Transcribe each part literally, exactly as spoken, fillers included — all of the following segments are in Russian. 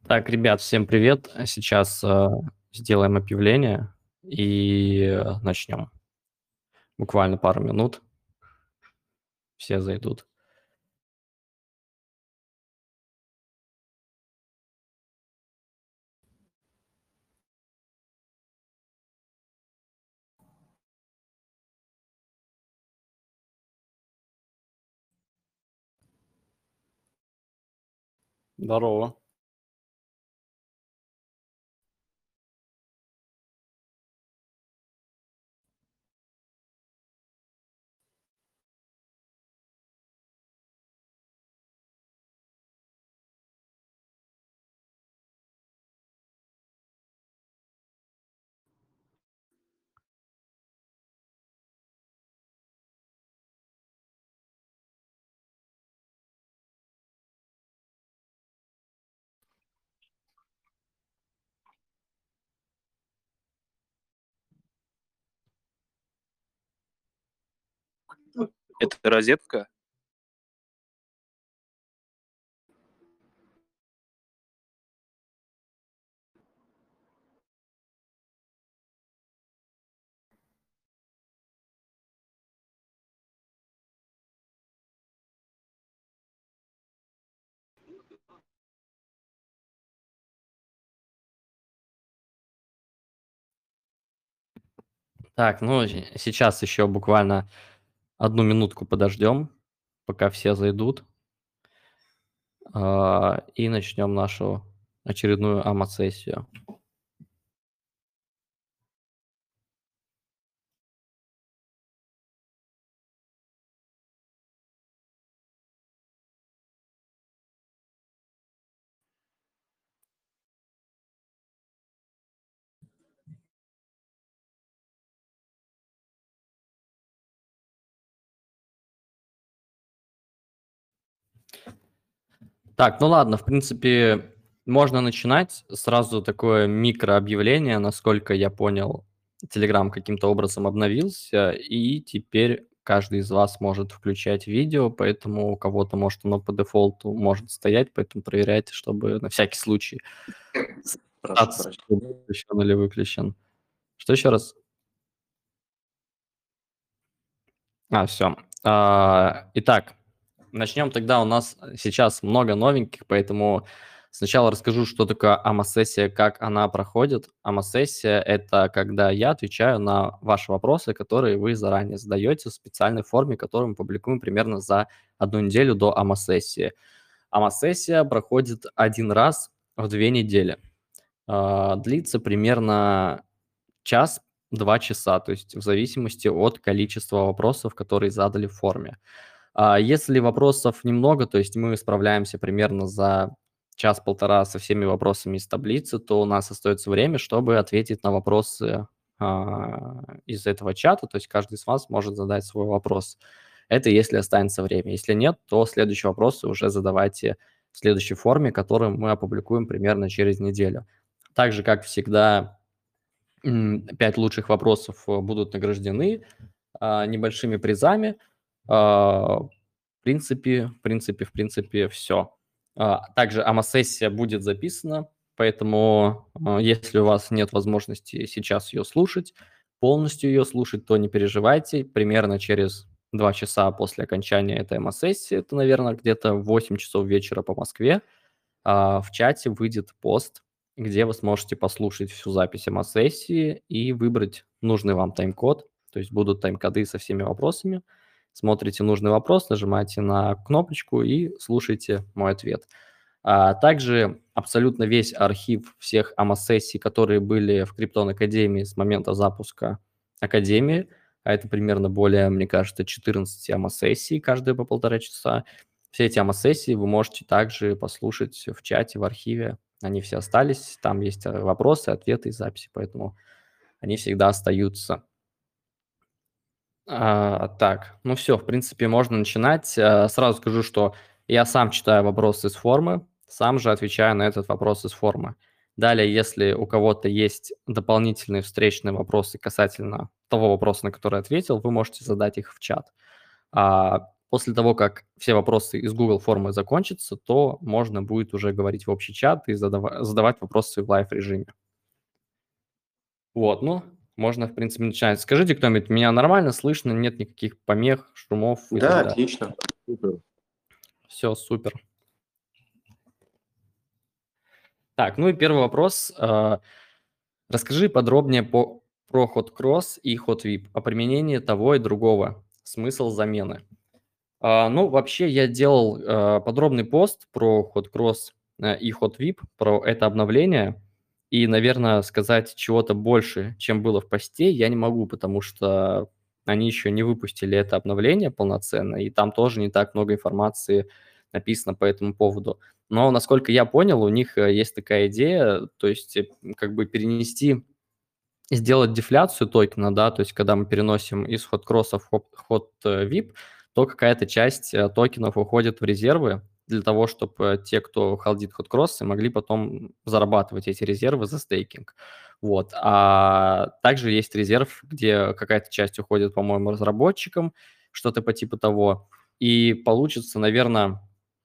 Так, ребят, всем привет. Сейчас э, сделаем объявление и э, начнем. Буквально пару минут, все зайдут. Здорово. Это розетка? Так, ну с- сейчас еще буквально одну минутку подождем, пока все зайдут, а, и начнем нашу очередную АМА-сессию. Так, ну ладно, в принципе, можно начинать. Сразу такое микрообъявление, насколько я понял, Telegram каким-то образом обновился, и теперь каждый из вас может включать видео, поэтому у кого-то, может, оно по дефолту может стоять, поэтому проверяйте, чтобы на всякий случай Прошу статус был прощения. включен или выключен. Что еще раз? А, все. Итак, начнем тогда. У нас сейчас много новеньких, поэтому сначала расскажу, что такое АМА-сессия, как она проходит. АМА-сессия– это когда я отвечаю на ваши вопросы, которые вы заранее задаете в специальной форме, которую мы публикуем примерно за одну неделю до АМА-сессии. АМА-сессия проходит один раз в две недели. А, Длится примерно час-два часа, то есть в зависимости от количества вопросов, которые задали в форме. А если вопросов немного, то есть мы справляемся примерно за час-полтора со всеми вопросами из таблицы, то у нас остается время, чтобы ответить на вопросы а, из этого чата, то есть каждый из вас может задать свой вопрос. Это если останется время. Если нет, то следующие вопросы уже задавайте в следующей форме, которую мы опубликуем примерно через неделю. Так же, как всегда, м, пять лучших вопросов э, будут награждены а, небольшими призами. А, В принципе, в принципе, в принципе, все. Также АМА-сессия будет записана, поэтому, а, если у вас нет возможности сейчас ее слушать, полностью ее слушать, то не переживайте. Примерно через два часа после окончания этой АМА-сессии, это, наверное, где-то в восемь часов вечера по Москве, а, в чате выйдет пост, где вы сможете послушать всю запись АМА-сессии и выбрать нужный вам тайм-код. То есть будут тайм-коды со всеми вопросами. Смотрите нужный вопрос, нажимаете на кнопочку и слушайте мой ответ. А также абсолютно весь архив всех АМА-сессий, которые были в Криптон Академии с момента запуска Академии, а это примерно более, мне кажется, четырнадцать АМА-сессий, каждая по полтора часа. Все эти АМА-сессии вы можете также послушать в чате, в архиве. Они все остались, там есть э, вопросы, ответы и записи, поэтому они всегда остаются. А, так, ну все, в принципе, можно начинать. Э, Сразу скажу, что я сам читаю вопрос из формы, сам же отвечаю на этот вопрос из формы. Далее, если у кого-то есть дополнительные встречные вопросы касательно того вопроса, на который ответил, вы можете задать их в чат. А После того, как все вопросы из Google формы закончатся, то можно будет уже говорить в общий чат и задава- задавать вопросы в лайв-режиме. Вот, ну, можно, в принципе, начинать. Скажите кто-нибудь, меня нормально слышно, нет никаких помех, шумов и так Да, далее? отлично. Супер. Все, супер. Так, ну и первый вопрос. а, Расскажи подробнее по, про ход-кросс и ход-вип, о применении того и другого, смысл замены. А, ну, вообще, я делал а, подробный пост про ход-кросс э, и ход-вип, про это обновление, и, наверное, сказать чего-то больше, чем было в посте, я не могу, потому что они еще не выпустили это обновление полноценно, и там тоже не так много информации написано по этому поводу. Но, насколько я понял, у них э, есть такая идея, то есть э, как бы перенести, сделать дефляцию токена, да, то есть когда мы переносим из ход-кросса в ход-вип, то какая-то часть э, токенов уходит в резервы для того, чтобы те, кто холдит ход-кроссы, могли потом зарабатывать эти резервы за стейкинг. Вот. А также есть резерв, где какая-то часть уходит, по-моему, разработчикам, что-то по типу того. И получится, наверное,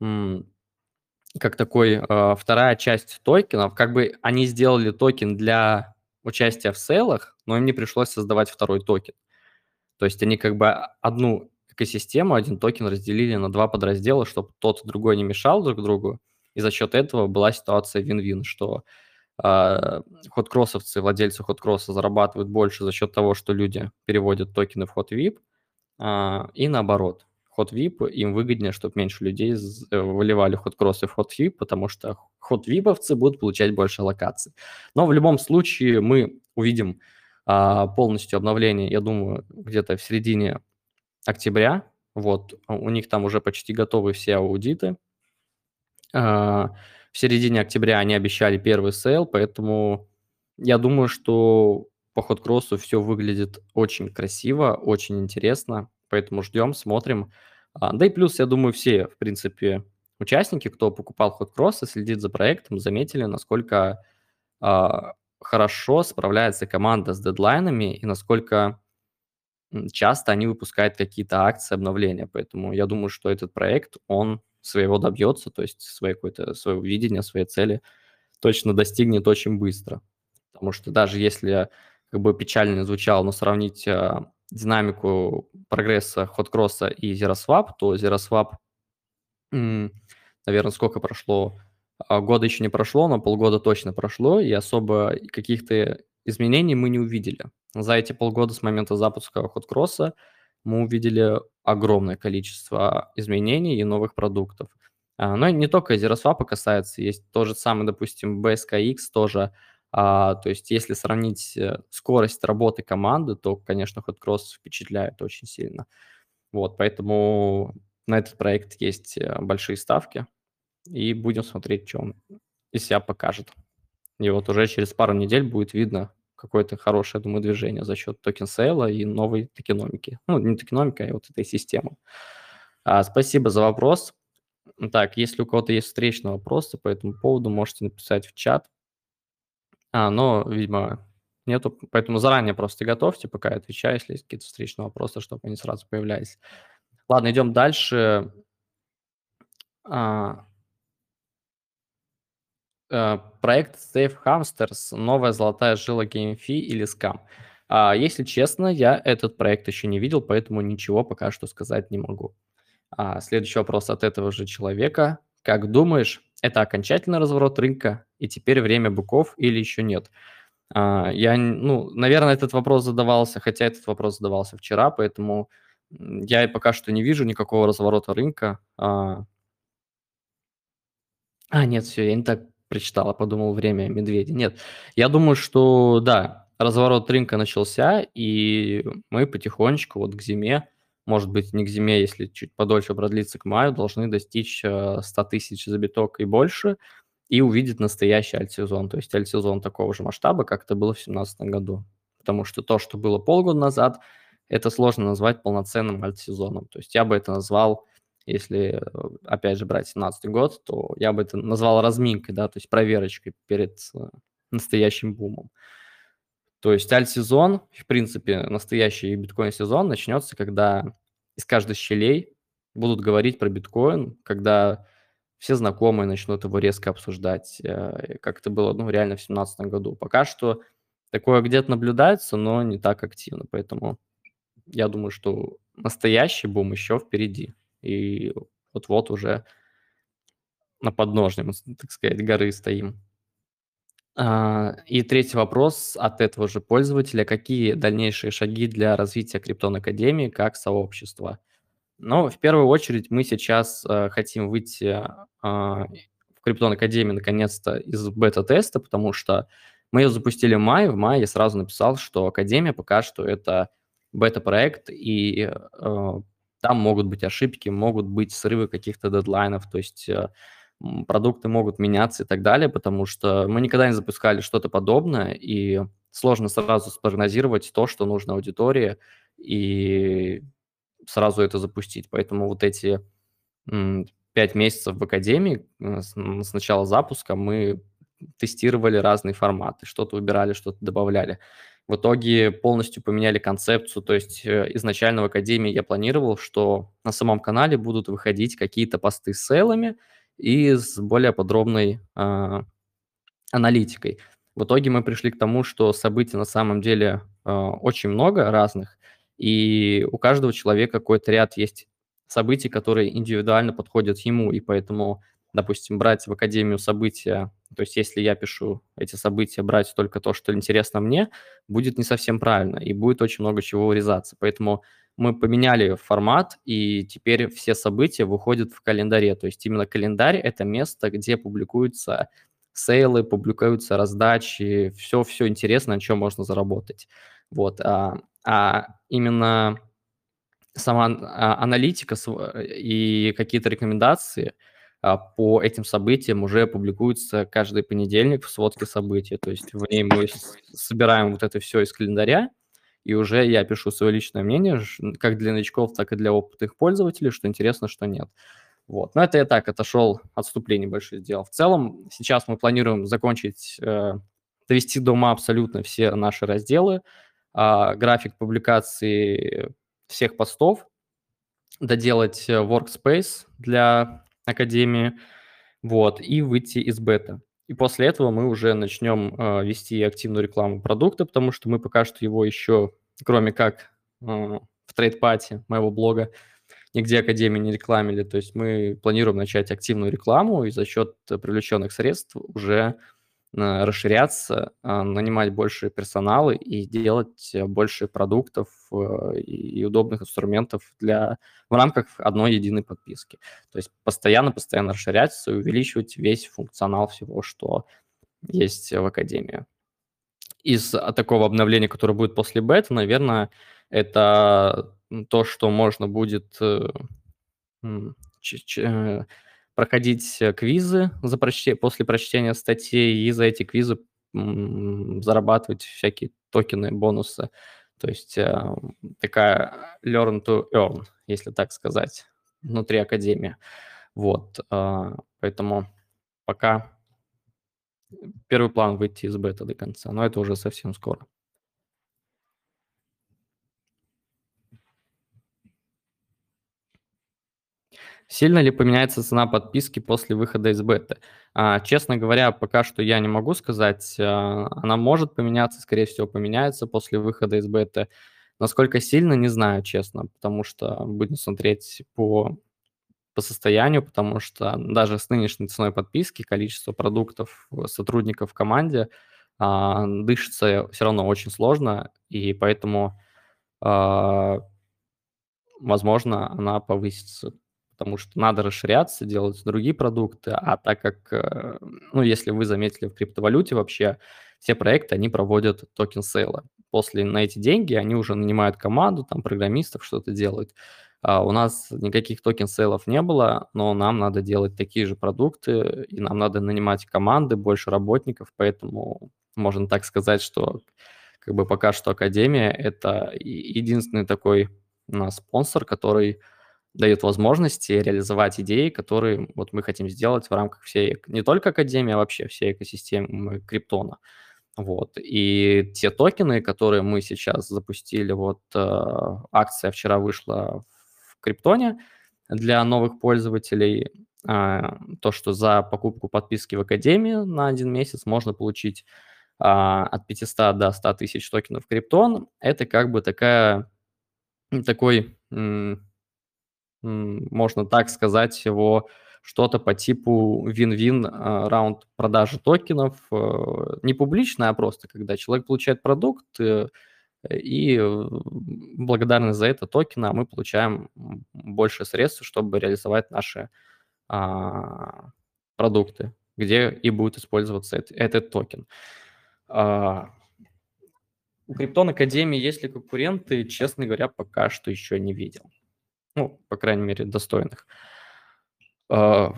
как такой э, вторая часть токенов. Как бы они сделали токен для участия в сейлах, но им не пришлось создавать второй токен. То есть они как бы одну экосистему, один токен разделили на два подраздела, чтобы тот и другой не мешал друг другу. И за счет этого была ситуация вин-вин, что э, ходкроссовцы, владельцы ходкросса зарабатывают больше за счет того, что люди переводят токены в ход вип, а, и наоборот. Ход вип им выгоднее, чтобы меньше людей з- э, выливали ход-кроссы в ход вип, потому что ход-виповцы будут получать больше локаций. Но в любом случае мы увидим а, полностью обновление, я думаю, где-то в середине октября. Вот, а у них там уже почти готовы все аудиты. А, В середине октября они обещали первый сейл, поэтому я думаю, что по ход-кроссу все выглядит очень красиво, очень интересно, поэтому ждем, смотрим. А, Да и плюс, я думаю, все, в принципе, участники, кто покупал ход-кросс и следит за проектом, заметили, насколько а, хорошо справляется команда с дедлайнами и насколько м, часто они выпускают какие-то акции, обновления. Поэтому я думаю, что этот проект, он своего добьется, то есть своей какой-то, своего видения, своей цели точно достигнет очень быстро. Потому что даже если как бы печально не звучало, но сравнить а, динамику прогресса Ходкросса и ZeroSwap, то ZeroSwap, наверное, сколько прошло? А, Года еще не прошло, но полгода точно прошло, и особо каких-то изменений мы не увидели. За эти полгода с момента запуска Ходкросса мы увидели огромное количество изменений и новых продуктов. А, Но и не только ZeroSwap касается, есть то же самое, допустим, би эс кей икс тоже. А, То есть если сравнить э, скорость работы команды, то, конечно, Ходкросс впечатляет очень сильно. Вот, поэтому на этот проект есть э, большие ставки, и будем смотреть, что он из себя покажет. И вот уже через пару недель будет видно какое-то хорошее, я думаю, движение за счет токен сейла и новой токеномики. Ну, не токеномика, а вот этой системы. А, спасибо за вопрос. Так, если у кого-то есть встречные вопросы по этому поводу, можете написать в чат. А, но, видимо, нету, поэтому заранее просто готовьте, пока я отвечаю, если есть какие-то встречные вопросы, чтобы они сразу появлялись. Ладно, идем дальше. А, э, Проект Safe Hamsters, новая золотая жила GameFi или скам? А, Если честно, я этот проект еще не видел, поэтому ничего пока что сказать не могу. А, Следующий вопрос от этого же человека. Как думаешь, это окончательный разворот рынка и теперь время быков или еще нет? А, Я, н- ну, наверное, этот вопрос задавался, хотя этот вопрос задавался вчера, поэтому м, я и пока что не вижу никакого разворота рынка. А, а, нет, все, я не так прочитал, а подумал время медведя. Нет, я думаю, что да, разворот рынка начался, и мы потихонечку вот к зиме, может быть, не к зиме, если чуть подольше продлится, к маю, должны достичь э, ста тысяч за биток и больше, и увидеть настоящий альтсезон. То есть альтсезон такого же масштаба, как это было в две тысячи семнадцатом году. Потому что то, что было полгода назад, это сложно назвать полноценным альтсезоном. То есть я бы это назвал, если, э, опять же, брать семнадцатый год, то я бы это назвал разминкой, да, то есть проверочкой перед э, настоящим бумом. То есть альт-сезон, в принципе, настоящий биткоин-сезон начнется, когда из каждой щелей будут говорить про биткоин, когда все знакомые начнут его резко обсуждать, э, как это было, ну, реально в две тысячи семнадцатом году. Пока что такое где-то наблюдается, но не так активно, поэтому я думаю, что настоящий бум еще впереди. И вот-вот уже на подножье, мы, с- так сказать, горы стоим. А, И третий вопрос от этого же пользователя. Какие дальнейшие шаги для развития Криптон Академии как сообщества? Ну, в первую очередь мы сейчас э, хотим выйти а, в Криптон Академии наконец-то из бета-теста, потому что мы ее запустили в мае. В мае я сразу написал, что Академия пока что это бета-проект, и э, там могут быть ошибки, могут быть срывы каких-то дедлайнов, то есть э, м, продукты могут меняться и так далее, потому что мы никогда не запускали что-то подобное, и сложно сразу спрогнозировать то, что нужно аудитории, и сразу это запустить. Поэтому вот эти м, пять месяцев в академии э, с н с начала запуска мы тестировали разные форматы, что-то убирали, что-то добавляли. В итоге полностью поменяли концепцию. То есть, э, изначально в академии я планировал, что на самом канале будут выходить какие-то посты с сейлами и с более подробной, а аналитикой. В итоге мы пришли к тому, что событий на самом деле э, очень много разных, и у каждого человека какой-то ряд есть событий, которые индивидуально подходят ему, и поэтому, допустим, брать в академию события, то есть если я пишу эти события, брать только то, что интересно мне, будет не совсем правильно, и будет очень много чего урезаться. Поэтому мы поменяли формат, и теперь все события выходят в календаре. То есть именно календарь– это место, где публикуются сейлы, публикуются раздачи, все-все интересное, на чем можно заработать. Вот, а, а именно сама ан- а, аналитика св- и какие-то рекомендации а, по этим событиям уже публикуются каждый понедельник в сводке событий. То есть в ней мы с- собираем вот это все из календаря, и уже я пишу свое личное мнение, ш- как для новичков, так и для опытных пользователей, что интересно, что нет. Вот. Но это я так отошел, отступление большое сделал. В целом, сейчас мы планируем закончить, э, довести до ума абсолютно все наши разделы, а, график публикации всех постов, доделать э, workspace для Академии, вот, и выйти из бета. И после этого мы уже начнем э, вести активную рекламу продукта, потому что мы пока что его еще, кроме как э, в трейд-пати моего блога, нигде академию не рекламили. То есть мы планируем начать активную рекламу и за счет э, привлеченных средств уже э, расширяться, а, нанимать больше персонала и делать э, больше продуктов э, и удобных инструментов для в рамках одной единой подписки. То есть постоянно-постоянно расширяться и увеличивать весь функционал всего, что есть в академии. Из а, такого обновления, которое будет после бета, наверное, это м, то, что можно будет э, М, ч ч э, проходить, э, квизы за прочте после прочтения статей и за эти квизы, м, зарабатывать всякие токены, бонусы. То есть, а, такая learn to earn, если так сказать, внутри академии. Вот, а, поэтому пока первый план выйти из бета до конца, но это уже совсем скоро. Сильно ли поменяется цена подписки после выхода из беты? А, честно говоря, пока что я не могу сказать. А, она может поменяться, скорее всего, поменяется после выхода из беты. Насколько сильно, не знаю, честно, потому что будем смотреть по, по состоянию, потому что даже с нынешней ценой подписки количество продуктов, э, сотрудников в команде а, дышится все равно очень сложно, и поэтому а, возможно, она повысится, потому что надо расширяться, делать другие продукты. А так как, э, ну, если вы заметили в криптовалюте вообще, все проекты, они проводят токен сейла. После на эти деньги они уже нанимают команду, там, программистов, что-то делают. А у нас никаких токен сейлов не было, но нам надо делать такие же продукты, и нам надо нанимать команды, больше работников, поэтому можно так сказать, что как бы пока что Академия– это и- единственный такой у нас спонсор, который дает возможности реализовать идеи, которые вот мы хотим сделать в рамках всей, эк- не только Академии, а вообще всей экосистемы Криптона. Вот. И те токены, которые мы сейчас запустили, вот э, акция вчера вышла в Криптоне, для новых пользователей, а, то, что за покупку подписки в Академию на один месяц можно получить а, от пятисот до ста тысяч токенов Криптон. Это как бы такая, м, такой, м, м, можно так сказать, его что-то по типу вин-вин а, раунд продажи токенов. э, Не публичное, а просто когда человек получает продукт, э, и э, благодарны за это токены, а мы получаем м, больше средств, чтобы реализовать наши а, продукты, где и будет использоваться эт- этот токен. А, У Криптон Академии есть ли конкуренты? Честно говоря, пока что еще не видел. Ну, по крайней мере, достойных. А,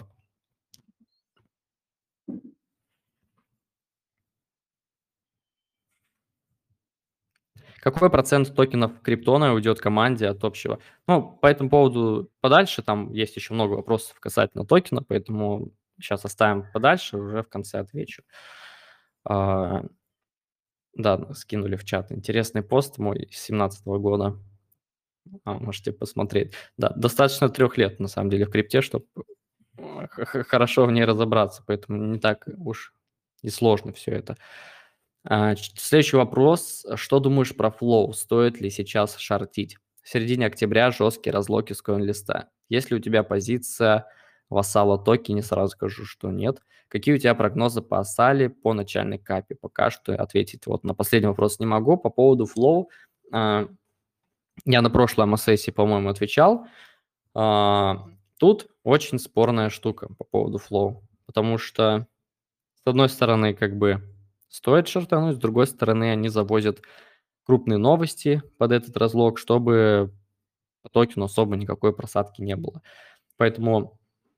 Какой процент токенов Криптона уйдет команде от общего? Ну, по этому поводу подальше, там есть еще много вопросов касательно токена, поэтому сейчас оставим подальше, уже в конце отвечу. А, Да, скинули в чат. Интересный пост мой с две тысячи семнадцатого года. А, можете посмотреть. Да, достаточно трех лет, на самом деле, в крипте, чтобы хорошо в ней разобраться, поэтому не так уж и сложно все это. А, ч- Следующий вопрос. Что думаешь про флоу? Стоит ли сейчас шортить? В середине октября жесткий разлог из коин-листа. Есть ли у тебя позиция в Асала токене? Сразу скажу, что нет. Какие у тебя прогнозы по Асале, по начальной капе? Пока что ответить вот на последний вопрос не могу. По поводу флоу, а, я на прошлой ам-сессии, по-моему, отвечал. А, Тут очень спорная штука по поводу флоу, потому что, с одной стороны, как бы стоит шортануть, с другой стороны, они завозят крупные новости под этот разлог, чтобы по токену особо никакой просадки не было. Поэтому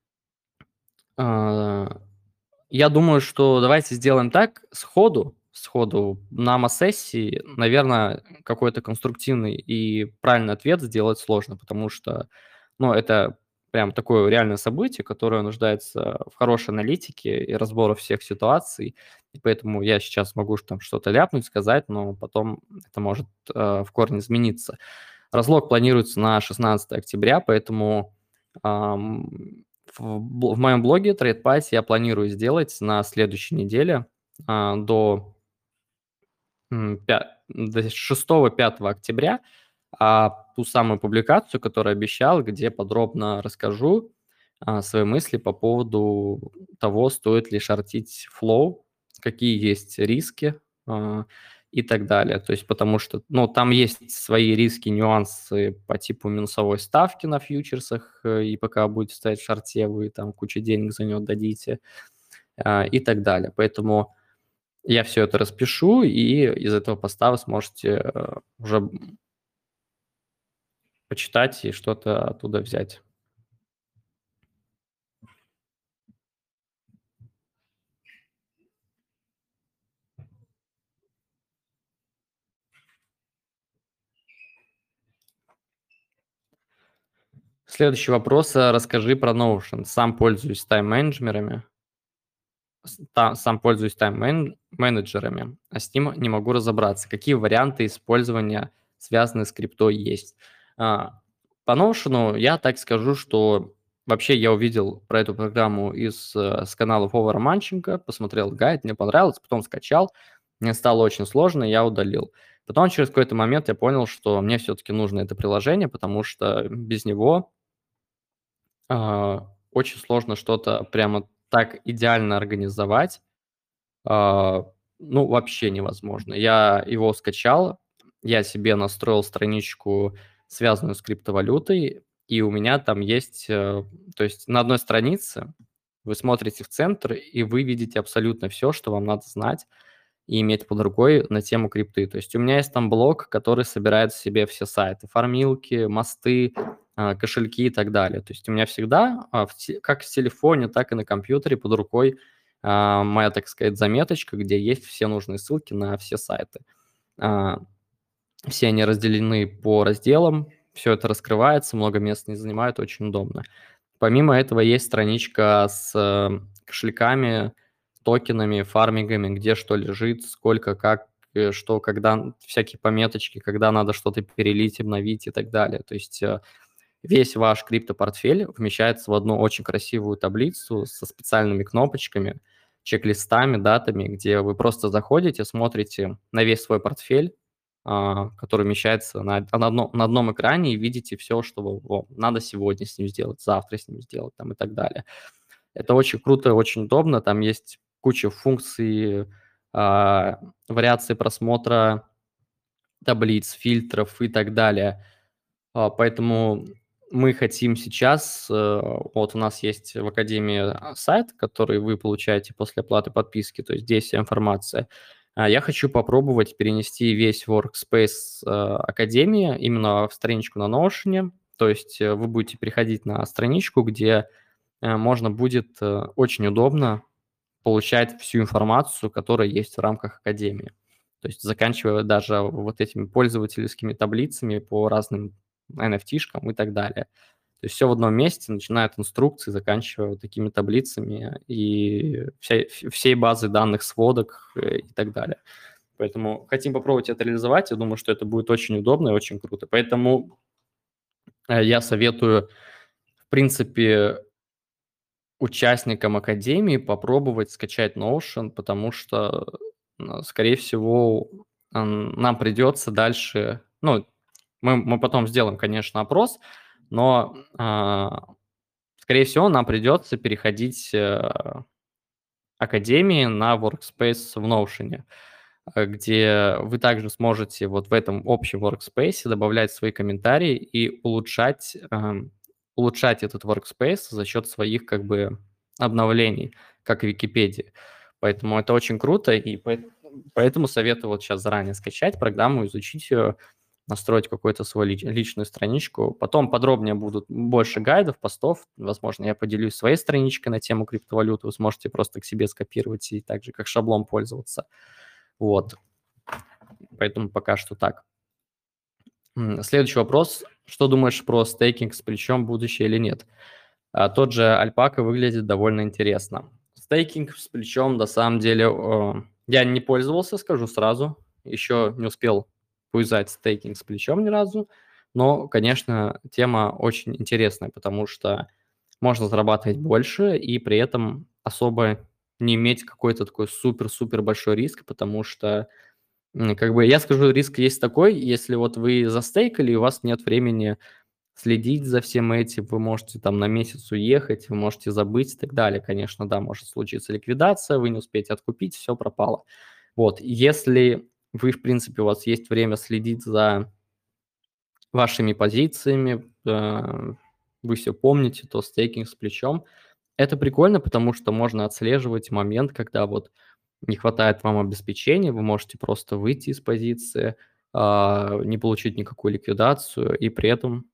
а, я думаю, что давайте сделаем так, сходу, сходу на ам-сессии, наверное, какой-то конструктивный и правильный ответ сделать сложно, потому что, ну, это прям такое реальное событие, которое нуждается в хорошей аналитике и разборе всех ситуаций, и поэтому я сейчас могу там что-то ляпнуть, сказать, но потом это может э, в корне измениться. Разлог планируется на шестнадцатое октября, поэтому ам, в, бл- в моем блоге TradePass я планирую сделать на следующей неделе а, до, м, пя- до шестого-пятого октября а, ту самую публикацию, которую обещал, где подробно расскажу а, свои мысли по поводу того, стоит ли шортить Flow, какие есть риски а, и так далее. То есть потому что, ну, там есть свои риски, нюансы по типу минусовой ставки на фьючерсах, э, и пока будете стоять в шорте, вы там кучу денег за него дадите а, и так далее. Поэтому я все это распишу, и из этого поста вы сможете э, уже почитать и что-то оттуда взять. Следующий вопрос. э, Расскажи про Notion. Сам пользуюсь тайм-менеджерами. с- та- Сам пользуюсь тайм-менеджерами, а с ним не могу разобраться. Какие варианты использования, связанные с криптой, есть? А, По Notion я так скажу, что вообще я увидел про эту программу из э, с канала Вова Романченко, посмотрел гайд, мне понравилось, потом скачал, мне стало очень сложно, я удалил. Потом через какой-то момент я понял, что мне все-таки нужно это приложение, потому что без него а, очень сложно что-то прямо так идеально организовать. А, ну, вообще невозможно. Я его скачал, я себе настроил страничку, связанную с криптовалютой, и у меня там есть, э, то есть на одной странице вы смотрите в центр, и вы видите абсолютно все, что вам надо знать и иметь под рукой на тему крипты. То есть у меня есть там блок, который собирает в себе все сайты, фармилки, мосты, а, кошельки и так далее. То есть у меня всегда, а, в те- как в телефоне, так и на компьютере под рукой а, моя, так сказать, заметочка, где есть все нужные ссылки на все сайты. А, Все они разделены по разделам, все это раскрывается, много мест не занимает, очень удобно. Помимо этого есть страничка с э, кошельками, токенами, фармингами, где что лежит, сколько, как, э, что, когда, всякие пометочки, когда надо что-то перелить, обновить и так далее. То есть э, весь ваш криптопортфель вмещается в одну очень красивую таблицу со специальными кнопочками, чек-листами, датами, где вы просто заходите, смотрите на весь свой портфель, а, который вмещается на, на, одно- на одном экране, и видите все, что вы- во, надо сегодня с ним сделать, завтра с ним сделать там, и так далее. Это очень круто, очень удобно. Там есть куча функций, а, вариации просмотра таблиц, фильтров и так далее. А, Поэтому мы хотим сейчас, э, вот у нас есть в Академии а, сайт, который вы получаете после оплаты подписки, то есть здесь вся информация. А Я хочу попробовать перенести весь Workspace э, Академии именно в страничку на Notion. То есть э, вы будете переходить на страничку, где э, можно будет э, очень удобно получать всю информацию, которая есть в рамках Академии. То есть заканчивая даже вот этими пользовательскими таблицами по разным эн эф ти-шкам и так далее. То есть все в одном месте, начиная от инструкций, заканчивая вот такими таблицами и всей, всей базой данных, сводок э, и так далее. Поэтому хотим попробовать это реализовать. Я думаю, что это будет очень удобно и очень круто. Поэтому э, я советую, в принципе, участникам академии попробовать скачать Notion, потому что, м, скорее всего, м, нам придется дальше, ну, мы, мы потом сделаем, конечно, опрос, но, а, скорее всего, нам придется переходить э, академии на Workspace в Notion, э, где вы также сможете вот в этом общем Workspace добавлять свои комментарии и улучшать, эм, улучшать этот Workspace за счет своих как бы обновлений, как и Википедии. Поэтому это очень круто, и поэт- поэтому советую вот сейчас заранее скачать программу, изучить ее, настроить какую-то свою лич- личную страничку. Потом подробнее будут больше гайдов, постов. Возможно, я поделюсь своей страничкой на тему криптовалюты. Вы сможете просто к себе скопировать и так же, как шаблон, пользоваться. Вот. Поэтому пока что так. М, Следующий вопрос. Что думаешь про стейкинг с плечом, будущее или нет? А, Тот же альпака выглядит довольно интересно. Стейкинг с плечом, на самом деле, э, я не пользовался, скажу сразу. Еще не успел повязать стейкинг с плечом ни разу. Но, конечно, тема очень интересная, потому что можно зарабатывать больше и при этом особо не иметь какой-то такой супер-супер большой риск, потому что М, как бы я скажу, риск есть такой, если вот вы застейкали, и у вас нет времени следить за всем этим, вы можете там на месяц уехать, вы можете забыть и так далее. Конечно, да, может случиться ликвидация, вы не успеете откупить, все пропало. Вот, если вы, в принципе, у вас есть время следить за вашими позициями, э, вы все помните, то стейкинг с плечом. Это прикольно, потому что можно отслеживать момент, когда вот не хватает вам обеспечения, вы можете просто выйти из позиции, а, не получить никакую ликвидацию, и при этом...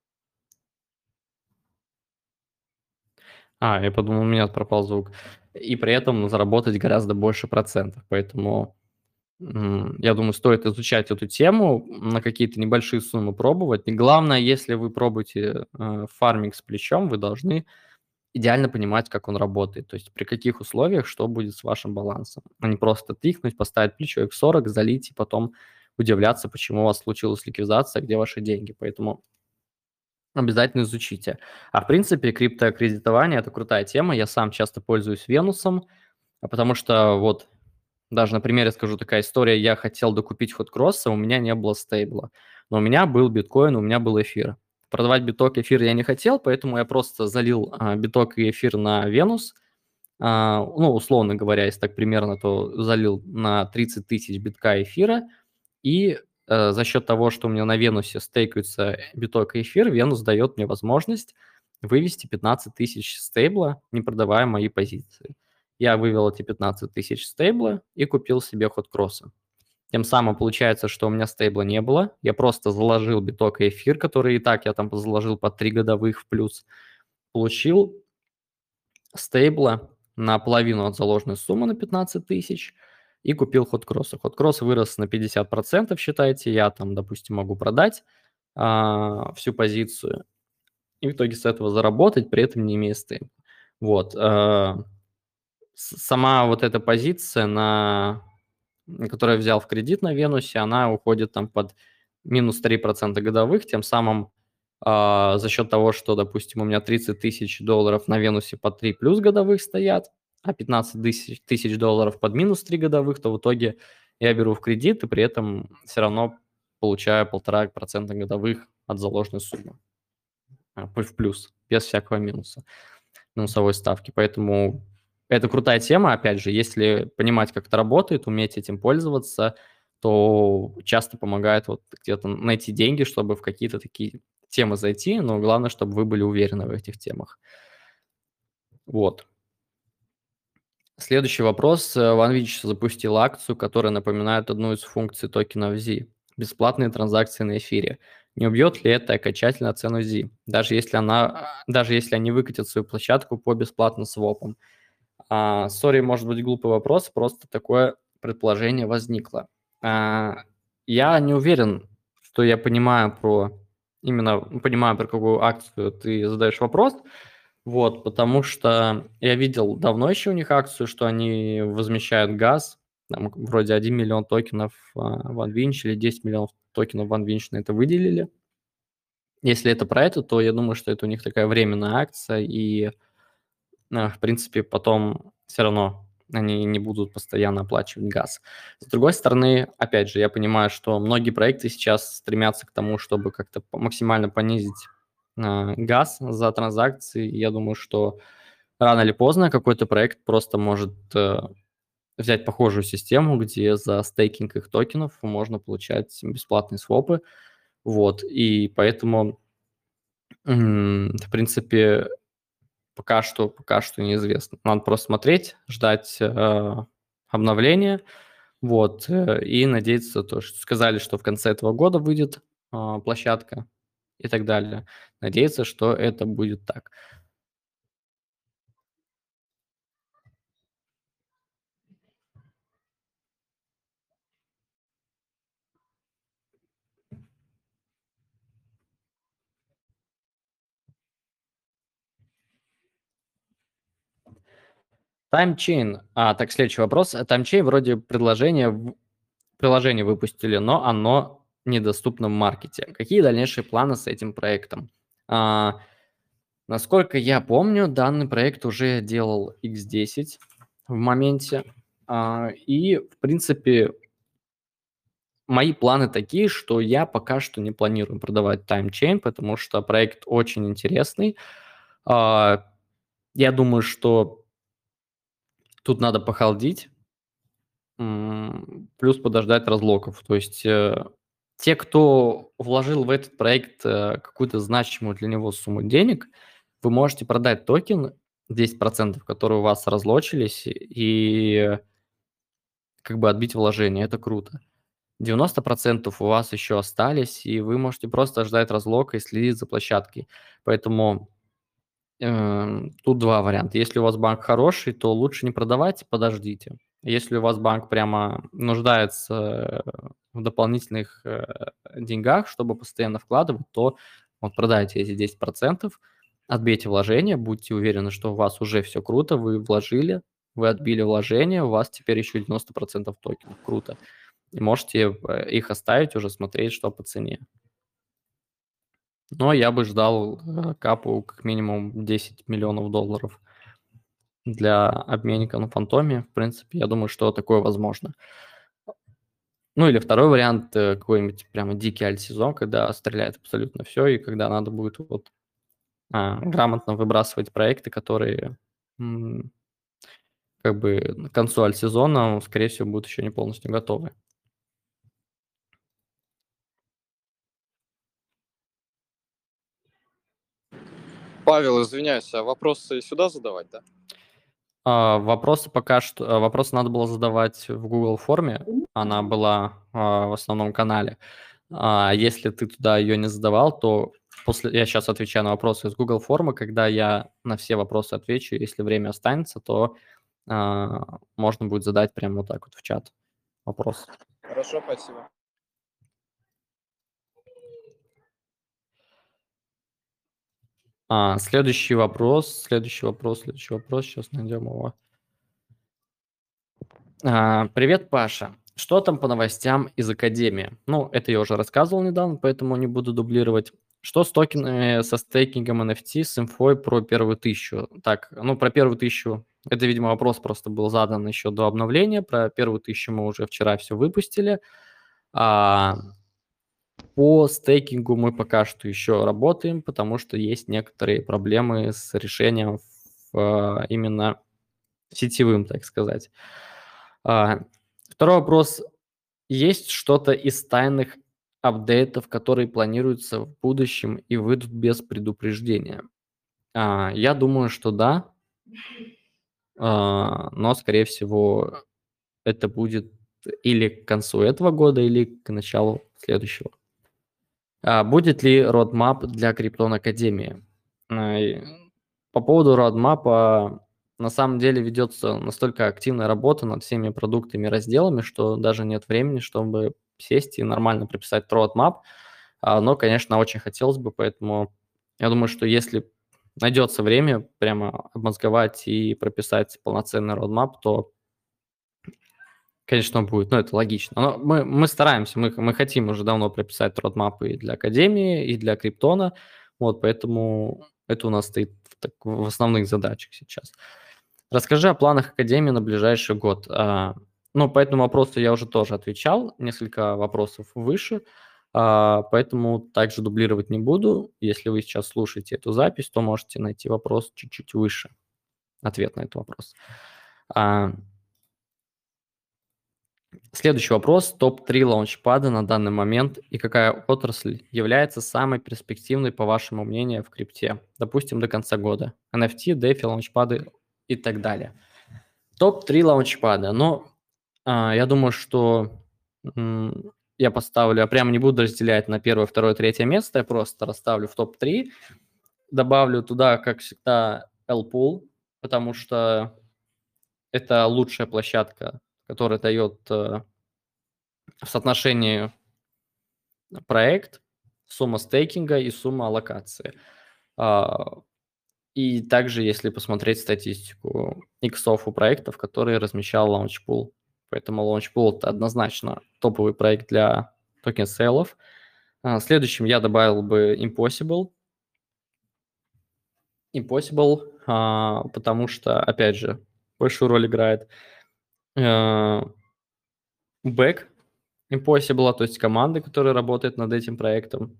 А, я подумал, у меня пропал звук. И при этом заработать гораздо больше процентов. Поэтому, м, я думаю, стоит изучать эту тему, на какие-то небольшие суммы пробовать. И главное, если вы пробуете э, фарминг с плечом, вы должны идеально понимать, как он работает, то есть при каких условиях что будет с вашим балансом, а не просто тыкнуть, поставить плечо икс сорок, залить и потом удивляться, почему у вас случилась ликвидация, где ваши деньги. Поэтому обязательно изучите. А в принципе, криптокредитование– это крутая тема. Я сам часто пользуюсь Венусом, а потому что вот даже на примере скажу такая история. Я хотел докупить ходкросса, у меня не было стейбла, но у меня был биткоин, у меня был эфир. Продавать биток, эфир я не хотел, поэтому я просто залил а, биток и эфир на Венус. А, ну, условно говоря, если так примерно, то залил на тридцать тысяч битка эфира, и э, за счет того, что у меня на Венусе стейкаются биток и эфир, Венус дает мне возможность вывести пятнадцать тысяч стейбла, не продавая мои позиции. Я вывел эти пятнадцать тысяч стейбла и купил себе ходкросса. Тем самым получается, что у меня стейбла не было. Я просто заложил биток и эфир, который и так я там заложил по три годовых в плюс. Получил стейбла на половину от заложенной суммы на пятнадцать тысяч и купил ходкросса. Ходкросс вырос на пятьдесят процентов, считайте. Я там, допустим, могу продать а, всю позицию и в итоге с этого заработать, при этом не имея стейбла. Вот. а, с- Сама вот эта позиция, на, которую я взял в кредит на Венусе, она уходит там под минус три процента годовых, тем самым а, за счет того, что, допустим, у меня тридцать тысяч долларов на Венусе под три плюс годовых стоят, а пятнадцать тысяч тысяч долларов под минус три годовых, то в итоге я беру в кредит и при этом все равно получаю полтора процента годовых от заложенной суммы а, п- в плюс, без всякого минуса, минусовой ставки. Поэтому это крутая тема, опять же, если понимать, как это работает, уметь этим пользоваться, то часто помогает вот где-то найти деньги, чтобы в какие-то такие темы зайти, но главное, чтобы вы были уверены в этих темах. Вот. Следующий вопрос. Э, OneWinch запустил акцию, которая напоминает одну из функций токена Z – бесплатные транзакции на эфире. Не убьет ли это окончательно цену Z, даже если, она, даже если они выкатят свою площадку по бесплатным свопам? А, Сори, может быть, глупый вопрос, просто такое предположение возникло. А, Я не уверен, что я понимаю про именно понимаю, про какую акцию ты задаешь вопрос, вот, потому что я видел давно еще у них акцию, что они возмещают газ, там вроде один миллион токенов а, OneWinch или десять миллионов токенов OneWinch на это выделили. Если это про это, то я думаю, что это у них такая временная акция, и а, в принципе, потом все равно они не будут постоянно оплачивать газ. С другой стороны, опять же, я понимаю, что многие проекты сейчас стремятся к тому, чтобы как-то по- максимально понизить а, газ за транзакции. И я думаю, что рано или поздно какой-то проект просто может э, взять похожую систему, где за стейкинг их токенов можно получать бесплатные свопы. Вот, и поэтому, м, в принципе, Пока что пока что неизвестно. Надо просто смотреть, ждать, э, обновления, вот, э, и надеяться, то, что сказали, что в конце этого года выйдет, а, площадка и так далее. Надеяться, что это будет так. Таймчейн. А, так, следующий вопрос. Таймчейн вроде предложение в приложение выпустили, но оно недоступно в маркете. Какие дальнейшие планы с этим проектом? А, Насколько я помню, данный проект уже делал икс десять в моменте. А, И, в принципе, мои планы такие, что я пока что не планирую продавать таймчейн, потому что проект очень интересный. А, Я думаю, что тут надо похалдить, м, плюс подождать разлоков. То есть э, те, кто вложил в этот проект э, какую-то значимую для него сумму денег, вы можете продать токен десять процентов, которые у вас разлочились, и как бы отбить вложение. Это круто. девяносто процентов у вас еще остались, и вы можете просто ждать разлока и следить за площадкой. Поэтому Эм, тут два варианта. Если у вас банк хороший, то лучше не продавайте, подождите. Если у вас банк прямо нуждается э, в дополнительных э, деньгах, чтобы постоянно вкладывать, то вот продайте эти десять процентов, отбейте вложения, будьте уверены, что у вас уже все круто, вы вложили, вы отбили вложения, у вас теперь еще девяносто процентов токенов. Круто. И можете э, их оставить, уже смотреть, что по цене. Но я бы ждал э, капу как минимум десять миллионов долларов для обменника на фантоме. В принципе, я думаю, что такое возможно. Ну или второй вариант, э, какой-нибудь прямо дикий альт-сезон, когда стреляет абсолютно все, и когда надо будет вот а, грамотно выбрасывать проекты, которые м, как бы к концу альт-сезона, скорее всего, будут еще не полностью готовы. Павел, извиняюсь, а вопросы сюда задавать, да? А, Вопросы пока что, а, вопросы надо было задавать в Google форме, она была а, в основном канале. А если ты туда ее не задавал, то после я сейчас отвечаю на вопросы из Google формы, когда я на все вопросы отвечу, если время останется, то а, можно будет задать прямо вот так вот в чат вопрос. Хорошо, спасибо. А, следующий вопрос, следующий вопрос, следующий вопрос, сейчас найдем его. А, Привет, Паша. Что там по новостям из Академии? Ну, это я уже рассказывал недавно, поэтому не буду дублировать. Что с токенами, со стейкингом эн эф ти, с инфой про первую тысячу? Так, ну, про первую тысячу, это, видимо, вопрос просто был задан еще до обновления. Про первую тысячу мы уже вчера все выпустили. А, по стейкингу мы пока что еще работаем, потому что есть некоторые проблемы с решением в, а, именно сетевым, так сказать. А, второй вопрос. Есть что-то из тайных апдейтов, которые планируются в будущем и выйдут без предупреждения? А, я думаю, что да. А, но, скорее всего, это будет или к концу этого года, или к началу следующего. А, будет ли roadmap для Криптон Академии? А, и По поводу roadmap, на самом деле ведется настолько активная работа над всеми продуктами и разделами, что даже нет времени, чтобы сесть и нормально прописать roadmap. А, Но, конечно, очень хотелось бы, поэтому я думаю, что если найдется время прямо обмозговать и прописать полноценный roadmap, то, конечно, он будет. Ну, это логично. Но мы, мы стараемся, мы, мы хотим уже давно прописать roadmap и для Академии, и для Криптона. Вот, поэтому это у нас стоит в, так- в основных задачах сейчас. Расскажи о планах Академии на ближайший год. А, Ну, по этому вопросу я уже тоже отвечал, несколько вопросов выше, а, поэтому также дублировать не буду. Если вы сейчас слушаете эту запись, то можете найти вопрос чуть-чуть выше, ответ на этот вопрос. А, Следующий вопрос. топ три лаунчпада на данный момент и какая отрасль является самой перспективной, по вашему мнению, в крипте? Допустим, до конца года. эн эф ти, DeFi, лаунчпады и так далее. топ три лаунчпада. Но а, я думаю, что м, я поставлю, я прямо не буду разделять на первое, второе, третье место, я просто расставлю в топ три. Добавлю туда, как всегда, L-Pool, потому что это лучшая площадка, которая дает э, в соотношении проект, сумма стейкинга и сумма аллокации. А, И также, если посмотреть статистику иксов у проектов, которые размещал Launchpool. Поэтому Launchpool – это однозначно топовый проект для токен-сейлов. А, Следующим я добавил бы Impossible. Impossible, а, потому что, опять же, большую роль играет э, бэк Impossible, то есть команды, которая работает над этим проектом.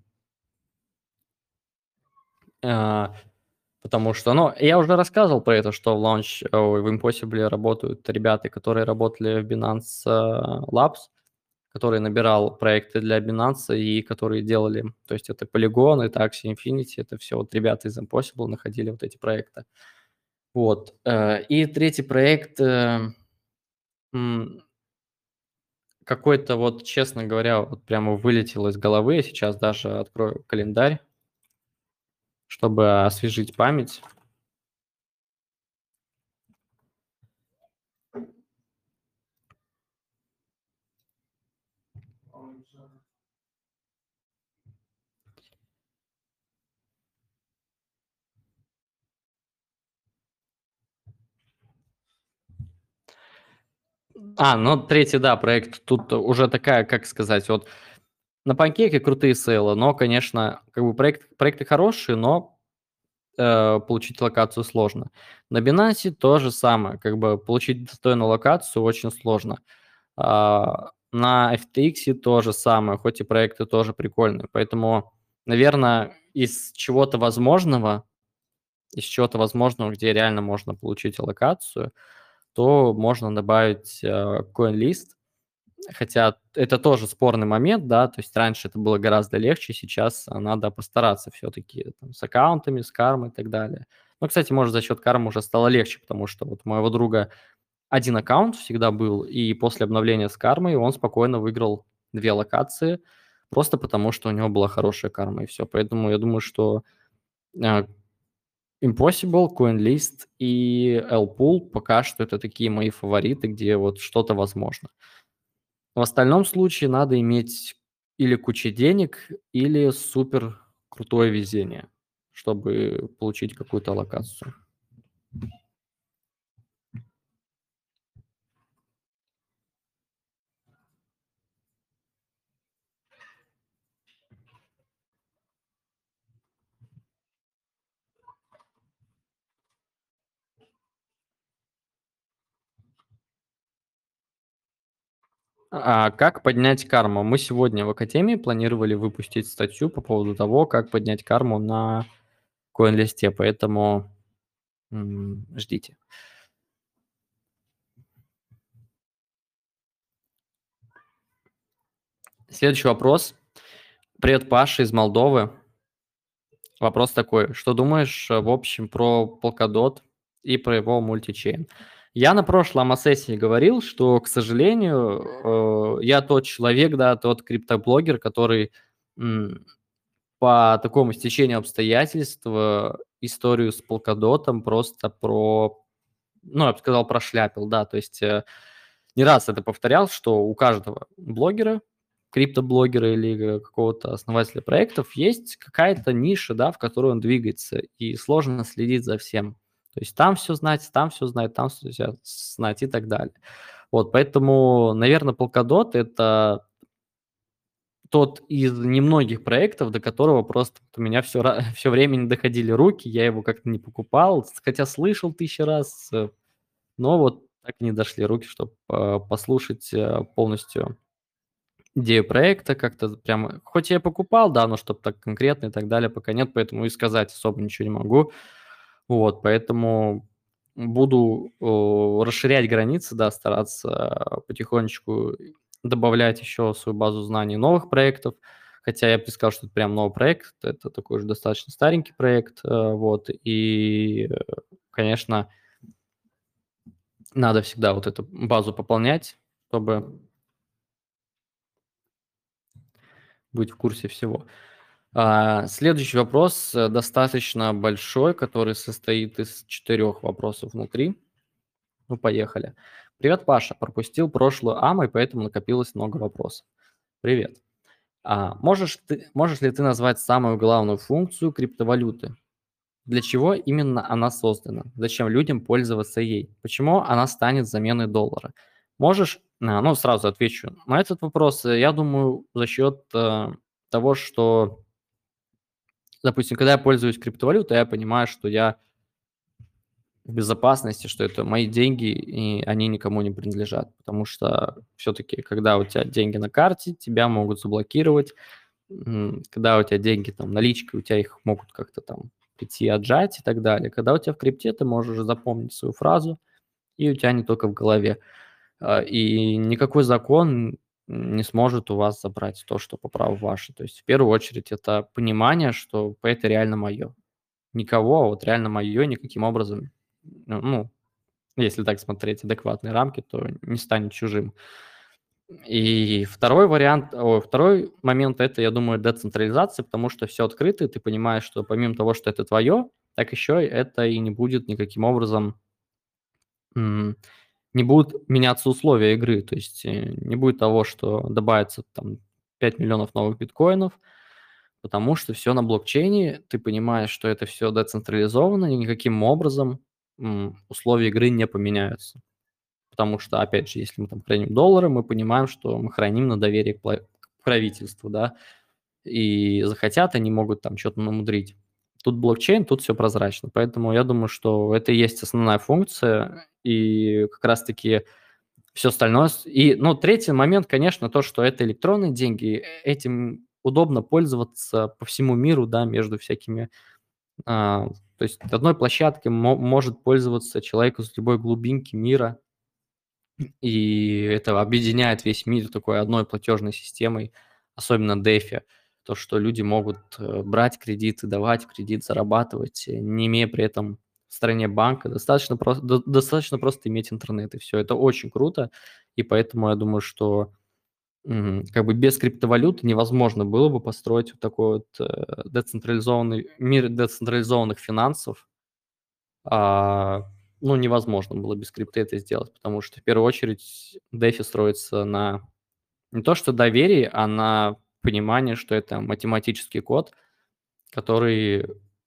А, Потому что, ну, я уже рассказывал про это, что в Launch, ой, в Impossible работают ребята, которые работали в Binance э, Labs, который набирал проекты для Binance и которые делали, то есть это Polygon, это Axie Infinity, это все вот ребята из Impossible находили вот эти проекты. Вот. э, И третий проект, э, м, какой-то вот, честно говоря, вот прямо вылетел из головы. Я сейчас даже открою календарь, чтобы освежить память. А, ну третий, да, проект тут уже такая, как сказать, вот на панкейке крутые сейлы, но, конечно, как бы проект, проекты хорошие, но э, получить локацию сложно. На Binance то же самое, как бы получить достойную локацию очень сложно. А, на эф ти экс то же самое, хоть и проекты тоже прикольные. Поэтому, наверное, из чего-то возможного, из чего-то возможного, где реально можно получить локацию, то можно добавить э, CoinList. Хотя это тоже спорный момент, да, то есть раньше это было гораздо легче, сейчас а, надо постараться все-таки с аккаунтами, с кармой и так далее. Ну, кстати, может, за счет кармы уже стало легче, потому что вот у моего друга один аккаунт всегда был, и после обновления с кармой он спокойно выиграл две локации, просто потому что у него была хорошая карма, и все. Поэтому я думаю, что э, Impossible, CoinList и L-Pool пока что это такие мои фавориты, где вот что-то возможно. В остальном случае надо иметь или кучу денег, или супер крутое везение, чтобы получить какую-то локацию. А как поднять карму? Мы сегодня в Академии планировали выпустить статью по поводу того, как поднять карму на CoinList'е, поэтому м, ждите. Следующий вопрос. Привет, Паша из Молдовы. Вопрос такой. Что думаешь, э, в общем, про Polkadot и про его мультичейн? Я на прошлой АМА-сессии говорил, что, к сожалению, э, я тот человек, да, тот криптоблогер, который м, по такому стечению обстоятельств э, историю с Polkadot просто про, ну, я бы сказал, прошляпил, да, то есть э, не раз это повторял, что у каждого блогера, криптоблогера или э, какого-то основателя проектов есть какая-то ниша, да, в которую он двигается, и сложно следить за всем. То есть там все знать, там все знать, там все знать и так далее. Вот, поэтому, наверное, Polkadot – это тот из немногих проектов, до которого просто вот у меня все, все время не доходили руки, я его как-то не покупал, хотя слышал тысячу раз, э, но вот так и не дошли руки, чтобы послушать э, полностью идею проекта как-то прямо. Хоть я и покупал, да, но чтобы так конкретно и так далее пока нет, поэтому и сказать особо ничего не могу. Вот, поэтому буду о, расширять границы, да, стараться потихонечку добавлять еще в свою базу знаний новых проектов. Хотя я бы не сказал, что это прям новый проект, это такой уже достаточно старенький проект. э, Вот, и, э, конечно, надо всегда вот эту базу пополнять, чтобы быть в курсе всего. А, следующий вопрос э, достаточно большой, который состоит из четырех вопросов внутри. Ну, поехали. Привет, Паша. Пропустил прошлую АМА, и поэтому накопилось много вопросов. Привет. А, можешь, ты, можешь ли ты назвать самую главную функцию криптовалюты? Для чего именно она создана? Зачем людям пользоваться ей? Почему она станет заменой доллара? Можешь, а, ну, сразу отвечу на этот вопрос. Э, Я думаю, за счет э, того, что, допустим, когда я пользуюсь криптовалютой, я понимаю, что я в безопасности, что это мои деньги, и они никому не принадлежат. Потому что все-таки, когда у тебя деньги на карте, тебя могут заблокировать. М, Когда у тебя деньги там наличкой, у тебя их могут как-то там прийти отжать и так далее. Когда у тебя в крипте, ты можешь запомнить свою фразу, и у тебя не только в голове. А, И никакой закон не сможет у вас забрать то, что по праву ваше. То есть в первую очередь это понимание, что это реально мое. Никого, а вот реально мое никаким образом, ну, ну, если так смотреть адекватные рамки, то не станет чужим. И второй вариант, ой, второй момент – это, я думаю, децентрализация, потому что все открыто, и ты понимаешь, что помимо того, что это твое, так еще это и не будет никаким образом, м, не будут меняться условия игры. То есть э, не будет того, что добавится там пять миллионов новых биткоинов, потому что все на блокчейне, ты понимаешь, что это все децентрализовано, и никаким образом м, условия игры не поменяются. Потому что, опять же, если мы там храним доллары, мы понимаем, что мы храним на доверие к пла- к правительству, да, и захотят, они могут там что-то намудрить. Тут блокчейн, тут все прозрачно. Поэтому я думаю, что это и есть основная функция, и как раз-таки все остальное. с- И, ну, третий момент, конечно, то, что это электронные деньги, э, этим удобно пользоваться по всему миру, да, между всякими. а, То есть одной площадкой мо- может пользоваться человек из любой глубинки мира, и это объединяет весь мир такой одной платежной системой, особенно дефи. То, что люди могут э, брать кредиты, давать кредит, зарабатывать, э, не имея при этом в стране банка. Достаточно, просто, до- достаточно просто иметь интернет, и все. Это очень круто, и поэтому я думаю, что м, как бы без криптовалют невозможно было бы построить вот такой вот э, децентрализованный мир децентрализованных финансов, а, ну, невозможно было без крипты это сделать, потому что в первую очередь DeFi строится на не то что доверии, а на понимании, что это математический код, который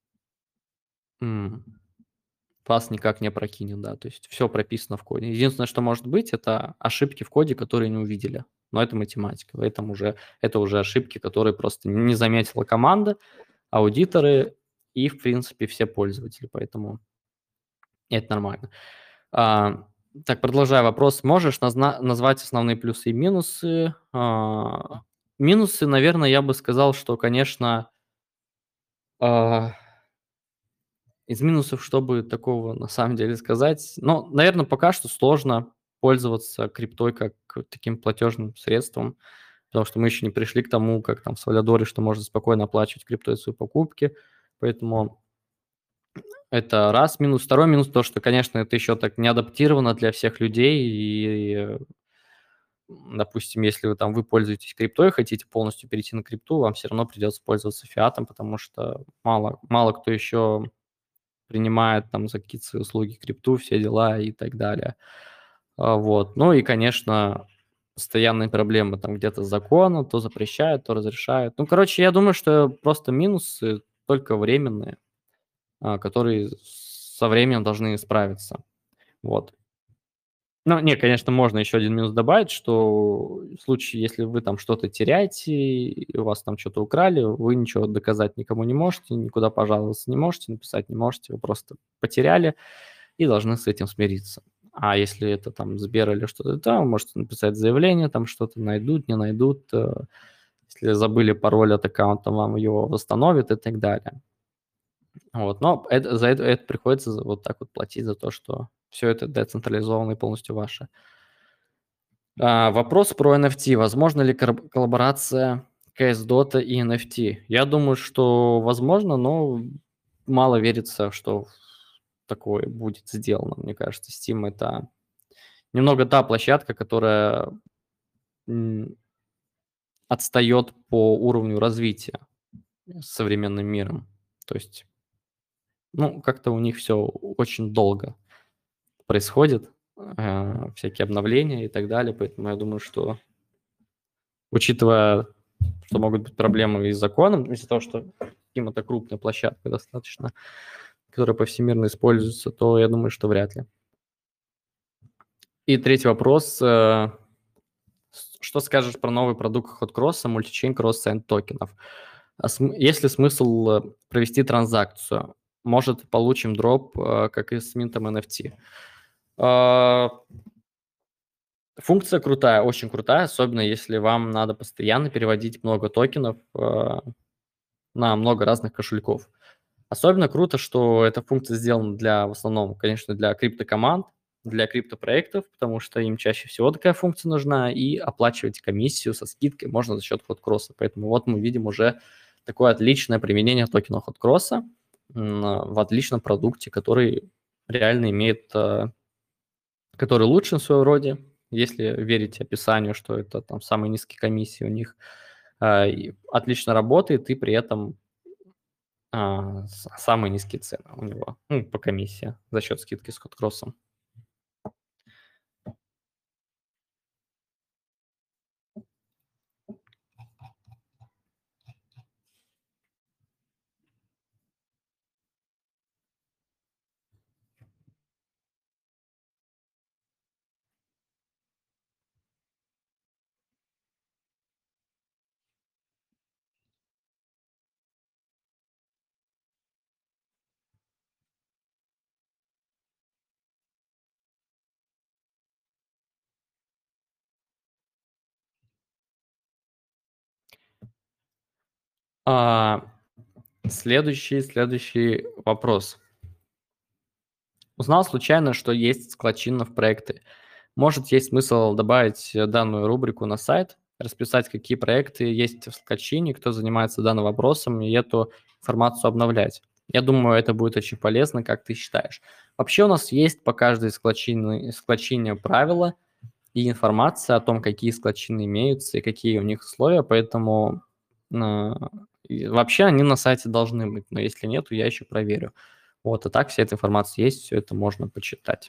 м, вас никак не опрокинет, да, то есть все прописано в коде. Единственное, что может быть, это ошибки в коде, которые не увидели, но это математика, это уже, это уже ошибки, которые просто не заметила команда, аудиторы и, в принципе, все пользователи, поэтому это нормально. А, Так, продолжаю вопрос. Можешь назна- назвать основные плюсы и минусы? А, Минусы, наверное, я бы сказал, что, конечно, а, из минусов, чтобы такого на самом деле сказать, ну, наверное, пока что сложно пользоваться криптой как таким платежным средством, потому что мы еще не пришли к тому, как там в Сальвадоре, что можно спокойно оплачивать криптой свои покупки, поэтому это раз минус. Второй минус то, что, конечно, это еще так не адаптировано для всех людей, и, э, допустим, если вы там вы пользуетесь криптой, хотите полностью перейти на крипту, вам все равно придется пользоваться фиатом, потому что мало, мало кто еще принимает там за какие-то свои услуги крипту, все дела и так далее. А, Вот. Ну и, конечно, постоянные проблемы там где-то с законом, то запрещают, то разрешают. Ну, короче, я думаю, что просто минусы только временные, а, которые со временем должны исправиться. Вот. Ну, не, конечно, можно еще один минус добавить, что в случае, если вы там что-то теряете, и у вас там что-то украли, вы ничего доказать никому не можете, никуда пожаловаться не можете, написать не можете, вы просто потеряли и должны с этим смириться. А если это там Сбер или что-то там, можете написать заявление, там что-то найдут, не найдут. э, Если забыли пароль от аккаунта, вам его восстановят и так далее. Вот. Но это, за это, это приходится за- вот так вот платить за то, что все это децентрализовано и полностью ваше. А, вопрос про эн эф ти. Возможно ли кор- коллаборация си эс Dota и эн эф ти? Я думаю, что возможно, но мало верится, что такое будет сделано. Мне кажется, Steam это немного та площадка, которая м, отстает по уровню развития с современным миром. То есть, ну, как-то у них все очень долго происходит, э, всякие обновления и так далее. Поэтому я думаю, что, учитывая, что могут быть проблемы и с законом, из-за того, что Steam это крупная площадка достаточно, которая повсемирно используется, то я думаю, что вряд ли. И третий вопрос. э, с- Что скажешь про новый продукт HotCross, мультичейн кросс-сайн токенов? А см- Есть ли смысл э, провести транзакцию? Может, получим дроп, э, как и с минтом эн эф ти? А, Функция крутая, очень крутая, особенно если вам надо постоянно переводить много токенов э, на много разных кошельков. Особенно круто, что эта функция сделана для, в основном, конечно, для криптокоманд, для криптопроектов, потому что им чаще всего такая функция нужна, и оплачивать комиссию со скидкой можно за счет HotCross. Поэтому вот мы видим уже такое отличное применение токена HotCross в отличном продукте, который реально имеет, э, который лучший в своем роде, если верить описанию, что это там самые низкие комиссии у них, э, и отлично работает, и при этом а, с самые низкие цены у него, ну, по комиссии за счет скидки с Хоткроссом. А, следующий, следующий вопрос. Узнал случайно, что есть складчина в проекты. Может, есть смысл добавить э, данную рубрику на сайт, расписать, какие проекты есть в складчине, кто занимается данным вопросом, и эту информацию обновлять. Я думаю, это будет очень полезно, как ты считаешь. Вообще у нас есть по каждой складчине, складчине правила и информация о том, какие складчины имеются и какие у них условия, поэтому э, и вообще они на сайте должны быть, но если нет, то я еще проверю. Вот, а так вся эта информация есть, все это можно почитать.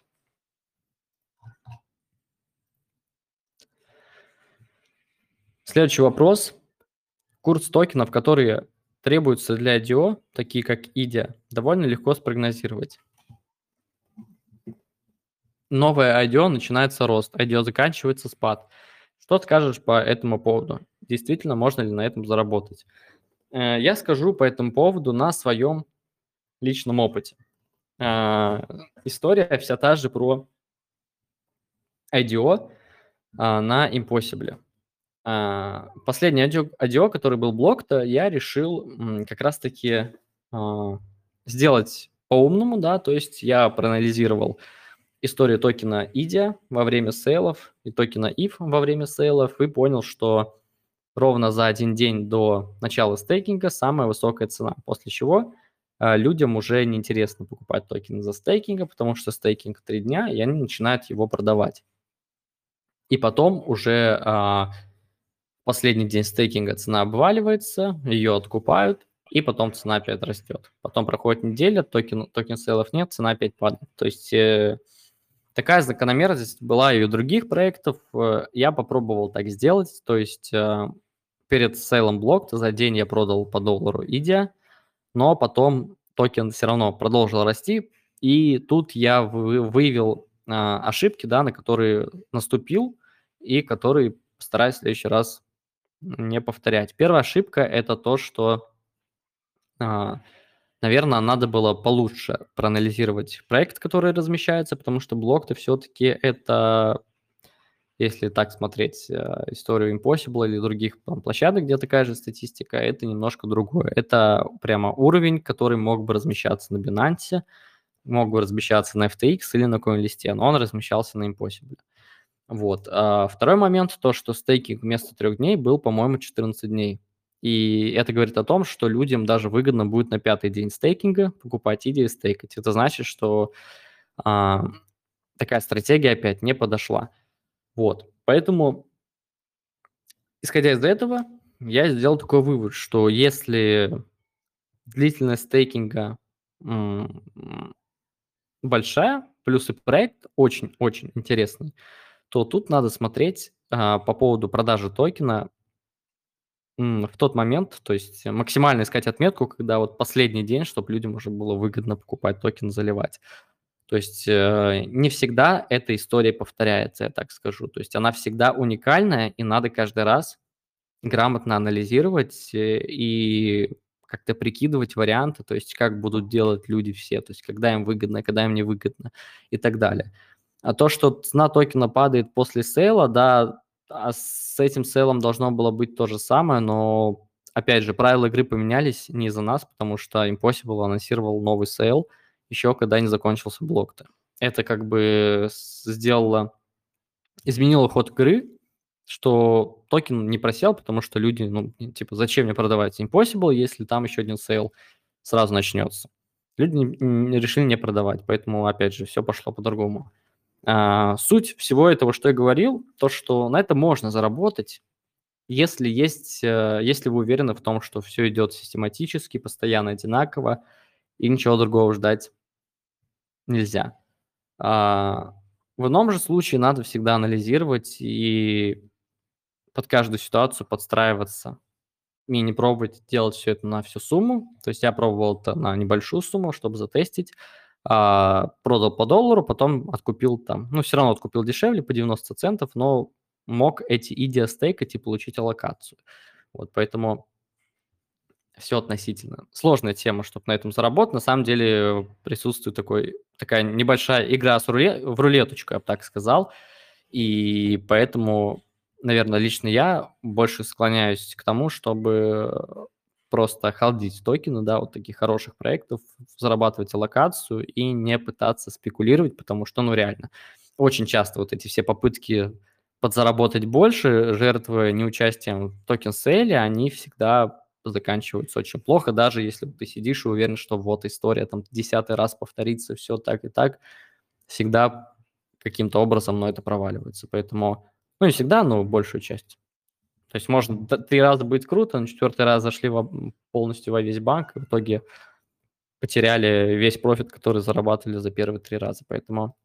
Следующий вопрос. Курс токенов, которые требуются для ай ди о, такие как и ди эй, довольно легко спрогнозировать. Новое ай ди о начинается рост, ай ди о заканчивается спад. Что скажешь по этому поводу? Действительно, можно ли на этом заработать? Э, Я скажу по этому поводу на своем личном опыте. А, История вся та же про ай ди о а, на Impossible. А, Последний ай ди о, ай ди о, который был блок-то, я решил м, как раз-таки а, сделать по-умному, да, то есть я проанализировал историю токена Идиа во время сейлов и токена иф во время сейлов и понял, что ровно за один день до начала стейкинга самая высокая цена, после чего а, людям уже неинтересно покупать токены за стейкинга, потому что стейкинг три дня, и они начинают его продавать. И потом уже а, последний день стейкинга цена обваливается, ее откупают, и потом цена опять растет. Потом проходит неделя, токен, токен сейлов нет, цена опять падает. То есть э, такая закономерность была и у других проектов. Э, Я попробовал так сделать, то есть э, перед сейлом блок за день я продал по доллару Идиа, но потом токен все равно продолжил расти, и тут я вы- выявил а, ошибки, да, на которые наступил, и которые постараюсь в следующий раз не повторять. Первая ошибка – это то, что, наверное, надо было получше проанализировать проект, который размещается, потому что блок-то все-таки это, если так смотреть э, историю Impossible или других там, площадок, где такая же статистика, это немножко другое. Это прямо уровень, который мог бы размещаться на Binance, мог бы размещаться на эф ти экс или на CoinList, но он размещался на Impossible. Вот. А второй момент, то, что стейкинг вместо трех дней был, по-моему, четырнадцать дней. И это говорит о том, что людям даже выгодно будет на пятый день стейкинга покупать идеи и стейкать. Это значит, что а, такая стратегия опять не подошла. Вот. Поэтому, исходя из этого, я сделал такой вывод, что если длительность стейкинга м, м, большая, плюс и проект очень-очень интересный, то тут надо смотреть а, по поводу продажи токена м, в тот момент, то есть максимально искать отметку, когда вот последний день, чтобы людям уже было выгодно покупать токен, заливать. То есть э, не всегда эта история повторяется, я так скажу. То есть она всегда уникальная, и надо каждый раз грамотно анализировать э, и как-то прикидывать варианты, то есть как будут делать люди все, то есть когда им выгодно, когда им невыгодно и так далее. А то, что цена токена падает после сейла, да, а с этим сейлом должно было быть то же самое, но, опять же, правила игры поменялись не из-за нас, потому что Impossible анонсировал новый сейл еще когда не закончился блок-то. Это как бы с- сделало, изменило ход игры, что токен не просел, потому что люди, ну, типа, зачем мне продавать Impossible, если там еще один сейл сразу начнется. Люди не- не- решили не продавать, поэтому, опять же, все пошло по-другому. А, суть всего этого, что я говорил, то, что на это можно заработать, если есть, э, если вы уверены в том, что все идет систематически, постоянно одинаково, и ничего другого ждать нельзя. А, в ином же случае надо всегда анализировать и под каждую ситуацию подстраиваться. И не пробовать делать все это на всю сумму. То есть я пробовал это на небольшую сумму, чтобы затестить. А, продал по доллару, потом откупил там, ну, все равно откупил дешевле, по девяносто центов, но мог эти идеи стейкать и получить аллокацию. Вот, поэтому все относительно. Сложная тема, чтобы на этом заработать. На самом деле присутствует такой, такая небольшая игра с руле, в рулеточку, я бы так сказал. И поэтому, наверное, лично я больше склоняюсь к тому, чтобы просто холдить токены, да, вот таких хороших проектов, зарабатывать аллокацию и не пытаться спекулировать, потому что, ну, реально, очень часто вот эти все попытки подзаработать больше, жертвуя неучастием в токен-сейле, они всегда заканчиваются очень плохо, даже если ты сидишь и уверен, что вот история там десятый раз повторится, все так и так, всегда каким-то образом, но это проваливается. Поэтому, ну, не всегда, но большую часть. То есть можно т- три раза быть круто, на четвертый раз зашли во- м, полностью во весь банк, и в итоге потеряли весь профит, который зарабатывали за первые три раза. Поэтому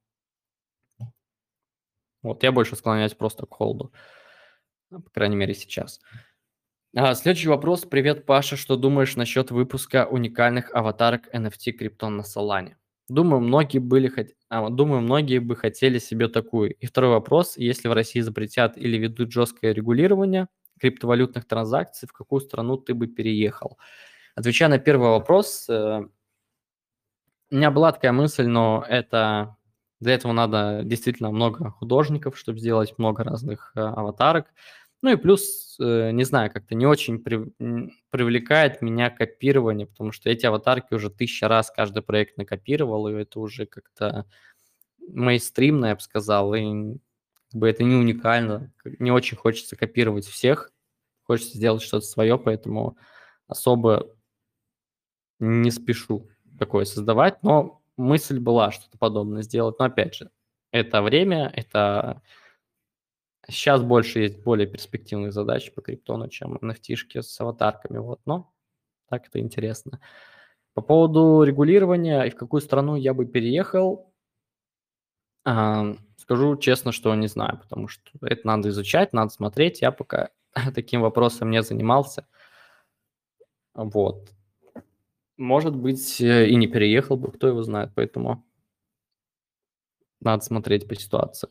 вот я больше склоняюсь просто к холду, ну, по крайней мере, сейчас. А, следующий вопрос. Привет, Паша. Что думаешь насчет выпуска уникальных аватарок эн эф ти Криптон на Solana? Думаю, многие были хот- а, думаю, многие бы хотели себе такую. И второй вопрос. Если в России запретят или ведут жесткое регулирование криптовалютных транзакций, в какую страну ты бы переехал? Отвечая на первый вопрос, э, у меня была такая мысль, но это Для этого надо действительно много художников, чтобы сделать много разных э, аватарок. Ну и плюс, э, не знаю, как-то не очень прив- м, привлекает меня копирование, потому что эти аватарки уже тысяча раз каждый проект накопировал, и это уже как-то мейнстримно, я бы сказал, и н- как бы это не уникально. Как- Не очень хочется копировать всех, хочется сделать что-то свое, поэтому особо не спешу такое создавать, но мысль была что-то подобное сделать. Но опять же, это время, это сейчас больше есть более перспективных задач по криптону, чем эн эф ти-шки с аватарками. Вот. Но так это интересно. По поводу регулирования и в какую страну я бы переехал, а, скажу честно, что не знаю, потому что это надо изучать, надо смотреть. Я пока таким вопросом не занимался. Вот. Может быть, э, и не переехал бы, кто его знает, поэтому надо смотреть по ситуации.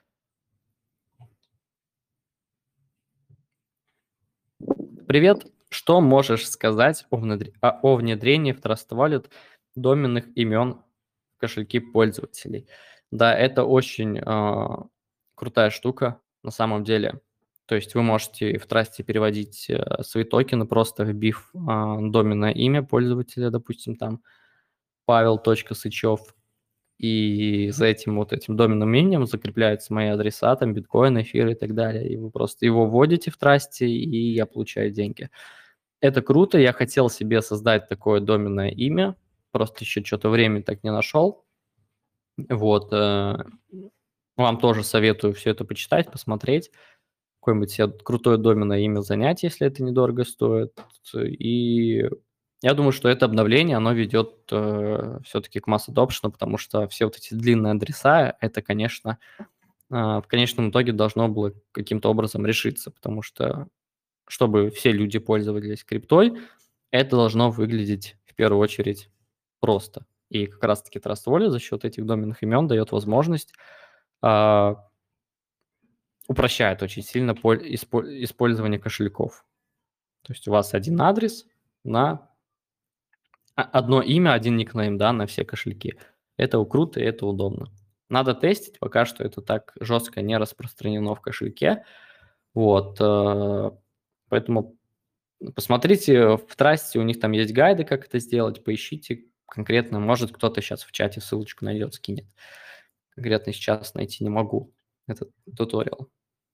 Привет, что можешь сказать о, внедр- о- о внедрении в Trust Wallet доменных имен в кошельки пользователей? Да, это очень а, крутая штука на самом деле. То есть вы можете в Трасте переводить э, свои токены, просто вбив а, доменное имя пользователя, допустим, там Павел Сычев, и за этим вот этим доменным именем закрепляются мои адреса, там биткоин, эфир и так далее. И вы просто его вводите в Трасте, и я получаю деньги. Это круто, я хотел себе создать такое доменное имя, просто еще что-то времени так не нашел. Вот, э, вам тоже советую все это почитать, посмотреть, какое-нибудь себе крутое доменное имя занять, если это недорого стоит. И я думаю, что это обновление, оно ведет э, все-таки к масс adoption, потому что все вот эти длинные адреса, это, конечно, э, в конечном итоге должно было каким-то образом решиться, потому что чтобы все люди пользовались криптой, это должно выглядеть в первую очередь просто. И как раз-таки Trust Wallet за счет этих доменных имен дает возможность, а, упрощает очень сильно поль- испо- использование кошельков. То есть у вас один адрес на а- одно имя, один никнейм, да, на все кошельки. Это круто и это удобно. Надо тестить, пока что это так жестко не распространено в кошельке. Вот, э, поэтому посмотрите в Трасте, у них там есть гайды, как это сделать, поищите конкретно. Может, кто-то сейчас в чате ссылочку найдет, скинет. Конкретно сейчас найти не могу этот туториал.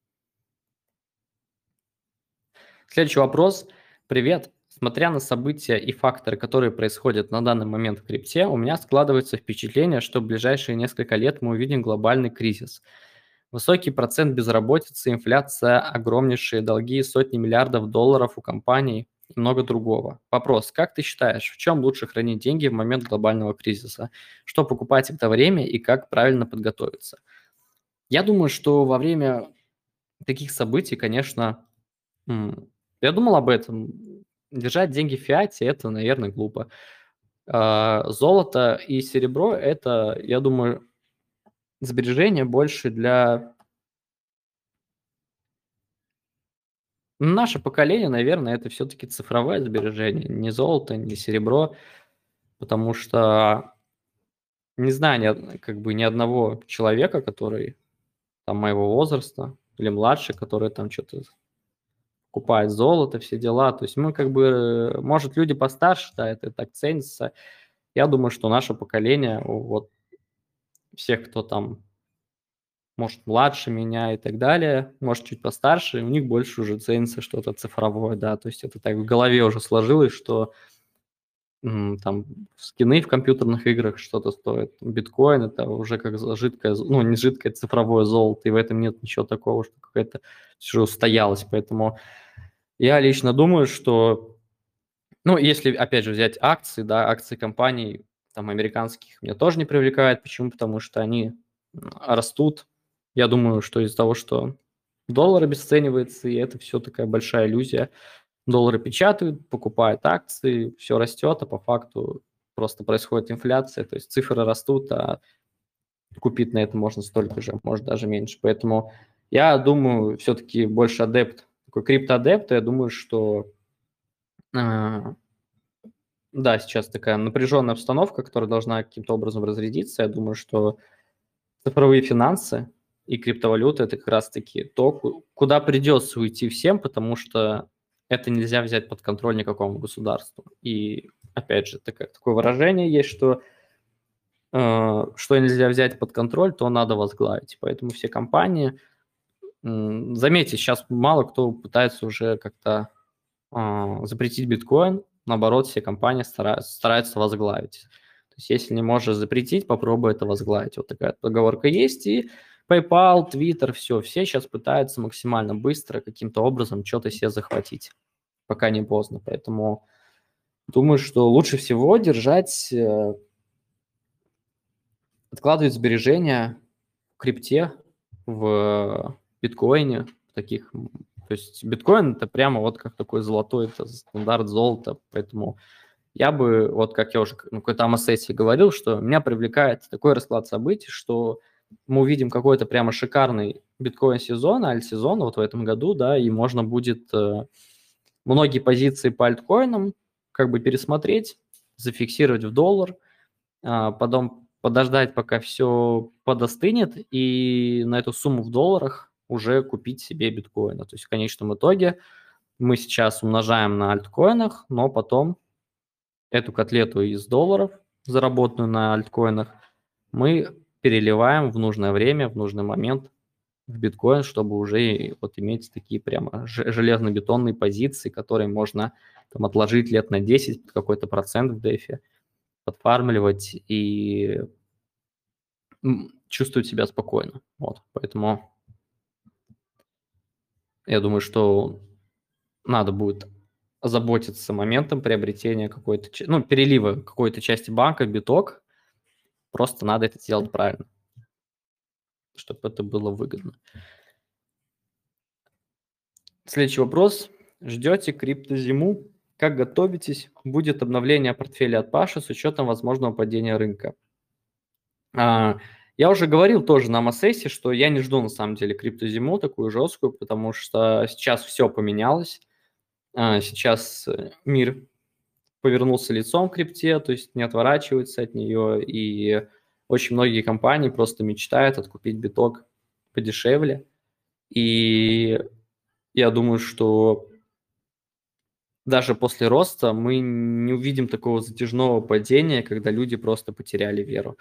Следующий вопрос. Привет. Смотря на события и факторы, которые происходят на данный момент в крипте, у меня складывается впечатление, что в ближайшие несколько лет мы увидим глобальный кризис. Высокий процент безработицы, инфляция, огромнейшие долги, сотни миллиардов долларов у компаний и много другого. Вопрос, как ты считаешь, в чем лучше хранить деньги в момент глобального кризиса? Что покупать в это время и как правильно подготовиться? Я думаю, что во время таких событий, конечно, м, я думал об этом. Держать деньги в фиате – это, наверное, глупо. А, Золото и серебро – это, я думаю, сбережения больше для наше поколение, наверное, это все-таки цифровое сбережение, не золото, не серебро, потому что не знаю ни, од- как бы ни одного человека, который там моего возраста или младше, который там что-то покупает золото, все дела. То есть мы как бы, э, может, люди постарше, да, это так ценится. Я думаю, что наше поколение, вот всех, кто там, может, младше меня и так далее, может, чуть постарше, у них больше уже ценится что-то цифровое, да, то есть это так в голове уже сложилось, что м, там скины в компьютерных играх что-то стоят, биткоин это уже как за- жидкое, з- ну, не жидкое, цифровое золото, и в этом нет ничего такого, что какая-то уже устоялась, поэтому я лично думаю, что, ну, если, опять же, взять акции, да, акции компаний, там, американских, меня тоже не привлекают. Почему? Потому что они м, растут. Я думаю, что из-за того, что доллар обесценивается, и это все такая большая иллюзия. Доллары печатают, покупают акции, все растет, а по факту просто происходит инфляция, то есть цифры растут, а купить на это можно столько же, может даже меньше. Поэтому я думаю, все-таки больше адепт, такой криптоадепт, я думаю, что а, да, сейчас такая напряженная обстановка, которая должна каким-то образом разрядиться. Я думаю, что цифровые финансы и криптовалюта– это как раз-таки то, ку- куда придется уйти всем, потому что это нельзя взять под контроль никакому государству. И, опять же, такое, такое выражение есть, что э, что нельзя взять под контроль, то надо возглавить. Поэтому все компании, м, заметьте, сейчас мало кто пытается уже как-то а, запретить биткоин, наоборот, все компании стараются, стараются возглавить. То есть если не можешь запретить, попробуй это возглавить. Вот такая поговорка есть, и PayPal, Twitter, все, все сейчас пытаются максимально быстро каким-то образом что-то себе захватить, пока не поздно. Поэтому думаю, что лучше всего держать, э, откладывать сбережения в крипте, в биткоине, в таких, м, то есть биткоин это прямо вот как такой золотой, это стандарт золота, поэтому я бы, вот как я уже на какой-то АМА-сессии говорил, что меня привлекает такой расклад событий, что мы увидим какой-то прямо шикарный биткоин-сезон, альт-сезон вот в этом году, да, и можно будет э, многие позиции по альткоинам как бы пересмотреть, зафиксировать в доллар, а, потом подождать, пока все подостынет, и на эту сумму в долларах уже купить себе биткоина. То есть в конечном итоге мы сейчас умножаем на альткоинах, но потом эту котлету из долларов, заработанную на альткоинах, мы переливаем в нужное время, в нужный момент в биткоин, чтобы уже вот иметь такие прямо ж- железно-бетонные позиции, которые можно там отложить лет на десять под какой-то процент в дефе, подфармливать и м, чувствовать себя спокойно. Вот, поэтому я думаю, что надо будет озаботиться моментом приобретения какой-то, ч- ну, перелива какой-то части банка в биток, просто надо это сделать правильно, чтобы это было выгодно. Следующий вопрос. Ждете криптозиму? Как готовитесь? Будет обновление портфеля от Паши с учетом возможного падения рынка? А, я уже говорил тоже на АМА-сессии, что я не жду на самом деле криптозиму такую жесткую, потому что сейчас все поменялось. А, сейчас э, мир повернулся лицом к крипте, то есть не отворачивается от нее, и очень многие компании просто мечтают откупить биток подешевле. И я думаю, что даже после роста мы не увидим такого затяжного падения, когда люди просто потеряли веру.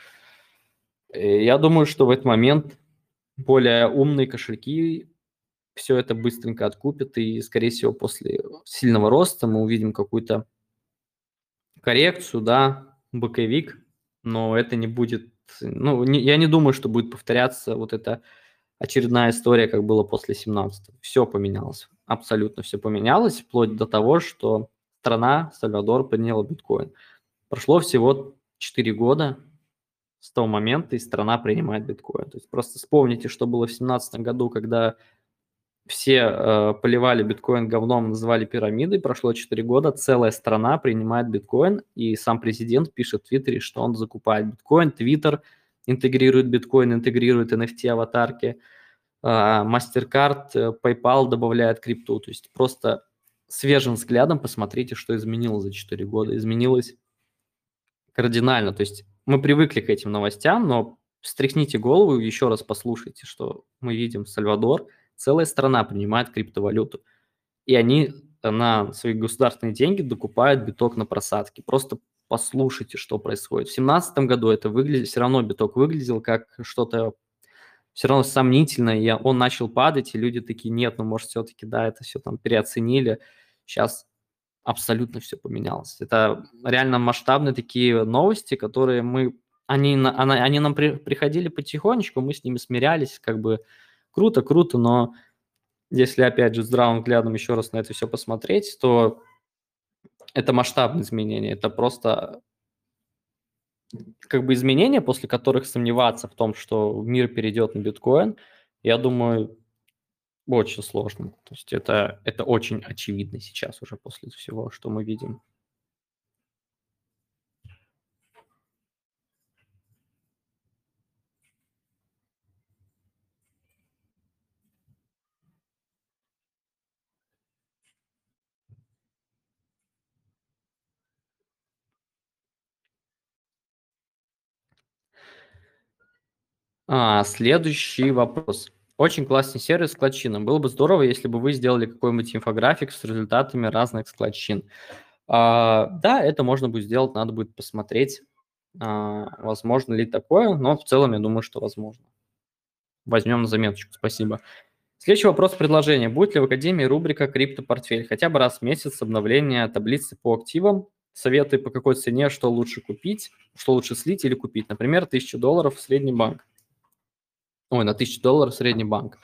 Э, Я думаю, что в этот момент более умные кошельки все это быстренько откупят, и, скорее всего, после сильного роста мы увидим какую-то коррекцию, да, боковик, но это не будет, ну, не- я не думаю, что будет повторяться вот эта очередная история, как было после семнадцатого. Все поменялось, абсолютно все поменялось, вплоть до того, что страна, Сальвадор, приняла биткоин. Прошло всего четыре года с того момента, и страна принимает биткоин. То есть просто вспомните, что было в две тысячи семнадцатом году, когда все э, поливали биткоин говном, называли пирамидой. Прошло четыре года, целая страна принимает биткоин, и сам президент пишет в Твиттере, что он закупает биткоин. Твиттер интегрирует биткоин, интегрирует эн эф ти-аватарки. а, MasterCard, э, PayPal добавляет крипту. То есть просто свежим взглядом посмотрите, что изменилось за четыре года. Изменилось кардинально. То есть мы привыкли к этим новостям, но встряхните голову и еще раз послушайте, что мы видим. Сальвадор, целая страна принимает криптовалюту. И они на свои государственные деньги докупают биток на просадке. Просто послушайте, что происходит. В две тысячи семнадцатом году это выглядит, все равно биток выглядел как что-то все равно сомнительно, и он начал падать, и люди такие, нет, ну, может, все-таки, да, это все там переоценили. Сейчас абсолютно все поменялось. Это реально масштабные такие новости, которые мы, они, на- она- они нам при- приходили потихонечку, мы с ними смирялись, как бы круто, круто, но если, опять же, здравым взглядом еще раз на это все посмотреть, то это масштабные изменения, это просто как бы изменения, после которых сомневаться в том, что мир перейдет на биткоин, я думаю, очень сложно. То есть это, это очень очевидно сейчас уже после всего, что мы видим. А, следующий вопрос. Очень классный сервис складчина. Было бы здорово, если бы вы сделали какой-нибудь инфографик с результатами разных складчин. А, да, это можно будет сделать, надо будет посмотреть, а, возможно ли такое, но в целом я думаю, что возможно. Возьмем на заметочку, спасибо. Следующий вопрос предложения. Будет ли в Академии рубрика «Криптопортфель»? Хотя бы раз в месяц обновление таблицы по активам, советы по какой цене, что лучше купить, что лучше слить или купить. Например, тысячу долларов в средний банк. Ой, на тысячу долларов средний банк.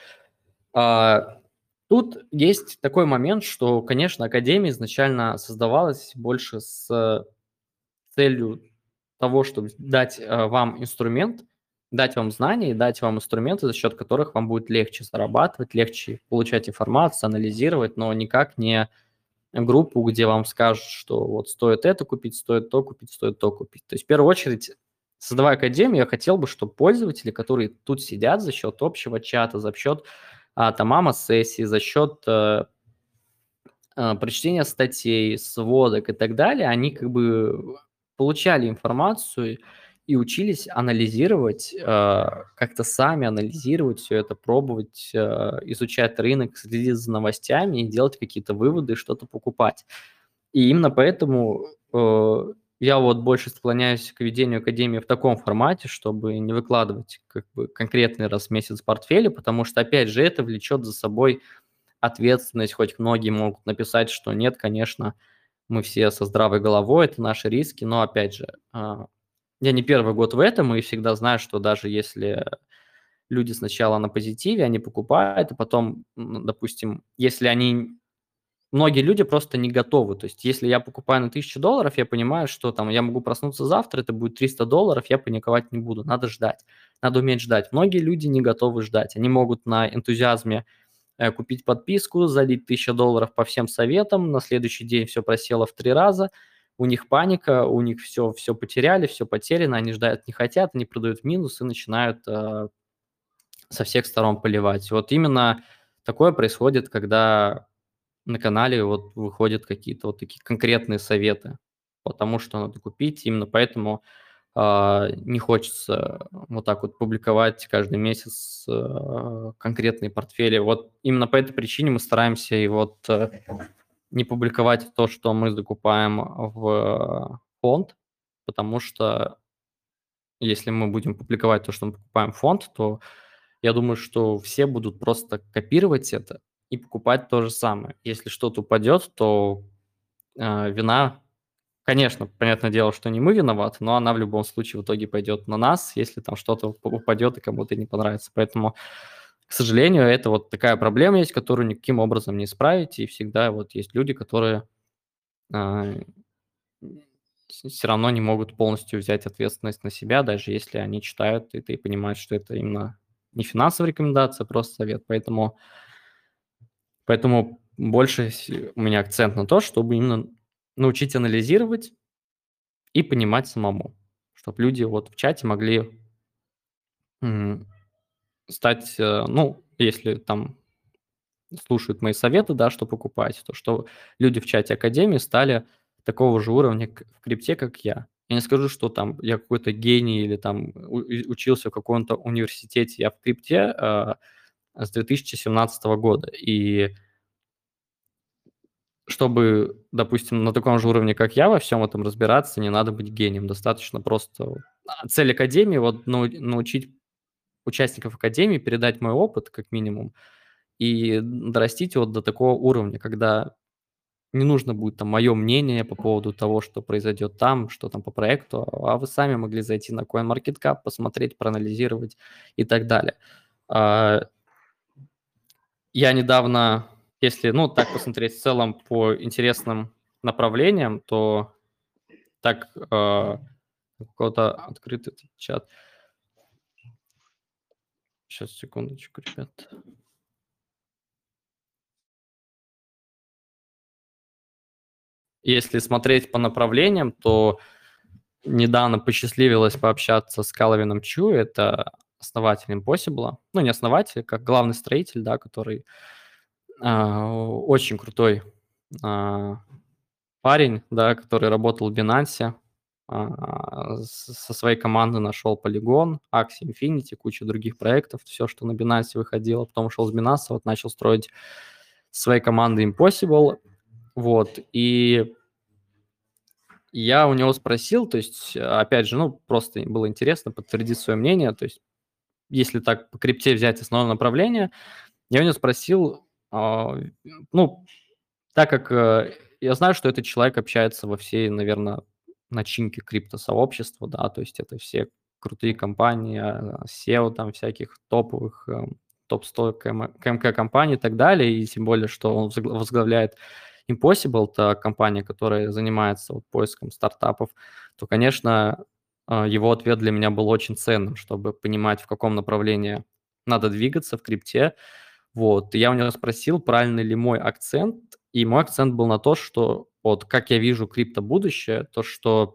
А, тут есть такой момент, что, конечно, Академия изначально создавалась больше с целью того, чтобы дать э, вам инструмент, дать вам знания и дать вам инструменты, за счет которых вам будет легче зарабатывать, легче получать информацию, анализировать, но никак не группу, где вам скажут, что вот стоит это купить, стоит то купить, стоит то купить. То есть в первую очередь, создавая Академию, я хотел бы, чтобы пользователи, которые тут сидят за счет общего чата, за счет а, там АМА-сессии, за счет э, э, прочтения статей, сводок и так далее, они как бы получали информацию и учились анализировать, э, как-то сами анализировать все это, пробовать, э, изучать рынок, следить за новостями и делать какие-то выводы, что-то покупать. И именно поэтому э, я вот больше склоняюсь к ведению Академии в таком формате, чтобы не выкладывать как бы конкретный раз в месяц портфели, потому что, опять же, это влечет за собой ответственность, хоть многие могут написать, что нет, конечно, мы все со здравой головой, это наши риски, но опять же, а, я не первый год в этом и всегда знаю, что даже если люди сначала на позитиве, они покупают, а потом, м, допустим, если они... Многие люди просто не готовы. То есть если я покупаю на тысячу долларов, я понимаю, что там я могу проснуться завтра, это будет триста долларов, я паниковать не буду. Надо ждать. Надо уметь ждать. Многие люди не готовы ждать. Они могут на энтузиазме э, купить подписку, залить тысячу долларов по всем советам, на следующий день все просело в три раза, у них паника, у них все, все потеряли, все потеряно, они ждать не хотят, они продают в минус и начинают э, со всех сторон поливать. Вот именно такое происходит, когда на канале вот выходят какие-то вот такие конкретные советы по тому, что надо купить. Именно поэтому а, не хочется вот так вот публиковать каждый месяц а, конкретные портфели. Вот именно по этой причине мы стараемся и вот э, не публиковать то, что мы закупаем в фонд, потому что если мы будем публиковать то, что мы покупаем в фонд, то я думаю, что все будут просто копировать это и покупать то же самое. Если что-то упадет, то э, вина, конечно, понятное дело, что не мы виноваты, но она в любом случае в итоге пойдет на нас, если там что-то уп- упадет и кому-то не понравится. Поэтому, к сожалению, это вот такая проблема есть, которую никаким образом не исправить, и всегда вот есть люди, которые все равно не могут полностью взять ответственность на себя, даже если они читают это и понимают, что это именно не финансовая рекомендация, а просто совет. Поэтому, поэтому больше с- у меня акцент на то, чтобы именно научить анализировать и понимать самому, чтобы люди вот в чате могли м, стать, э, ну, если там слушают мои советы, да, что покупать, то что люди в чате Академии стали такого же уровня к- в крипте, как я. Я не скажу, что там я какой-то гений или там у- и- учился в каком-то университете. Я в крипте э, с две тысячи семнадцатого года. И чтобы, допустим, на таком же уровне, как я, во всем этом разбираться, не надо быть гением. Достаточно просто... А, цель Академии — вот нау- научить участников Академии передать мой опыт, как минимум, и дорастить его до такого уровня, когда не нужно будет там мое мнение по поводу того, что произойдет там, что там по проекту, а вы сами могли зайти на CoinMarketCap, посмотреть, проанализировать и так далее. А, Я недавно, если, ну, так посмотреть в целом по интересным направлениям, то так, а, какой-то открытый этот чат. Сейчас, секундочку, ребят. Если смотреть по направлениям, то недавно посчастливилось пообщаться с Калвином Чу, это основатель Impossible. Ну, не основатель, как главный строитель, да, который а, очень крутой а, парень, да, который работал в Binance, а, с- со своей командой нашел Polygon, Axie Infinity, куча других проектов, все, что на Binance выходило. Потом ушел с Binance, вот начал строить своей командой Impossible. Вот, и я у него спросил, то есть, опять же, ну, просто было интересно подтвердить свое мнение, то есть, если так по крипте взять основное направление, я у него спросил, а, ну, так как э, я знаю, что этот человек общается во всей, наверное, начинке криптосообщества, да, то есть это все крутые компании, а, сео там всяких топовых, эм, топ сто КМ КМК компаний и так далее, и тем более, что он возгла- возглавляет Impossible, это компания, которая занимается вот поиском стартапов, то, конечно, а, его ответ для меня был очень ценным, чтобы понимать, в каком направлении надо двигаться в крипте. Вот, и я у него спросил, правильный ли мой акцент, и мой акцент был на то, что вот как я вижу криптобудущее, то, что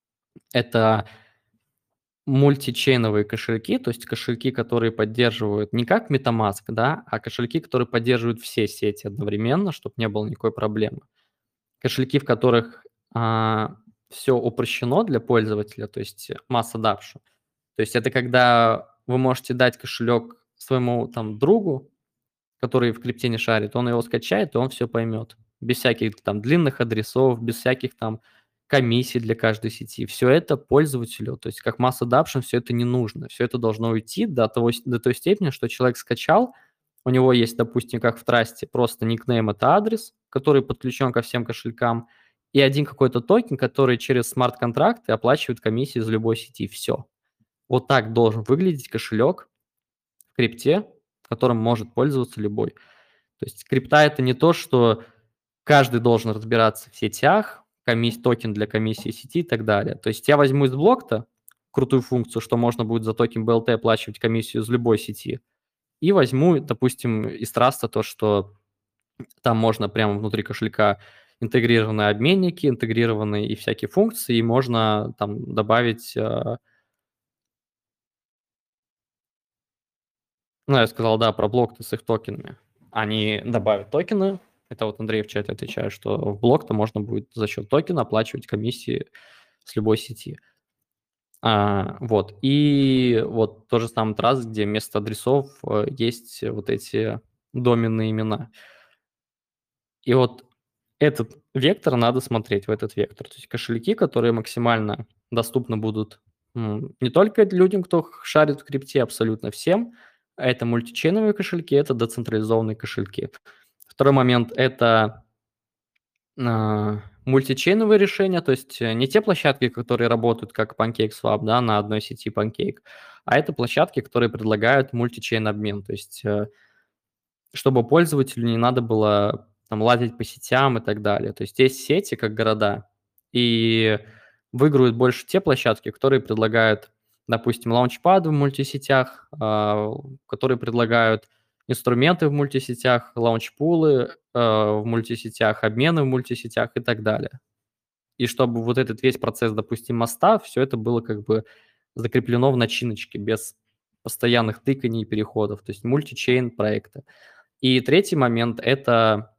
это мультичейновые кошельки, то есть кошельки, которые поддерживают не как MetaMask, да, а кошельки, которые поддерживают все сети одновременно, чтобы не было никакой проблемы. Кошельки, в которых все упрощено для пользователя, то есть mass adoption. То есть это когда вы можете дать кошелек своему там другу, который в крипте не шарит, он его скачает, и он все поймет. Без всяких там длинных адресов, без всяких там комиссий для каждой сети. Все это пользователю, то есть как масс adoption, все это не нужно. Все это должно уйти до, того, с- до той степени, что человек скачал, у него есть, допустим, как в Трасте, просто никнейм — это адрес, который подключен ко всем кошелькам, и один какой-то токен, который через смарт-контракты оплачивает комиссии из любой сети. Все. Вот так должен выглядеть кошелек в крипте, которым может пользоваться любой. То есть крипта — это не то, что каждый должен разбираться в сетях, комисс токен для комиссии сети и так далее. То есть я возьму из блокта крутую функцию, что можно будет за токен би эл ти оплачивать комиссию из любой сети, и возьму, допустим, из Траста то, что там можно прямо внутри кошелька интегрированные обменники, интегрированные и всякие функции, и можно там добавить, э, ну, я сказал, да, про блок с их токенами. Они добавят токены. Это вот Андрей в чате отвечает, что в блок-то можно будет за счет токена оплачивать комиссии с любой сети. А, вот. И вот тот же самый Trust, где вместо адресов э, есть вот эти доменные имена. И вот этот вектор надо смотреть в этот вектор. То есть кошельки, которые максимально доступны будут м, не только людям, кто шарит в крипте, абсолютно всем. Это мультичейновые кошельки, это децентрализованные кошельки. Второй момент — это а, мультичейновые решения, то есть э, не те площадки, которые работают как PancakeSwap, да, на одной сети Pancake, а это площадки, которые предлагают мультичейн обмен. То есть э, чтобы пользователю не надо было там лазить по сетям и так далее. То есть есть сети, как города, и выиграют больше те площадки, которые предлагают, допустим, лаунчпады в мультисетях, а, которые предлагают инструменты в мультисетях, лаунчпулы а, в мультисетях, обмены в мультисетях и так далее. И чтобы вот этот весь процесс, допустим, моста, все это было как бы закреплено в начиночке, без постоянных тыканий и переходов, то есть мультичейн проекта. И третий момент — это,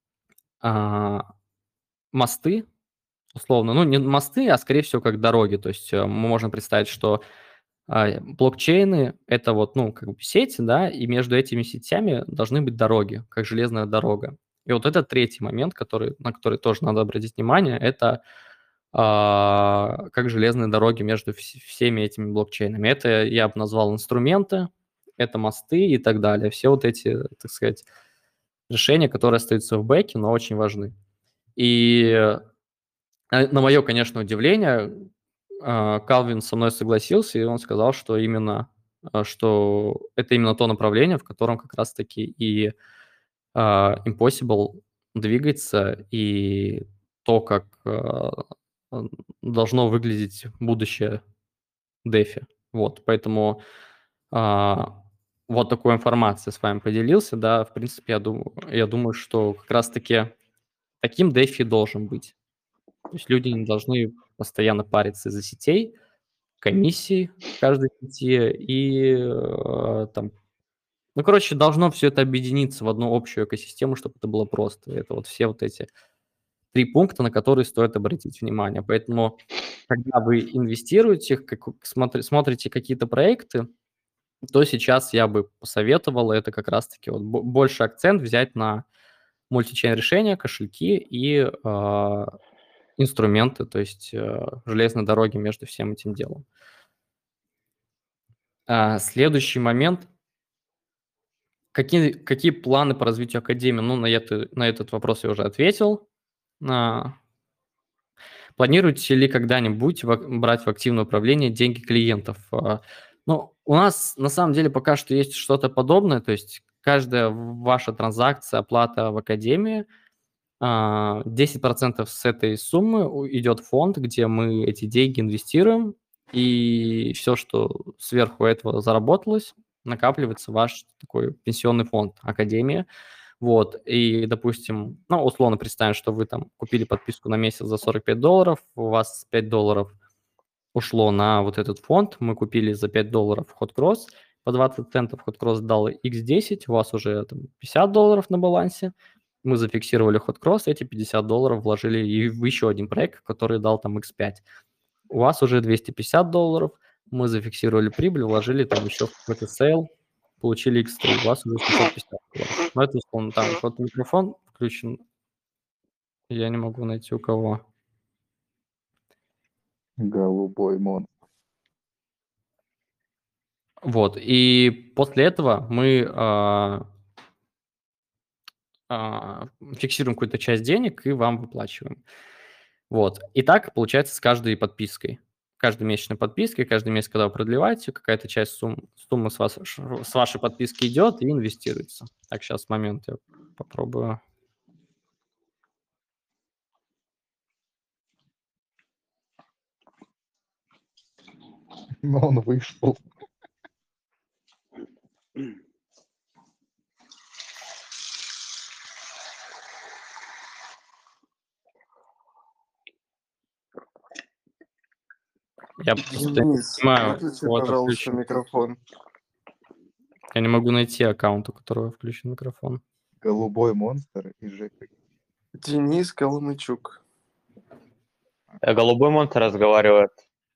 а, мосты, условно. Ну, не мосты, а, скорее всего, как дороги. То есть, э, мы можем представить, что, а, блокчейны — это вот, ну, как бы сети, да, и между этими сетями должны быть дороги, как железная дорога. И вот это третий момент, который на который тоже надо обратить внимание — это, а, как железные дороги между вс всеми этими блокчейнами. Это я бы назвал инструменты, это мосты и так далее. Все вот эти, так сказать, решения, которые остаются в бэке, но очень важны. И э, на мое, конечно, удивление, а, Калвин со мной согласился, и он сказал, что именно, а, что это именно то направление, в котором как раз-таки и а, Impossible двигается, и то, как а, м, должно выглядеть будущее DeFi. Вот, поэтому а, вот такой информацией с вами поделился, да. В принципе, я думаю, я думаю, что как раз-таки таким DeFi должен быть. То есть люди не должны постоянно париться из-за сетей, комиссий в каждой сети и, э, там, ну, короче, должно все это объединиться в одну общую экосистему, чтобы это было просто. Это вот все вот эти три пункта, на которые стоит обратить внимание. Поэтому когда вы инвестируете, как, смотри, смотрите какие-то проекты, то сейчас я бы посоветовал это как раз-таки вот бо- больше акцент взять на мультичейн решения, кошельки и э, инструменты, то есть э, железные дороги между всем этим делом. А, следующий момент. Какие, какие планы по развитию Академии? Ну, на, это, на этот вопрос я уже ответил. А, планируете ли когда-нибудь в ак- брать в активное управление деньги клиентов? А, ну, у нас на самом деле пока что есть что-то подобное, то есть каждая ваша транзакция, оплата в Академии, а, десять процентов с этой суммы у- идет в фонд, где мы эти деньги инвестируем, и все, что сверху этого заработалось, накапливается в ваш такой пенсионный фонд Академии. Вот, и, допустим, ну, условно представим, что вы там купили подписку на месяц за сорок пять долларов, у вас пять долларов ушло на вот этот фонд, мы купили за пять долларов HotCross, по двадцать центов HotCross дал икс десять, у вас уже там пятьдесят долларов на балансе, мы зафиксировали HotCross, эти пятьдесят долларов вложили и в еще один проект, который дал там икс пять. У вас уже двести пятьдесят долларов, мы зафиксировали прибыль, вложили там еще в какой-то сейл, получили икс три, у вас уже семьсот пятьдесят долларов. Но это условно так. Вот микрофон включен, я не могу найти у кого. Голубой монстр. Вот, и после этого мы а, а, фиксируем какую-то часть денег и вам выплачиваем. Вот, и так получается с каждой подпиской. Каждой месячной подпиской, каждый месяц, когда вы продлеваете, какая-то часть сумм, суммы с, вас, с вашей подписки идет и инвестируется. Так, сейчас момент, я попробую. Но он вышел. Я просто не Денис, понимаю, выключи, у кого-то пожалуйста, включен. микрофон. Я не могу найти аккаунт, у которого включен микрофон. Голубой монстр и Жека. Денис Коломычук. Э, Голубой монстр разговаривает.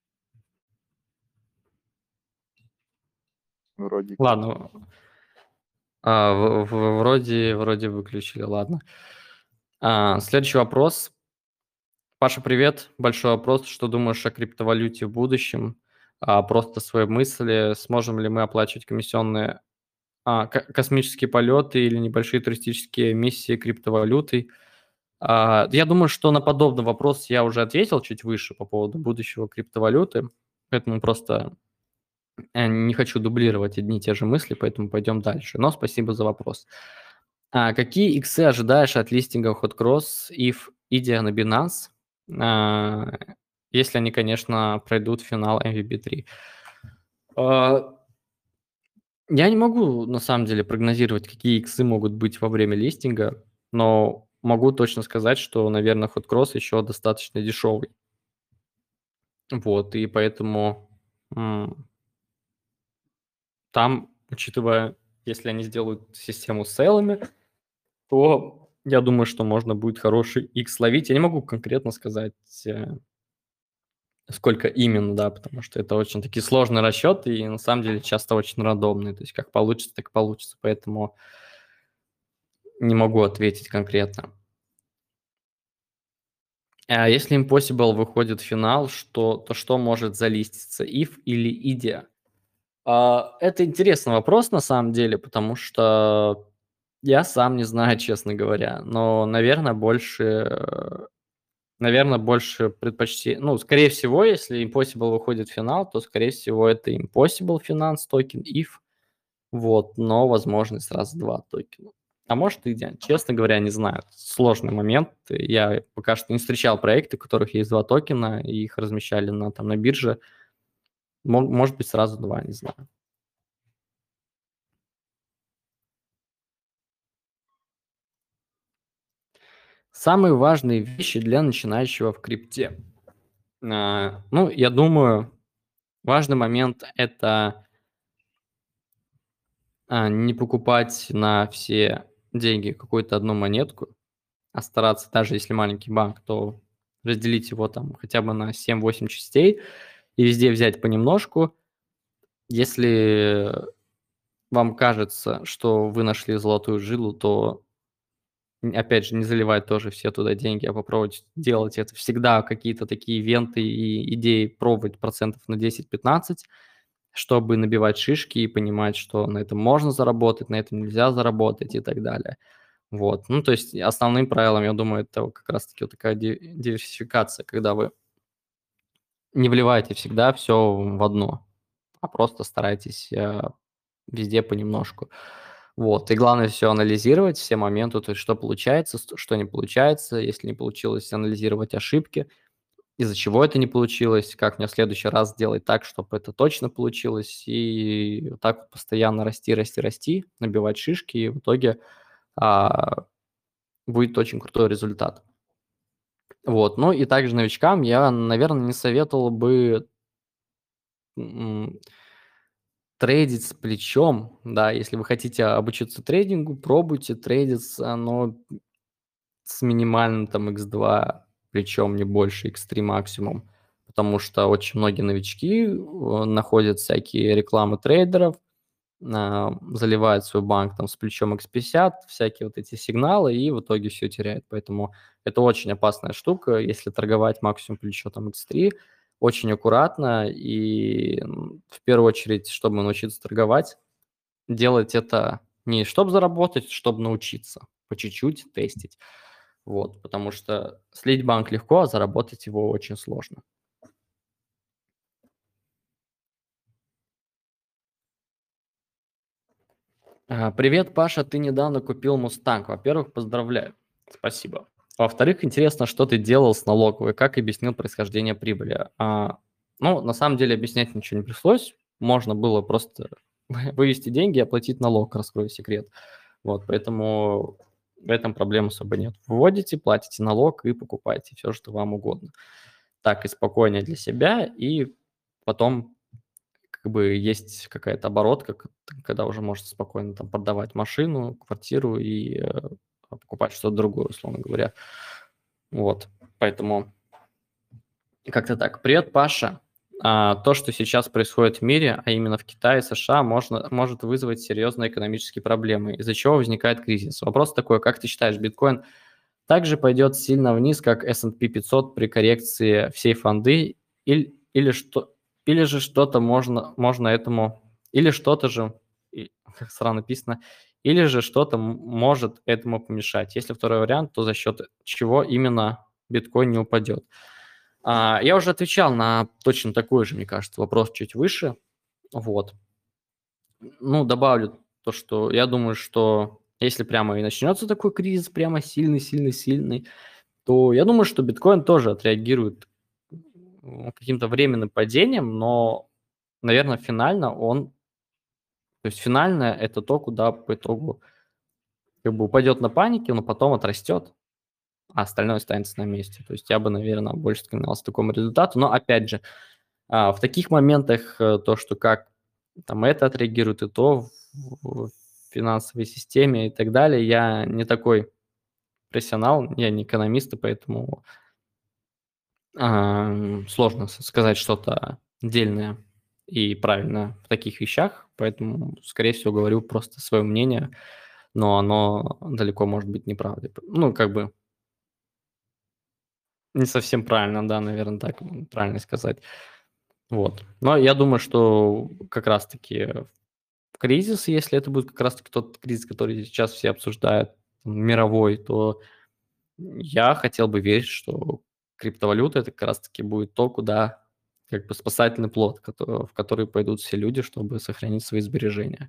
Вроде как. Ладно. А, в- в- вроде, вроде выключили, ладно. А, следующий вопрос. Паша, привет. Большой вопрос. Что думаешь о криптовалюте в будущем? А, просто свои мысли. Сможем ли мы оплачивать комиссионные а, ко- космические полеты или небольшие туристические миссии криптовалютой? А, я думаю, что на подобный вопрос я уже ответил чуть выше по поводу будущего криптовалюты, поэтому просто э, не хочу дублировать одни и те же мысли, поэтому пойдем дальше. Но спасибо за вопрос. А какие иксы ожидаешь от листинга HotCross, if, Idea на Binance, а, если они, конечно, пройдут финал эм ви би три? А, я не могу, на самом деле, прогнозировать, какие иксы могут быть во время листинга, но могу точно сказать, что, наверное, HotCross еще достаточно дешевый. Вот, и поэтому м, там, учитывая, если они сделают систему с сейлами, то я думаю, что можно будет хороший X ловить. Я не могу конкретно сказать, э, сколько именно, да, потому что это очень такие сложные расчеты и на самом деле часто очень рандомные. То есть как получится, так получится. Поэтому не могу ответить конкретно. А если Impossible выходит в финал, что, то что может залиститься, if или Idea? А, это интересный вопрос на самом деле, потому что я сам не знаю, честно говоря. Но, наверное, больше, э, наверное, больше предпочти... Ну, скорее всего, если Impossible выходит в финал, то, скорее всего, это Impossible Finance токен, if. Вот, но, возможно, сразу два токена. А может, и Идея. Честно говоря, не знаю. Сложный момент. Я пока что не встречал проекты, у которых есть два токена, и их размещали на, там, на бирже. Мо- Может быть, сразу два, не знаю. Самые важные вещи для начинающего в крипте. А, Ну, я думаю, важный момент– это а, не покупать на все деньги какую-то одну монетку, а стараться, даже если маленький банк, то разделить его там хотя бы на семь-восемь частей и везде взять понемножку. Если вам кажется, что вы нашли золотую жилу, то, н- опять же, не заливать тоже все туда деньги, а попробовать делать это всегда какие-то такие ивенты и идеи пробовать процентов на десять-пятнадцать, чтобы набивать шишки и понимать, что на этом можно заработать, на этом нельзя заработать и так далее. Вот. Ну, то есть основным правилом, я думаю, это вот как раз-таки вот такая ди- диверсификация, когда вы не вливаете всегда все в одно, а просто старайтесь э, везде понемножку. Вот. И главное все анализировать, все моменты, то есть что получается, ст- что не получается. Если не получилось, анализировать ошибки, из-за чего это не получилось, как мне в следующий раз сделать так, чтобы это точно получилось. И вот так вот постоянно расти, расти, расти, набивать шишки, и в итоге а, будет очень крутой результат. Вот. Ну и также новичкам я, наверное, не советовал бы м, трейдить с плечом. Да, если вы хотите обучиться трейдингу, пробуйте трейдить, но с минимальным там икс два плечом, не больше, икс три максимум. Потому что очень многие новички э, находят всякие рекламы трейдеров, а, заливает свой банк там с плечом икс пятьдесят, всякие вот эти сигналы, и в итоге все теряет. Поэтому это очень опасная штука, если торговать максимум плечо там икс три, очень аккуратно, и м, в первую очередь, чтобы научиться торговать, делать это не чтобы заработать, чтобы научиться по чуть-чуть тестить. Вот, потому что слить банк легко, а заработать его очень сложно. А, Привет, Паша, ты недавно купил Мустанг. Во-первых, поздравляю. Спасибо. Во-вторых, интересно, что ты делал с налоговой, как объяснил происхождение прибыли. А, ну, на самом деле объяснять ничего не пришлось. Можно было просто вывести деньги и оплатить налог, раскрою секрет. Вот, поэтому в этом проблем особо нет. Выводите, платите налог и покупаете все, что вам угодно. Так и спокойнее для себя, и потом как бы есть какая-то оборотка, к- когда уже можете спокойно там продавать машину, квартиру и э, покупать что-то другое, условно говоря. Вот, поэтому как-то так. Привет, Паша. А, то, что сейчас происходит в мире, а именно в Китае, США, можно, может вызвать серьезные экономические проблемы, из-за чего возникает кризис. Вопрос такой, как ты считаешь, биткоин также пойдет сильно вниз, как эс энд пи пятьсот при коррекции всей фонды, или, или, что, или же что-то можно, можно этому, или что-то же, и- как странно написано, или же что-то м- может этому помешать. Если второй вариант, то за счет чего именно биткоин не упадет. А, я уже отвечал на точно такой же, мне кажется, вопрос чуть выше. Вот. Ну, добавлю то, что я думаю, что если прямо и начнется такой кризис, прямо сильный, сильный, сильный, то я думаю, что биткоин тоже отреагирует м, каким-то временным падением, но, наверное, финально он, то есть финально это то, куда по итогу как бы упадет на панике, но потом отрастет, а остальное останется на месте. То есть я бы, наверное, больше склонялся к такому результату. Но опять же, а, в таких моментах э, то, что как там это отреагирует и то в, в финансовой системе и так далее, я не такой профессионал, я не экономист, и поэтому Ам, сложно с сказать что-то дельное и правильное в таких вещах, поэтому, скорее всего, говорю просто свое мнение, но оно далеко может быть неправдой. П ну, как бы не совсем правильно, да, наверное, так, м, правильно сказать. Вот. Но я думаю, что как раз таки в кризис, если это будет как раз таки тот кризис, который сейчас все обсуждают, м, мировой, то я хотел бы верить, что криптовалюта- это как раз таки будет то, куда как бы спасательный плот, кото в который пойдут все люди, чтобы сохранить свои сбережения.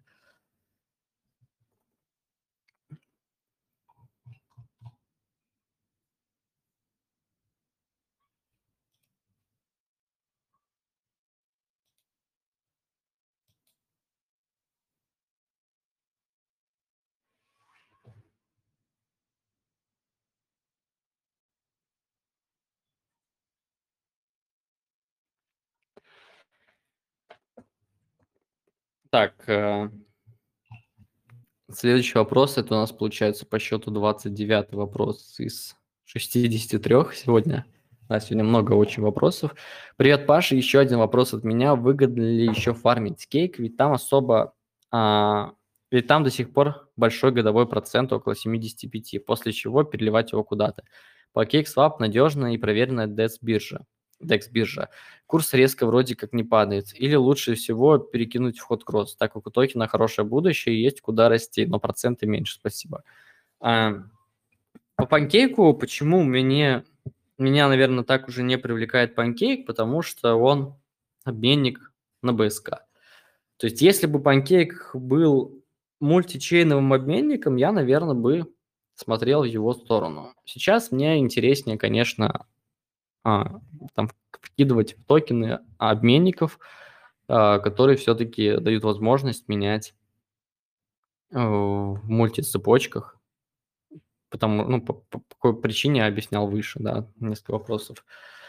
Так, э, следующий вопрос. Это у нас получается по счету двадцать девятый вопрос из шестидесяти трёх сегодня. Да, сегодня много очень вопросов. Привет, Паша. Еще один вопрос от меня. Выгодно ли еще фармить кейк? Ведь там особо... а, ведь там до сих пор большой годовой процент, около семьдесят пять, после чего переливать его куда-то. PancakeSwap надежная и проверенная декс-биржа. декс-биржа. Курс резко вроде как не падает. Или лучше всего перекинуть в HotCross, так как у токена хорошее будущее и есть куда расти, но проценты меньше. Спасибо. А, по панкейку, почему мне, меня, наверное, так уже не привлекает панкейк, потому что он обменник на би эс кей. То есть если бы панкейк был мультичейновым обменником, я, наверное, бы смотрел в его сторону. Сейчас мне интереснее, конечно, а, там вкидывать в токены обменников, а, которые все-таки дают возможность менять э, в мультицепочках. Потому, ну, по, по какой причине я объяснял выше, да, несколько вопросов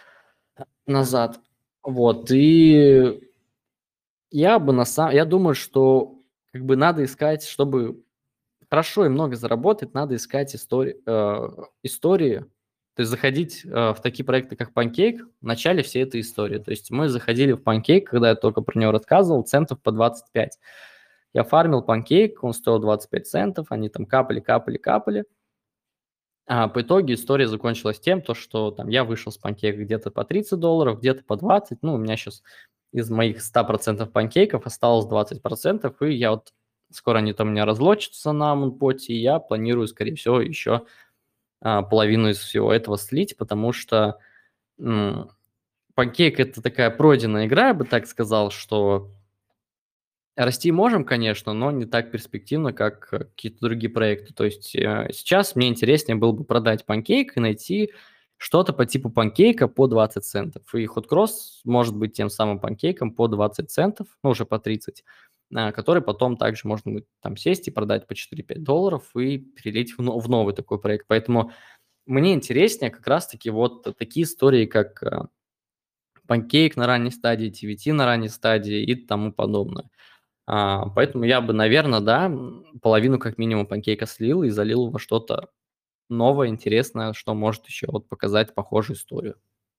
назад. Вот, и я бы на самом... Я думаю, что как бы надо искать, чтобы хорошо и много заработать, надо искать истори... э, истории, то есть заходить э, в такие проекты, как Pancake, в начале всей этой истории. То есть мы заходили в Pancake, когда я только про него рассказывал, центов по двадцать пять. Я фармил Pancake, он стоил двадцать пять центов, они там капали, капали, капали. А по итоге история закончилась тем, то, что там я вышел с Pancake где-то по тридцать долларов, где-то по двадцать. Ну, у меня сейчас из моих ста процентов панкейков осталось двадцать процентов, и я вот скоро они там у меня разлочатся на Мунпоте, и я планирую, скорее всего, еще а, половину из всего этого слить, потому что м, Pancake – это такая пройденная игра, я бы так сказал, что расти можем, конечно, но не так перспективно, как э, какие-то другие проекты. То есть э, сейчас мне интереснее было бы продать Pancake и найти что-то по типу панкейка по двадцать центов. И HotCross может быть тем самым панкейком по двадцать центов, ну уже по тридцать, а, который потом также можно будет там сесть и продать по четыре-пять долларов и перелить в, но- в новый такой проект. Поэтому мне интереснее как раз-таки вот такие истории, как э, Pancake на ранней стадии, ти ви ти на ранней стадии и тому подобное. А, поэтому я бы, наверное, да, м, половину как минимум панкейка слил и залил во что-то новое, интересное, что может еще вот показать похожую историю.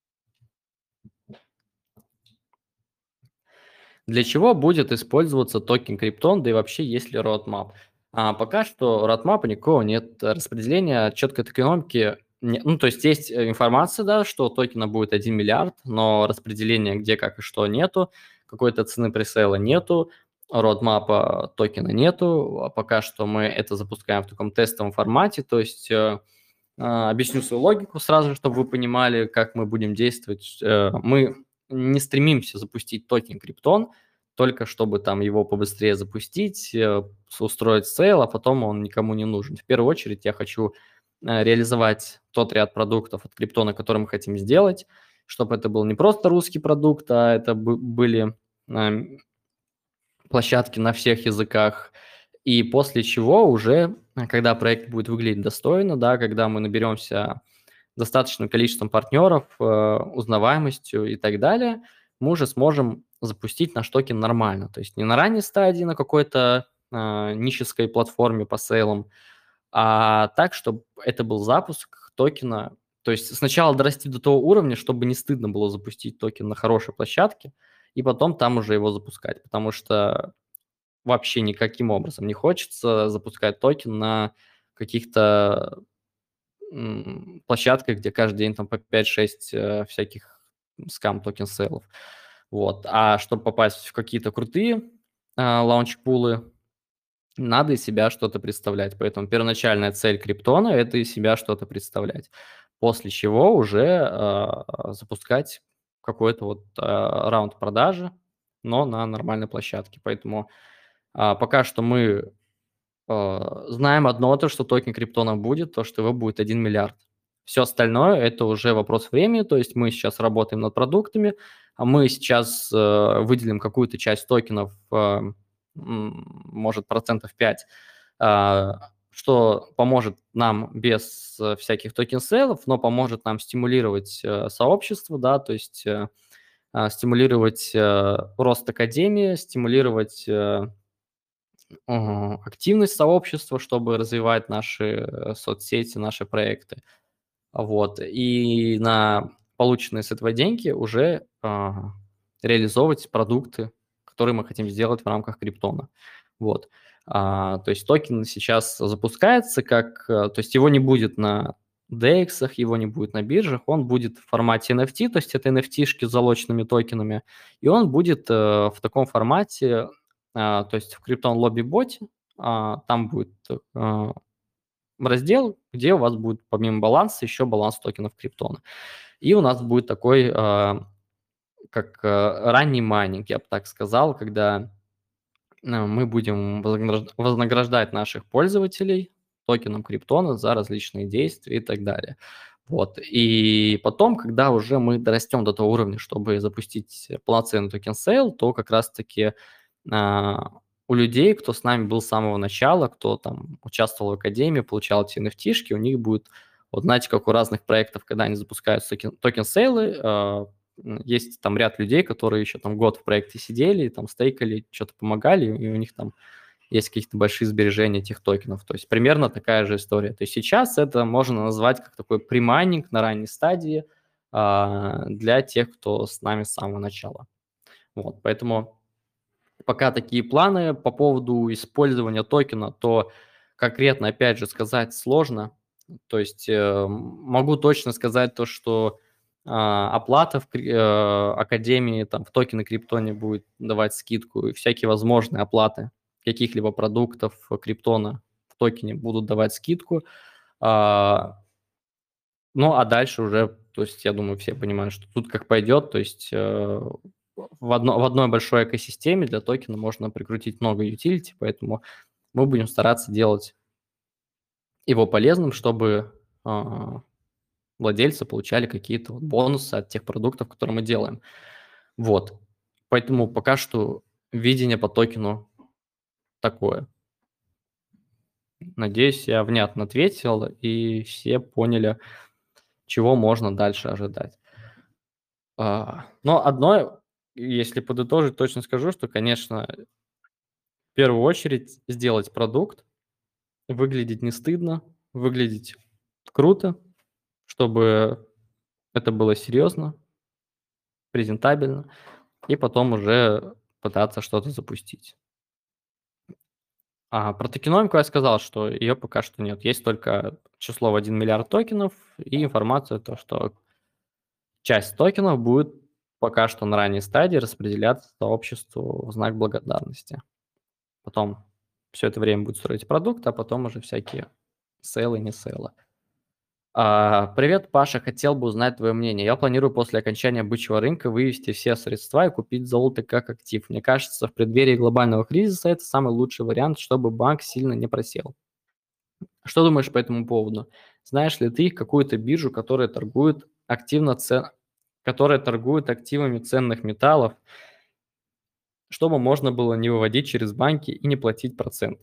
Для чего будет использоваться токен Криптон, да и вообще есть ли roadmap? А, пока что roadmap никакого нет, распределения четкой экономики, не- ну, то есть есть э, информация, да, что токена будет один миллиард, но распределения где, как и что нету, какой-то цены пресейла нету, родмапа токена нету, а пока что мы это запускаем в таком тестовом формате, то есть э, а, объясню свою логику сразу, чтобы вы понимали, как мы будем действовать. Э, Мы не стремимся запустить токен Криптон, только чтобы там его побыстрее запустить, э, с- устроить сейл, а потом он никому не нужен. В первую очередь я хочу э, реализовать тот ряд продуктов от Криптона, который мы хотим сделать, чтобы это был не просто русский продукт, а это бы- были эм, площадки на всех языках, и после чего уже, э, когда проект будет выглядеть достойно, да, когда мы наберемся достаточным количеством партнеров, э, узнаваемостью и так далее, мы уже сможем запустить наш токен нормально. То есть не на ранней стадии, на какой-то э, нищеской платформе по сейлам, а так, чтобы это был запуск токена. То есть сначала дорасти до того уровня, чтобы не стыдно было запустить токен на хорошей площадке, и потом там уже его запускать. Потому что вообще никаким образом не хочется запускать токен на каких-то м, площадках, где каждый день там по пять-шесть э, всяких скам токен сейлов. Вот. А чтобы попасть в какие-то крутые а, лаунч-пулы, надо из себя что-то представлять. Поэтому первоначальная цель Криптона – это из себя что-то представлять. После чего уже а, запускать какой-то вот а, раунд продажи, но на нормальной площадке. Поэтому а, пока что мы а, знаем одно, то, что токен Криптона будет, то, что его будет один миллиард. Все остальное – это уже вопрос времени, то есть мы сейчас работаем над продуктами, а мы сейчас э, выделим какую-то часть токенов, э, м, может, процентов пять, а, что поможет нам без э, всяких токен-сейлов, но поможет нам стимулировать э, сообщество, да, то есть э, а, стимулировать э, рост академии, стимулировать э, а, активность сообщества, чтобы развивать наши э, соцсети, наши проекты. Вот. И на полученные с этого деньги уже а, реализовывать продукты, которые мы хотим сделать в рамках Криптона. Вот. А, то есть токен сейчас запускается как... а, То есть его не будет на ди экс, его не будет на биржах, он будет в формате эн эф ти, то есть это эн эф ти-шки с залоченными токенами, и он будет э, в таком формате, а, то есть в Krypton Lobby боте, а, там будет а, раздел, где у вас будет помимо баланса еще баланс токенов Криптона. И у нас будет такой, а, как а, ранний майнинг, я бы так сказал, когда а, мы будем вознагражд- вознаграждать наших пользователей токеном Криптона за различные действия и так далее. Вот. И потом, когда уже мы дорастем до того уровня, чтобы запустить полноценный токен сейл, то как раз-таки а, у людей, кто с нами был с самого начала, кто там участвовал в академии, получал эти эн эф ти-шки, у них будет, вот знаете, как у разных проектов, когда они запускают токен, токен-сейлы, а, м, есть там ряд людей, которые еще там год в проекте сидели, там стейкали, что-то помогали, и у них там есть какие-то большие сбережения этих токенов. То есть примерно такая же история. То есть сейчас это можно назвать как такой примайнинг на ранней стадии а, для тех, кто с нами с самого начала. Вот, поэтому пока такие планы по поводу использования токена, то конкретно, опять же, сказать сложно. То есть э, могу точно сказать то, что а, оплата в кри- э, академии там в токены Криптоне будет давать скидку, и всякие возможные оплаты каких-либо продуктов Криптона в токене будут давать скидку. А, ну, а дальше уже, то есть я думаю, все понимают, что тут как пойдет, то есть э, в, одно, в одной большой экосистеме для токена можно прикрутить много utility, поэтому мы будем стараться делать его полезным, чтобы а, владельцы получали какие-то вот бонусы от тех продуктов, которые мы делаем. Вот. Поэтому пока что видение по токену такое. Надеюсь, я внятно ответил, и все поняли, чего можно дальше ожидать. А, но одно, если подытожить, точно скажу, что, конечно, в первую очередь сделать продукт, выглядеть не стыдно, выглядеть круто, чтобы это было серьезно, презентабельно, и потом уже пытаться что-то запустить. А про токеномику я сказал, что ее пока что нет. Есть только число в один миллиард токенов и информация, то, что часть токенов будет пока что на ранней стадии распределяться сообществу в знак благодарности. Потом все это время будет строить продукт, а потом уже всякие сейлы, не сейлы. А, привет, Паша, хотел бы узнать твое мнение. Я планирую после окончания бычьего рынка вывести все средства и купить золото как актив. Мне кажется, в преддверии глобального кризиса это самый лучший вариант, чтобы банк сильно не просел. Что думаешь по этому поводу? Знаешь ли ты какую-то биржу, которая торгует активно цен... которая торгует активами ценных металлов, чтобы можно было не выводить через банки и не платить процент?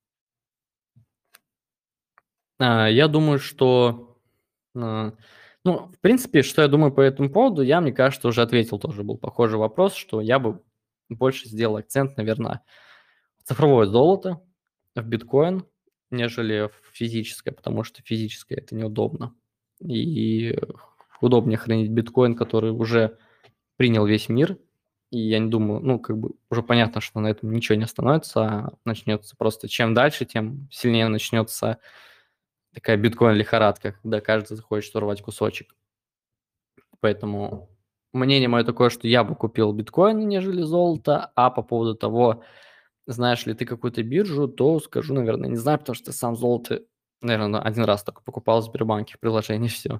А, Я думаю, что... а, Ну, в принципе, что я думаю по этому поводу, я, мне кажется, уже ответил, тоже был похожий вопрос, что я бы больше сделал акцент, наверное, в цифровое золото, в биткоин, нежели в физическое, потому что физическое это неудобно. И удобнее хранить биткоин, который уже принял весь мир. И я не думаю, ну, как бы уже понятно, что на этом ничего не остановится, а начнется просто чем дальше, тем сильнее начнется такая биткоин-лихорадка, когда каждый захочет урвать кусочек. Поэтому мнение мое такое, что я бы купил биткоины, нежели золото, а по поводу того, знаешь ли ты какую-то биржу, то скажу, наверное, не знаю, потому что сам золото, наверное, один раз только покупал в Сбербанке в приложении, все.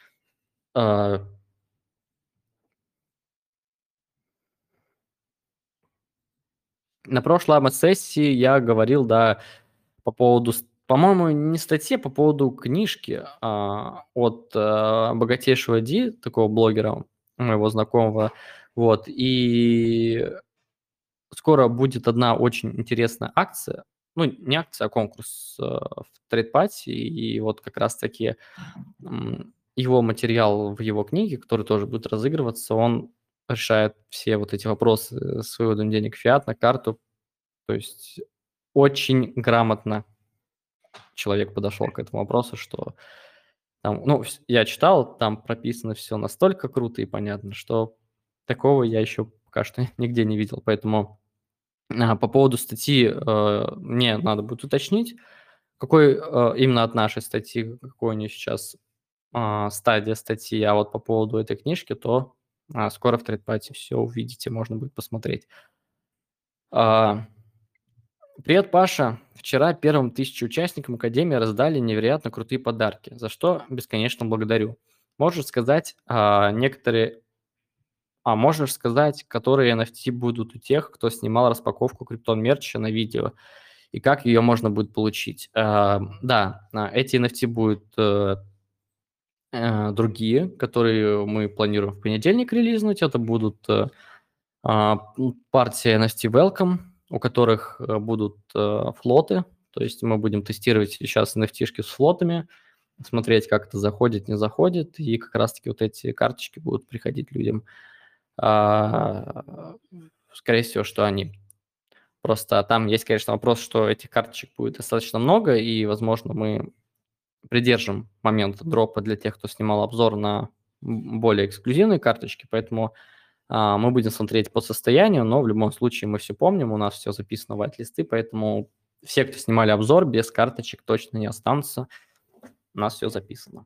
На прошлой АМА-сессии я говорил, да, по поводу, с- по-моему, не статьи, а по поводу книжки а, от а, богатейшего Ди, такого блогера, моего знакомого, вот, и скоро будет одна очень интересная акция, ну, не акция, а конкурс э, в TradePad, и вот как раз-таки м, его материал в его книге, который тоже будет разыгрываться, он решает все вот эти вопросы с выводом денег в фиат на карту, то есть очень грамотно человек подошел к этому вопросу, что Там, ну, вс- я читал, там прописано все настолько круто и понятно, что такого я еще пока что нигде не видел. Поэтому а, по поводу статьи э, мне надо будет уточнить, какой э, именно от нашей статьи, какой у нее сейчас а, стадия статьи, а вот по поводу этой книжки, то а, скоро в ThreadPad все увидите, можно будет посмотреть. А, Привет, Паша. Вчера первым тысячи участникам Академии раздали невероятно крутые подарки, за что бесконечно благодарю. Можешь сказать, а, некоторые, а можешь сказать, которые эн эф ти будут у тех, кто снимал распаковку криптон мерча на видео, и как ее можно будет получить? А, да, а, эти эн эф ти будут э, э, другие, которые мы планируем в понедельник релизнуть. Это будут э, а, м, партия эн эф ти Welcome, у которых э, будут э, флоты. То есть мы будем тестировать сейчас эн эф ти-шки с флотами, смотреть, как это заходит, не заходит, и как раз-таки вот эти карточки будут приходить людям. А, Скорее всего, что они. Просто там есть, конечно, вопрос, что этих карточек будет достаточно много, и, возможно, мы придержим момент дропа для тех, кто снимал обзор на м, более эксклюзивные карточки, поэтому а, мы будем смотреть по состоянию, но в любом случае мы все помним, у нас все записано в вайт-листы, поэтому все, кто снимали обзор, без карточек точно не останутся, у нас все записано.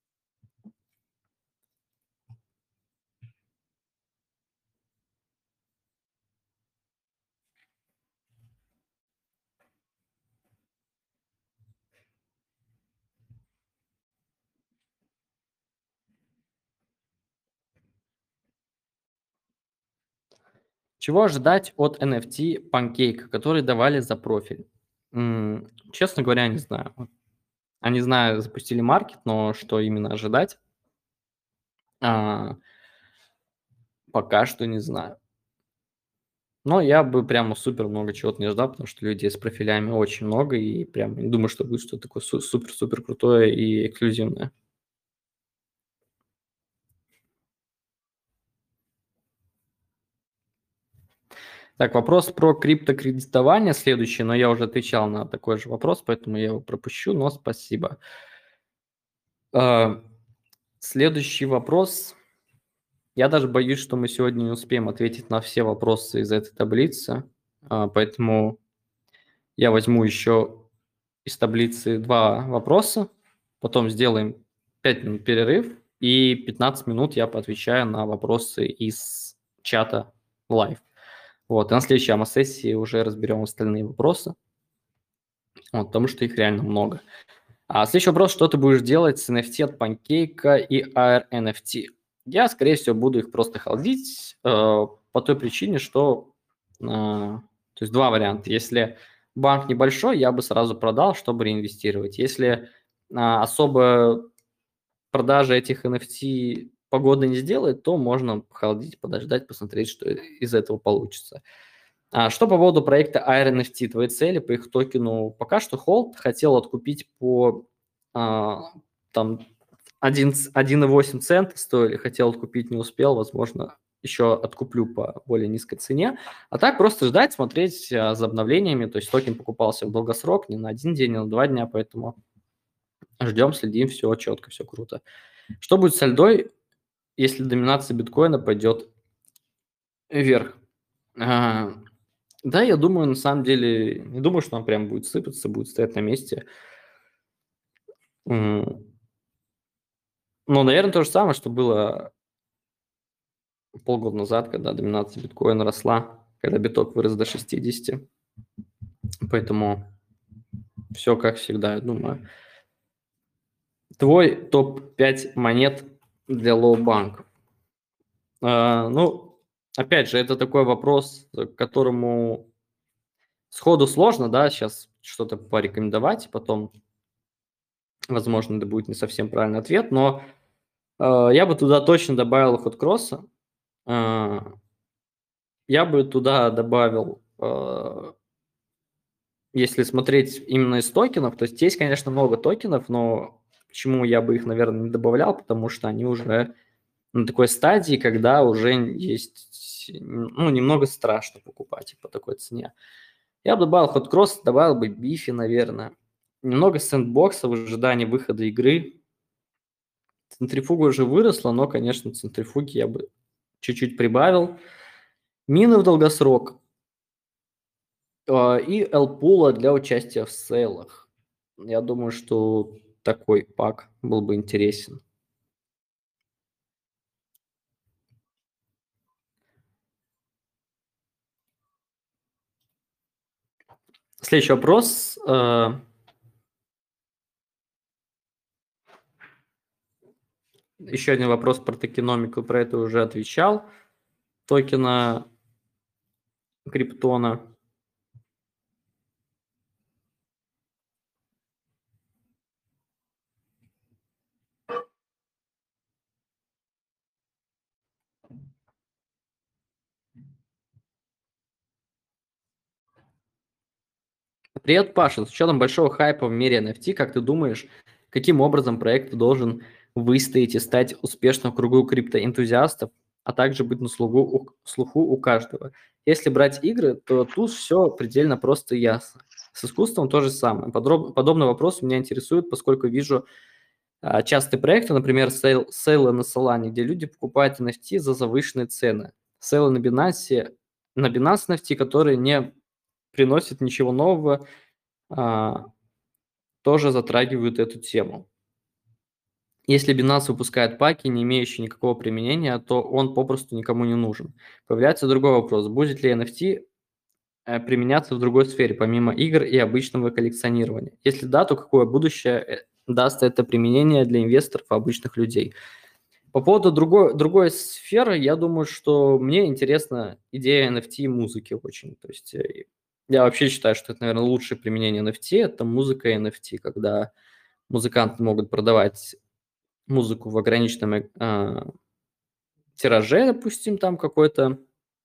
Чего ожидать от эн эф ти Pancake, который давали за профиль? М, Честно говоря, не знаю. Они, знаю, запустили маркет, но что именно ожидать, а, пока что не знаю. Но я бы прямо супер много чего-то не ждал, потому что людей с профилями очень много, и прям не думаю, что будет что-то такое су- супер-супер крутое и эксклюзивное. Так, вопрос про криптокредитование следующий, но я уже отвечал на такой же вопрос, поэтому я его пропущу, но спасибо. А, Следующий вопрос. Я даже боюсь, что мы сегодня не успеем ответить на все вопросы из этой таблицы, а, поэтому я возьму еще из таблицы два вопроса, потом сделаем пять минут перерыв, и пятнадцать минут я поотвечаю на вопросы из чата лайв. Вот, и на следующей АМА-сессии уже разберем остальные вопросы, вот, потому что их реально много. А следующий вопрос, что ты будешь делать с эн эф ти от Pancake и эй ар эн эф ти? Я, скорее всего, буду их просто холдить э, по той причине, что, э, то есть два варианта. Если банк небольшой, я бы сразу продал, чтобы реинвестировать. Если э, особо продажа этих эн эф ти погода не сделает, то можно холдить, подождать, посмотреть, что из этого получится. А что по поводу проекта эй ар эн эф ти, твои цели по их токену? Пока что холд, хотел откупить по а, там один и восемь цента стоили, хотел откупить, не успел, возможно, еще откуплю по более низкой цене. А так просто ждать, смотреть а, за обновлениями, то есть токен покупался в долгосрок, не на один день, не на два дня, поэтому ждем, следим, все четко, все круто. Что будет с альдой, если доминация биткоина пойдет вверх? А, Да, я думаю, на самом деле, не думаю, что он прям будет сыпаться, будет стоять на месте. М, Ну, наверное, то же самое, что было полгода назад, когда доминация биткоина росла, когда биток вырос до шестидесяти. Поэтому все как всегда, я думаю. Твой топ пять монет для лоу-банков. А, Ну, опять же, это такой вопрос, к которому сходу сложно, да, сейчас что-то порекомендовать, потом, возможно, это будет не совсем правильный ответ, но э, я бы туда точно добавил ходкросса. Э, я бы туда добавил, э, если смотреть именно из токенов, то есть есть, конечно, много токенов, но почему я бы их, наверное, не добавлял, потому что они уже на такой стадии, когда уже есть, ну, немного страшно покупать их по такой цене. Я бы добавил ходкросс, добавил бы бифи, наверное. Немного сэндбокса в ожидании выхода игры. Центрифуга уже выросла, но, конечно, центрифуги я бы чуть-чуть прибавил. Мины в долгосрок а, и L-пула для участия в сейлах. Я думаю, что такой пак был бы интересен. Следующий вопрос. э, Еще один вопрос про токеномику, про это уже отвечал. Токена Криптона. Привет, Паша. С учетом большого хайпа в мире эн эф ти, как ты думаешь, каким образом проект должен выстоять и стать успешным в кругу криптоэнтузиастов, а также быть на слугу у, слуху у каждого? Если брать игры, то тут все предельно просто и ясно. С искусством то же самое. Подроб- подобный вопрос меня интересует, поскольку вижу а, частые проекты, например, сейл, сейлы на Solana, где люди покупают эн эф ти за завышенные цены. Сейлы на Binance, на Binance эн эф ти, которые не приносят ничего нового, а, тоже затрагивают эту тему. Если Binance выпускает паки, не имеющие никакого применения, то он попросту никому не нужен. Появляется другой вопрос. Будет ли эн эф ти э, применяться в другой сфере, помимо игр и обычного коллекционирования? Если да, то какое будущее э, даст это применение для инвесторов и обычных людей? По поводу другой, другой сферы, я думаю, что мне интересна идея эн эф ти и музыки очень. То есть э, я вообще считаю, что это, наверное, лучшее применение эн эф ти – это музыка и эн эф ти, когда музыканты могут продавать музыку в ограниченном э, тираже, допустим, там какой-то,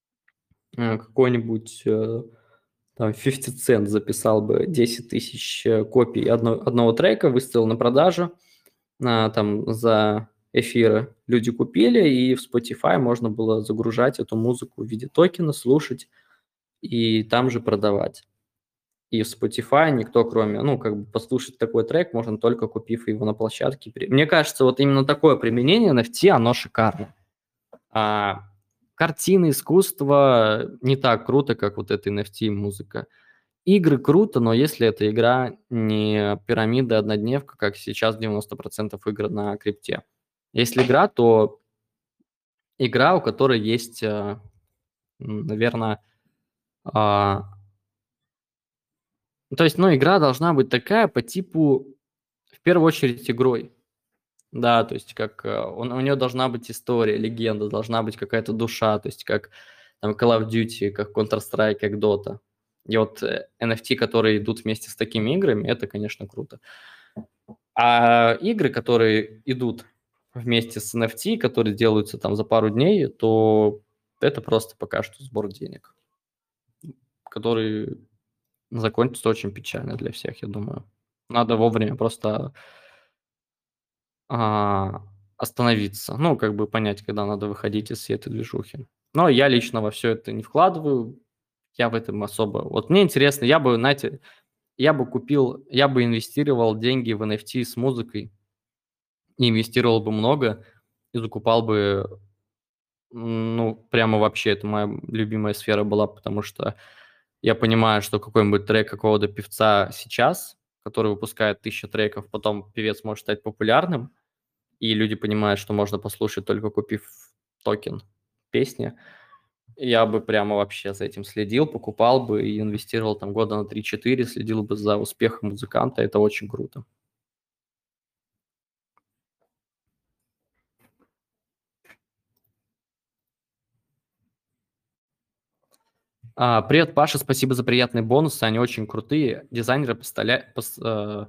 э, какой-нибудь э, там пятьдесят Cent записал бы десять тысяч э, копий одно, одного трека, выставил на продажу, а, там за эфиры люди купили, и в Spotify можно было загружать эту музыку в виде токена, слушать и там же продавать. И в Spotify никто, кроме, ну, как бы послушать такой трек, можно только купив его на площадке. При- Мне кажется, вот именно такое применение эн эф ти, оно шикарно. А картины, искусство не так круто, как вот эта эн эф ти-музыка. Игры круто, но если эта игра не пирамида, однодневка, как сейчас девяносто процентов игр на крипте. Если игра, то игра, у которой есть, наверное, то есть, ну, игра должна быть такая по типу, в первую очередь, игрой. Да, то есть как э, он, у нее должна быть история, легенда, должна быть какая-то душа, то есть как там Call of Duty, как Counter-Strike, как Dota. И вот э, эн эф ти, которые идут вместе с такими играми, это, конечно, круто. А игры, которые идут вместе с эн эф ти, которые делаются там за пару дней, то это просто пока что сбор денег, который закончится очень печально для всех, я думаю. Надо вовремя просто а, остановиться. Ну, как бы понять, когда надо выходить из всей этой движухи. Но я лично во все это не вкладываю. Я в этом особо... Вот мне интересно, я бы, знаете, я бы купил, я бы инвестировал деньги в эн эф ти с музыкой, и инвестировал бы много, и закупал бы, ну, прямо вообще, это моя любимая сфера была, потому что я понимаю, что какой-нибудь трек какого-то певца сейчас, который выпускает тысячу треков, потом певец может стать популярным, и люди понимают, что можно послушать, только купив токен песни, я бы прямо вообще за этим следил, покупал бы и инвестировал там года на три-четыре, следил бы за успехом музыканта, это очень круто. А, привет, Паша, спасибо за приятные бонусы, они очень крутые. Дизайнеры, постоля... пос... э,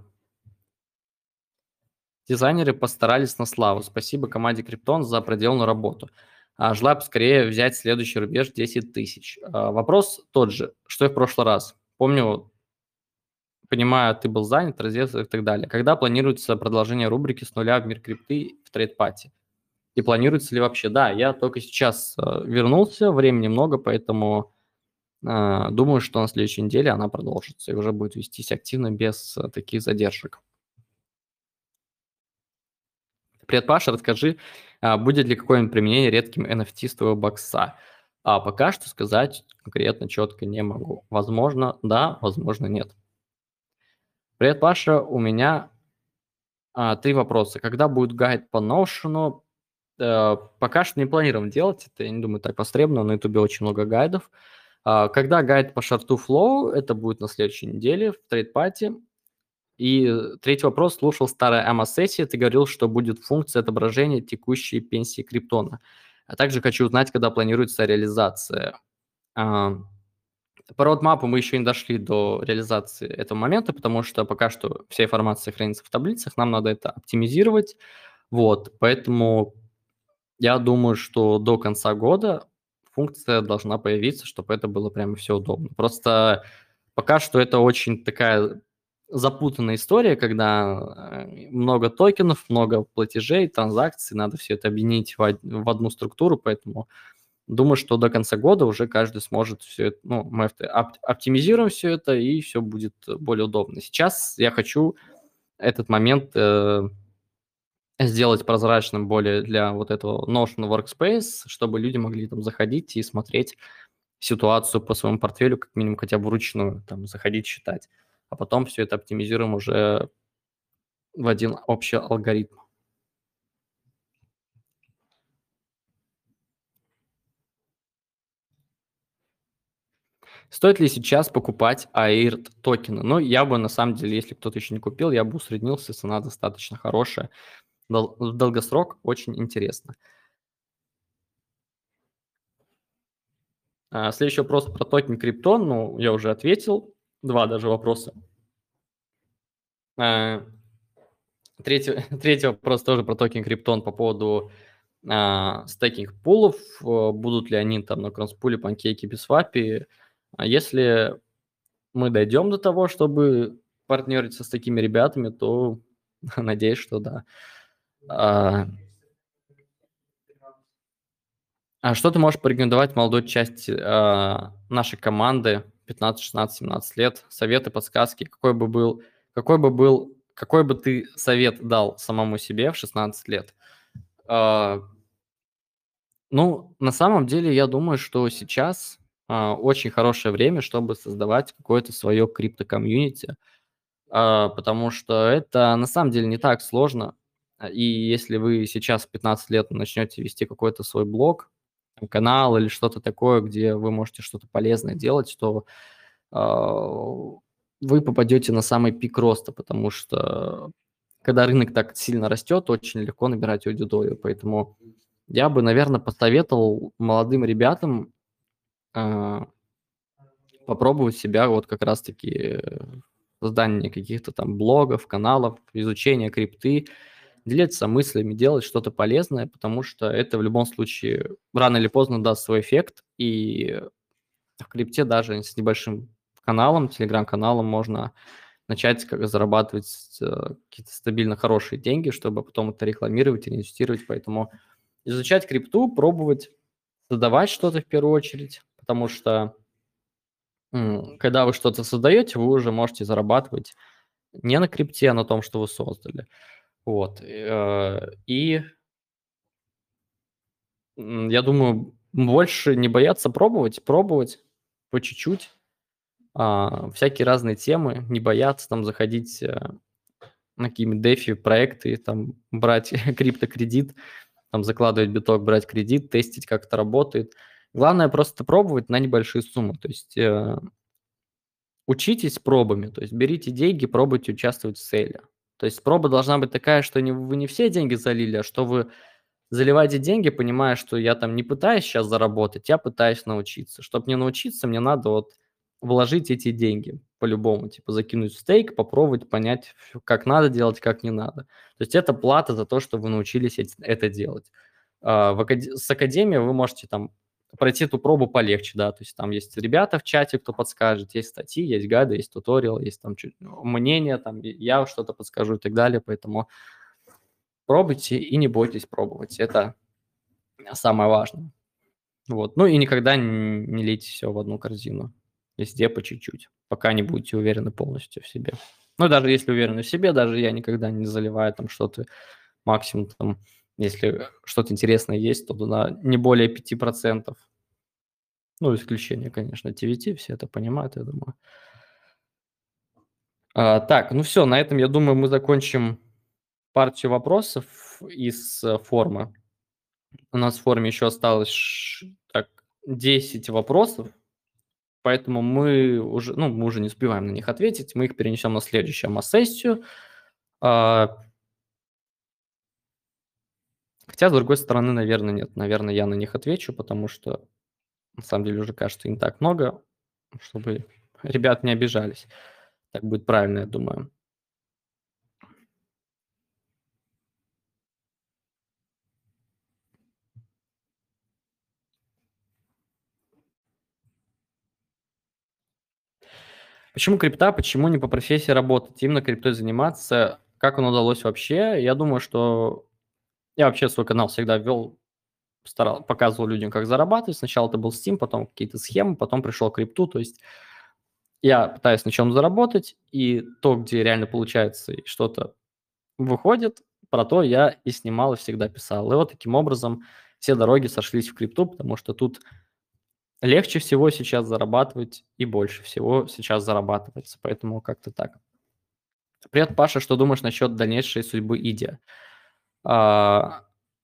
Дизайнеры постарались на славу. Спасибо команде Криптон за проделанную работу. А, желаю поскорее взять следующий рубеж десять тысяч. А, вопрос тот же, что и в прошлый раз. Помню, понимаю, ты был занят, разъезд и так далее. Когда планируется продолжение рубрики «С нуля в мир крипты» в трейд-пати? И планируется ли вообще? Да, я только сейчас э, вернулся, времени много, поэтому э, думаю, что на следующей неделе она продолжится и уже будет вестись активно, без э, таких задержек. Привет, Паша, расскажи, а, будет ли какое-нибудь применение редким эн эф ти с твоего бокса? А пока что сказать конкретно, четко не могу. Возможно, да, возможно, нет. Привет, Паша, у меня а, три вопроса. Когда будет гайд по Notion? Э, пока что не планируем делать это, я не думаю, так востребовано, на Ютубе очень много гайдов. А, когда гайд по шарту Flow, это будет на следующей неделе в трейд-пати. И третий вопрос, слушал старые АМА-сессии, ты говорил, что будет функция отображения текущей пенсии Криптона. А также хочу узнать, когда планируется реализация. А, По роудмапу мы еще не дошли до реализации этого момента, потому что пока что вся информация хранится в таблицах, нам надо это оптимизировать. Вот, поэтому я думаю, что до конца года функция должна появиться, чтобы это было прямо все удобно. Просто пока что это очень такая запутанная история, когда э, много токенов, много платежей, транзакций, надо все это объединить в, од- в одну структуру, поэтому думаю, что до конца года уже каждый сможет все это, ну, мы авто- оп- оптимизируем все это, и все будет более удобно. Сейчас я хочу этот момент э, сделать прозрачным более для вот этого Notion Workspace, чтобы люди могли там заходить и смотреть ситуацию по своему портфелю, как минимум хотя бы вручную, там, заходить, считать. А потом все это оптимизируем уже в один общий алгоритм. Стоит ли сейчас покупать эй ай ар ти токены? Ну, я бы, на самом деле, если кто-то еще не купил, я бы усреднился, цена достаточно хорошая. Дол- В долгосрок очень интересно. А, Следующий вопрос про токен Криптон. Ну, я уже ответил. Два даже вопроса. А, Третий, третий вопрос тоже про токен Криптон по поводу а, стейкинг пулов. А, Будут ли они там на кронспуле, панкейке, бисвапе? А Если мы дойдем до того, чтобы партнериться с такими ребятами, то надеюсь, что да. А, а что ты можешь порекомендовать молодой части а, нашей команды пятнадцать, шестнадцать, семнадцать лет? Советы, подсказки, какой бы был, какой бы был, какой бы ты совет дал самому себе в шестнадцать лет? А, ну, на самом деле, я думаю, что сейчас а, очень хорошее время, чтобы создавать какое-то свое крипто-комьюнити. А, потому что это на самом деле не так сложно. А, И если вы сейчас в пятнадцать лет начнете вести какой-то свой блог, там, канал или что-то такое, где вы можете что-то полезное делать, то а, вы попадете на самый пик роста, потому что когда рынок так сильно растет, очень легко набирать аудиторию. Поэтому я бы, наверное, посоветовал молодым ребятам а, попробовать себя вот как раз-таки э, в создании каких-то там блогов, каналов, изучения крипты, делиться мыслями, делать что-то полезное, потому что это в любом случае рано или поздно даст свой эффект, и в крипте даже с небольшим каналом, телеграм-каналом можно начать как зарабатывать э, какие-то стабильно хорошие деньги, чтобы потом это рекламировать и инвестировать. Поэтому изучать крипту, пробовать создавать что-то в первую очередь, потому что м, когда вы что-то создаете, вы уже можете зарабатывать не на крипте, а на том, что вы создали. Вот. э, И м, я думаю, больше не бояться пробовать, пробовать по чуть-чуть, а, всякие разные темы, не бояться там заходить э, на какие-нибудь дефи проекты, там брать криптокредит, там закладывать биток, брать кредит, тестить, как это работает. Главное просто пробовать на небольшие суммы. То есть э, учитесь пробами, то есть берите деньги, пробуйте участвовать в сейле. То есть проба должна быть такая, что не, вы не все деньги залили, а что вы заливаете деньги, понимая, что я там не пытаюсь сейчас заработать, я пытаюсь научиться. Чтобы мне научиться, мне надо вот вложить эти деньги по-любому, типа закинуть в стейк, попробовать понять, ф- как надо делать, как не надо. То есть это плата за то, что вы научились эти- это делать. А, в акад- С академией вы можете там пройти эту пробу полегче, да, то есть там есть ребята в чате, кто подскажет, есть статьи, есть гайды, есть туториал, есть там чуть, ну, мнение, там и я что-то подскажу и так далее, поэтому пробуйте и не бойтесь пробовать, это самое важное. Вот, ну и никогда не, не лейте все в одну корзину, везде по чуть-чуть, пока не будете уверены полностью в себе. Ну, даже если уверены в себе, даже я никогда не заливаю там что-то максимум там, если что-то интересное есть, то туда не более пяти процентов. Ну, исключение, конечно, ти ви ти, все это понимают, я думаю. А, так, ну все, на этом, я думаю, мы закончим партию вопросов из э, формы. У нас в форме еще осталось ш- так, десять вопросов, поэтому мы уже, ну, мы уже не успеваем на них ответить, мы их перенесем на следующую МА-сессию. А, хотя, с другой стороны, наверное, нет. Наверное, я на них отвечу, потому что, на самом деле, уже кажется, не так много, чтобы ребят не обижались. Так будет правильно, я думаю. Почему крипта, почему не по профессии работать, именно криптой заниматься? Как оно удалось вообще? Я думаю, что я вообще свой канал всегда вел, старал, показывал людям, как зарабатывать. Сначала это был Steam, потом какие-то схемы, потом пришел к крипту. То есть я пытаюсь на чем заработать, и то, где реально получается и что-то выходит, про то я и снимал, и всегда писал. И вот таким образом все дороги сошлись в крипту, потому что тут легче всего сейчас зарабатывать и больше всего сейчас зарабатывается. Поэтому как-то так. Привет, Паша, что думаешь насчет дальнейшей судьбы Идия? А,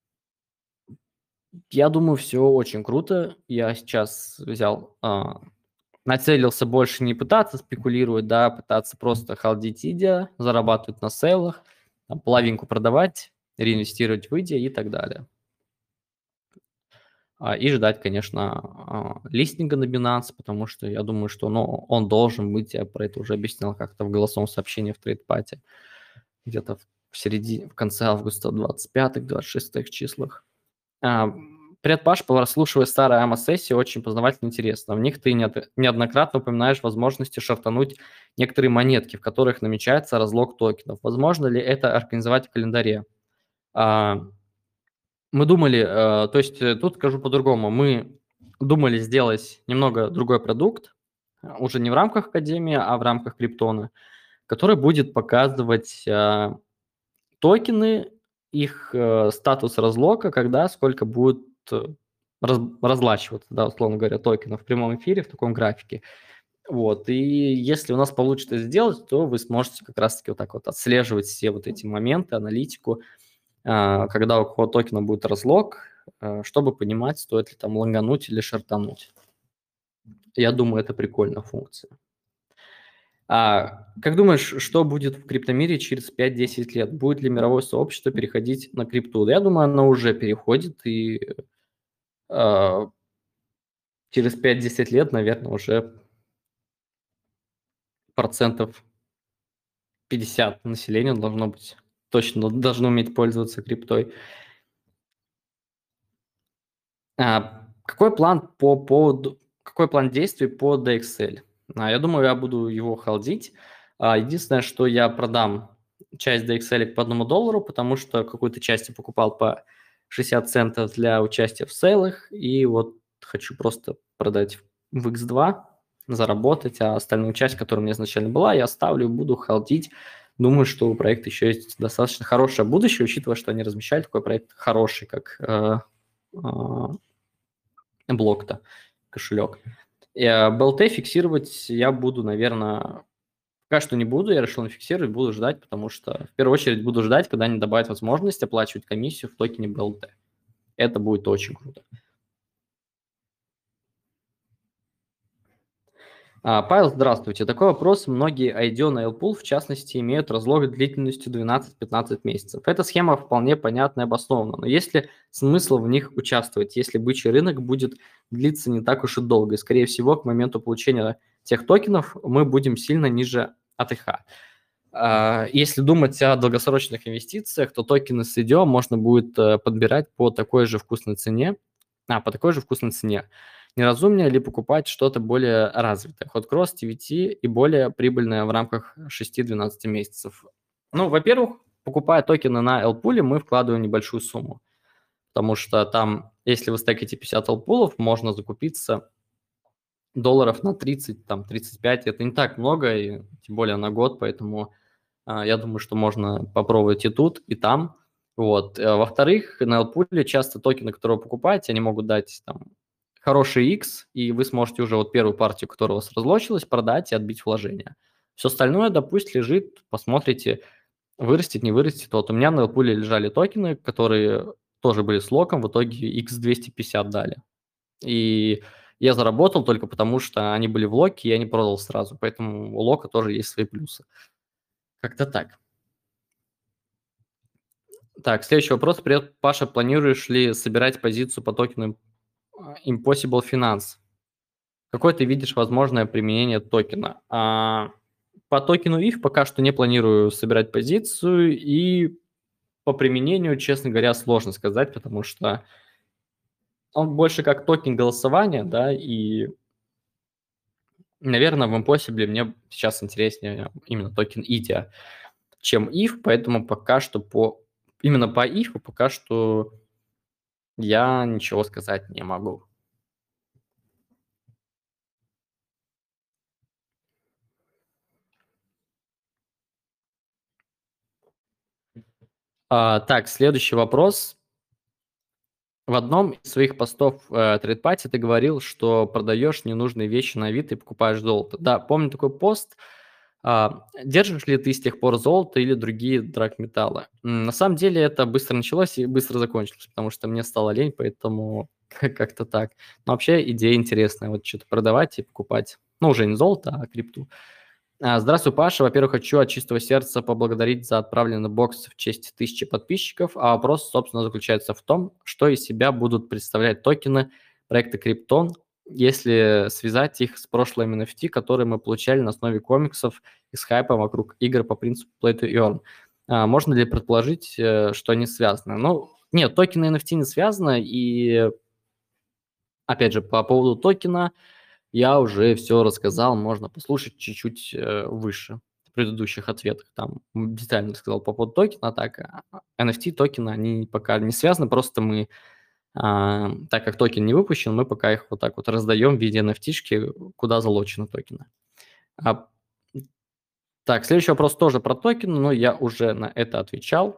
я думаю, все очень круто. Я сейчас взял, а, нацелился больше не пытаться спекулировать, да, пытаться просто халдить Идия, зарабатывать на сейлах, там, половинку продавать, реинвестировать в Идия и так далее. А, и ждать, конечно, а, листинга на Binance, потому что я думаю, что ну, он должен быть, я про это уже объяснял как-то в голосовом сообщении в трейдпате, где-то в середине, в конце августа, двадцать пятых двадцать шестых числах. А, Привет, Паш, прослушивая старые АМА-сессии, очень познавательно интересно. В них ты неод- неоднократно упоминаешь возможности шортануть некоторые монетки, в которых намечается разлог токенов. Возможно ли это организовать в календаре? А, Мы думали, э, то есть э, тут скажу по-другому, мы думали сделать немного другой продукт, э, уже не в рамках Академии, а в рамках Криптона, который будет показывать э, токены, их э, статус разлока, когда сколько будет э, раз- разлачиваться, да, условно говоря, токенов в прямом эфире в таком графике. Вот, и если у нас получится сделать, то вы сможете как раз-таки вот так вот отслеживать все вот эти моменты, аналитику, а, когда у какого токена будет разлог, а, чтобы понимать, стоит ли там лонгануть или шортануть. Я думаю, это прикольная функция. А как думаешь, что будет в криптомире через пять-десять лет? Будет ли мировое сообщество переходить на крипту? Да, я думаю, оно уже переходит, и а, через пять-десять лет, наверное, уже процентов пятьдесят населения должно быть точно должно уметь пользоваться криптой. А, какой план по поводу, какой план действий по ди экс эл? А, я думаю, я буду его халдить. А, единственное, что я продам часть ди экс эл по одному доллару, потому что какую-то часть я покупал по шестьдесят центов для участия в сейлах, и вот хочу просто продать в икс два, заработать, а остальную часть, которая у меня изначально была, я оставлю, буду халдить. Думаю, что у проекта еще есть достаточно хорошее будущее, учитывая, что они размещали такой проект хороший, как э, э, блок-то, кошелек. И, а, би эл ти фиксировать я буду, наверное, пока что не буду, я решил не фиксировать, буду ждать, потому что в первую очередь буду ждать, когда они добавят возможность оплачивать комиссию в токене би эл ти. Это будет очень круто. А, Павел, здравствуйте. Такой вопрос. Многие ай ди о на эл-Pool, в частности, имеют разлог длительностью двенадцать-пятнадцать месяцев. Эта схема вполне понятна и обоснована, но есть ли смысл в них участвовать, если бычий рынок будет длиться не так уж и долго? И, скорее всего, к моменту получения тех токенов мы будем сильно ниже эй ти эйч. А, Если думать о долгосрочных инвестициях, то токены с ай ди о можно будет э, подбирать по такой же вкусной цене, а, по такой же вкусной цене. Неразумнее ли покупать что-то более развитое, ход-кросс, ти ви ти и более прибыльное в рамках шести-двенадцати месяцев? Ну, во-первых, покупая токены на эл-пуле, мы вкладываем небольшую сумму, потому что там, если вы стекаете пятьдесят эл-пулов, можно закупиться долларов на тридцать, там, тридцать пять. Это не так много, и тем более на год, поэтому а, я думаю, что можно попробовать и тут, и там. Вот. Э, Во-вторых, на L-пуле часто токены, которые вы покупаете, они могут дать там хороший X, и вы сможете уже вот первую партию, которая у вас разлочилась, продать и отбить вложения. Все остальное, да, пусть лежит, посмотрите, вырастет, не вырастет. Вот у меня на L-пуле лежали токены, которые тоже были с локом, в итоге икс двести пятьдесят дали. И я заработал только потому, что они были в локе, и я не продал сразу. Поэтому у лока тоже есть свои плюсы. Как-то так. Так, следующий вопрос. Привет, Паша. Планируешь ли собирать позицию по токену а, Impossible Finance? Какое ты видишь возможное применение токена? А, по токену ай эф пока что не планирую собирать позицию, и по применению, честно говоря, сложно сказать, потому что он больше как токен голосования, да, и, наверное, в Impossible мне сейчас интереснее именно токен ай ти эй, чем ай эф, поэтому пока что по именно по ай эф пока что я ничего сказать не могу. А, так, следующий вопрос. В одном из своих постов э, TradePatty ты говорил, что продаешь ненужные вещи на Авито и покупаешь золото. Да, помню такой пост. А, держишь ли ты с тех пор золото или другие драгметаллы? М, На самом деле это быстро началось и быстро закончилось, потому что мне стало лень, поэтому как-то так. Но вообще идея интересная, вот что-то продавать и покупать. Ну, уже не золото, а крипту. А, Здравствуй, Паша. Во-первых, хочу от чистого сердца поблагодарить за отправленный бокс в честь тысячи подписчиков. А вопрос, собственно, заключается в том, что из себя будут представлять токены проекта Криптон, если связать их с прошлыми эн эф ти, которые мы получали на основе комиксов и с хайпом вокруг игр по принципу Play to Earn. А, можно ли предположить, э, что они связаны? Ну, нет, токены эн эф ти не связаны, и, опять же, по поводу токена я уже все рассказал, можно послушать чуть-чуть э, выше в предыдущих ответах. Там детально рассказал по поводу токена, а так а, эн эф ти токены, они пока не связаны, просто мы, а, так как токен не выпущен, мы пока их вот так вот раздаем в виде эн эф ти-шки, куда залочены токены. А, так, следующий вопрос тоже про токены, но я уже на это отвечал.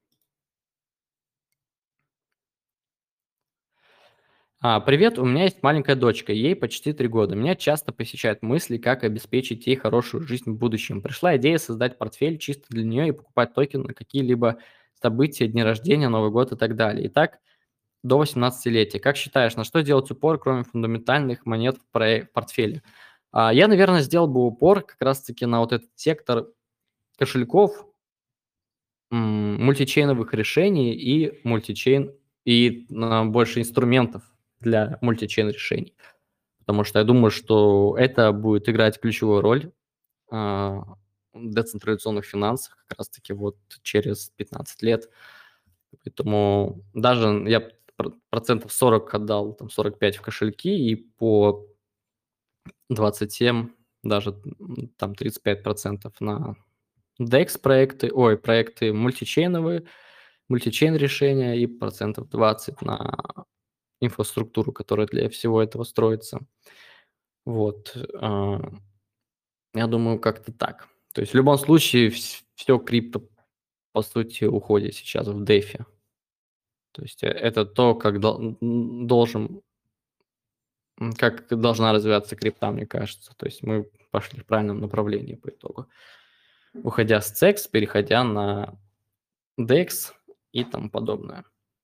А, Привет, у меня есть маленькая дочка, ей почти три года. Меня часто посещают мысли, как обеспечить ей хорошую жизнь в будущем. Пришла идея создать портфель чисто для нее и покупать токены на какие-либо события, дни рождения, Новый год и так далее. Итак, до восемнадцатилетия. Как считаешь, на что делать упор, кроме фундаментальных монет в проe- в портфеле? А, Я, наверное, сделал бы упор как раз-таки на вот этот сектор кошельков, м, мультичейновых решений и мультичейн, и на больше инструментов для мультичейн решений. Потому что я думаю, что это будет играть ключевую роль а, в децентрализационных финансах как раз-таки вот через пятнадцать лет. Поэтому даже я пр- процентов сорок отдал, там сорок пять в кошельки, и по двадцать семь, даже м, там тридцать пять процентов на декс проекты, ой, проекты мультичейновые, мультичейн решения и процентов двадцать на инфраструктуру, которая для всего этого строится. Вот. а, Я думаю, как-то так. То есть в любом случае все крипто, по сути, уходит сейчас в дефи. То есть э, это то, как дол- м, должен, м, как должна развиваться крипта, мне кажется. То есть мы пошли в правильном направлении по итогу. Уходя с цекс, переходя на декс и тому подобное.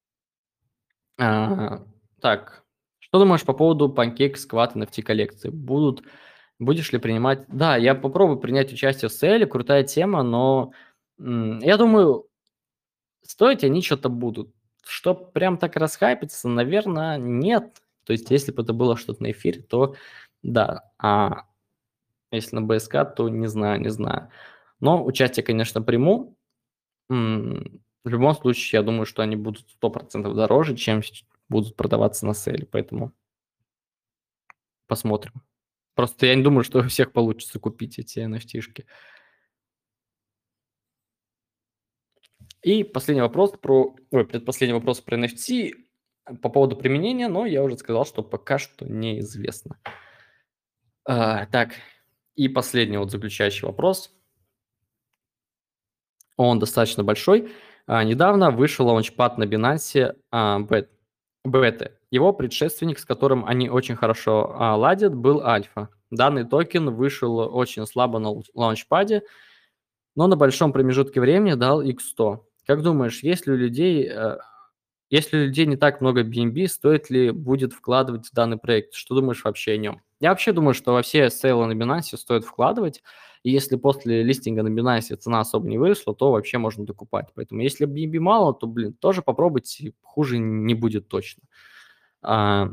А, так, что думаешь по поводу Pancake Squad эн эф ти коллекции? Будут, будешь ли принимать? Да, я попробую принять участие в сейле, крутая тема, но м, я думаю, стоить они что-то будут. Чтоб прям так расхайпиться, наверное, нет. То есть, если бы это было что-то на эфире, то да. А если на би эс кей, то не знаю, не знаю. Но участие, конечно, приму. М, В любом случае, я думаю, что они будут сто процентов дороже, чем с- будут продаваться на сейле. Поэтому посмотрим. Просто я не думаю, что у всех получится купить эти эн эф ти-шки. И последний вопрос про... Ой, предпоследний вопрос про эн эф ти по поводу применения, но я уже сказал, что пока что неизвестно. А, так, и последний вот заключающий вопрос. Он достаточно большой. А, недавно вышел лаунчпад на Binance а, бет- беты. Его предшественник, с которым они очень хорошо а, ладят, был Альфа. Данный токен вышел очень слабо на лаунч- лаунчпаде, но на большом промежутке времени дал икс сто. Как думаешь, есть ли у людей, э, если у людей не так много би эн би, стоит ли будет вкладывать в данный проект? Что думаешь вообще о нем? Я вообще думаю, что во все сейлы на Binance стоит вкладывать, и если после листинга на Binance цена особо не выросла, то вообще можно докупать. Поэтому если би эн би мало, то, блин, тоже попробуйте, хуже не будет точно. А,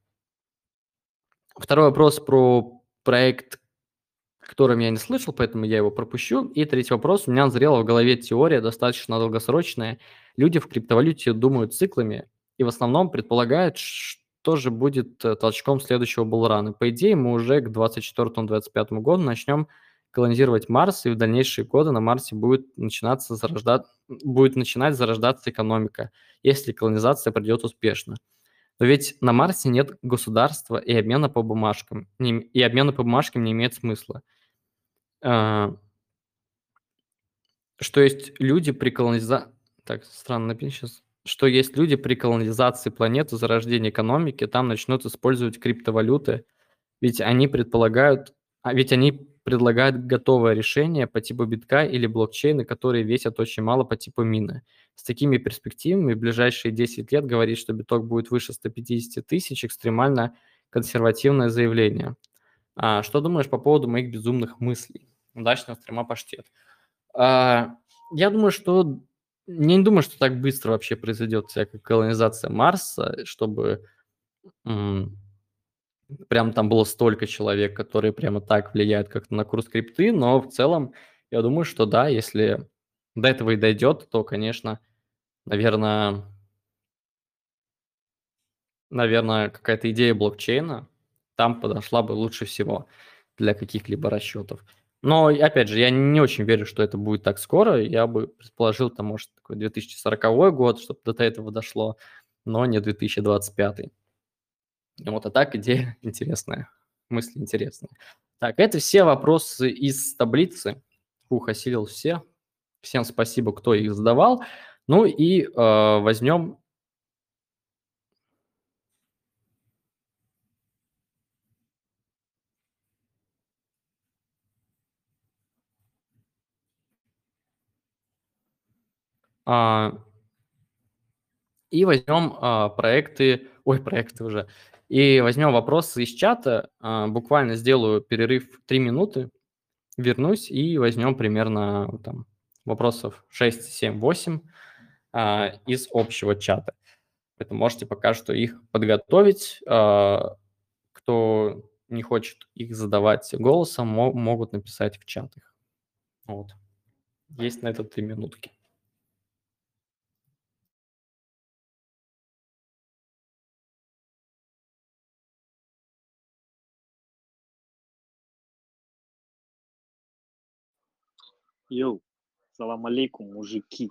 Второй вопрос про проект, о котором я не слышал, поэтому я его пропущу. И третий вопрос. У меня назрела в голове теория достаточно долгосрочная. Люди в криптовалюте думают циклами и в основном предполагают, что же будет э, толчком следующего булрана. По идее, мы уже к двадцать четвёртому — двадцать пятому году начнем колонизировать Марс, и в дальнейшие годы на Марсе будет начинаться зарождать, будет начинать зарождаться экономика, если колонизация пройдет успешно. Но ведь на Марсе нет государства, и обмена по бумажкам, не им- и обмена по бумажкам не имеет смысла. А, Что есть люди при колониза так, странно написано щас. Что есть люди при колонизации планеты, зарождении экономики, там начнут использовать криптовалюты, ведь они предполагают а ведь они предлагают готовое решение по типу битка или блокчейна, которые весят очень мало по типу мины. С такими перспективами в ближайшие десять лет говорить, что биток будет выше ста пятидесяти тысяч, экстремально консервативное заявление. А, что думаешь по поводу моих безумных мыслей? Удачного стрима, паштет. А, я думаю, что я не думаю, что так быстро вообще произойдет всякая колонизация Марса, чтобы м, прям там было столько человек, которые прямо так влияют как-то на курс крипты, но в целом я думаю, что да, если до этого и дойдет, то, конечно, наверное, наверное, какая-то идея блокчейна там подошла бы лучше всего для каких-либо расчетов. Но, и опять же, я не очень верю, что это будет так скоро. Я бы предположил, там, может, такой две тысячи сороковой год, чтобы до этого дошло, но не две тысячи двадцать пятый. Вот, а так идея интересная, мысли интересные. Так, это все вопросы из таблицы. Ух, осилил все. Всем спасибо, кто их задавал. Ну и э, возьмем а, и возьмем а, проекты, ой, проекты уже, и возьмем вопросы из чата. А, буквально сделаю перерыв три минуты, вернусь и возьмем примерно там вопросов шесть, семь, восемь а, из общего чата. Поэтому можете пока что их подготовить. А, кто не хочет их задавать голосом, мо- могут написать в чат их. Вот. Есть на это три минутки. Йоу, салам алейкум, мужики.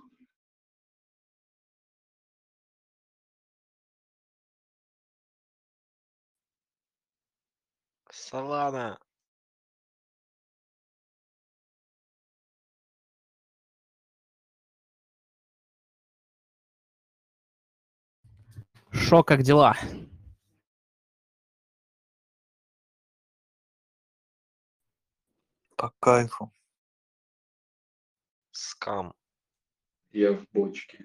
Солана. Шо, как дела? По кайфу. Скам. Я в бочке.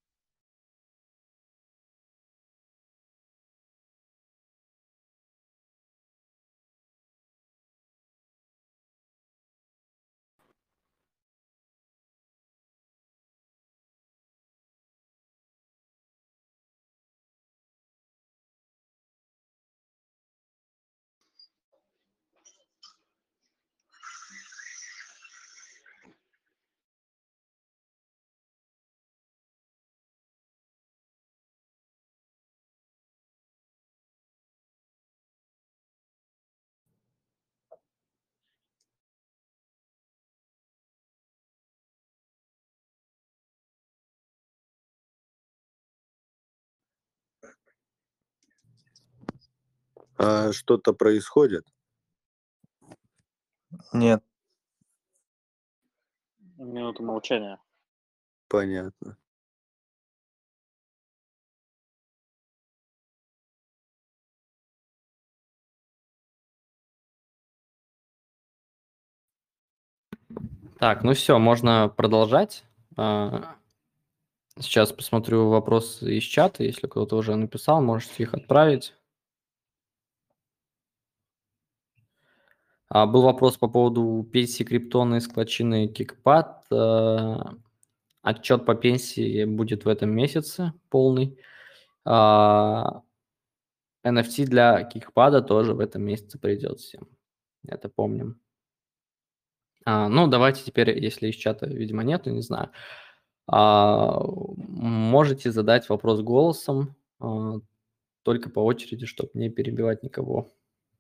А что-то происходит? Нет. Минуту молчания. Понятно. Так, ну все, можно продолжать. А, Сейчас посмотрю вопросы из чата. Если кто-то уже написал, можете их отправить. А, Был вопрос по поводу пенсии Криптона из клатчины Кикпад. А, Отчет по пенсии будет в этом месяце полный. А, эн эф ти для Кикпада тоже в этом месяце придет всем. Это помним. А, ну, давайте теперь, если из чата, видимо, нету, не знаю. А, можете задать вопрос голосом, а, только по очереди, чтобы не перебивать никого.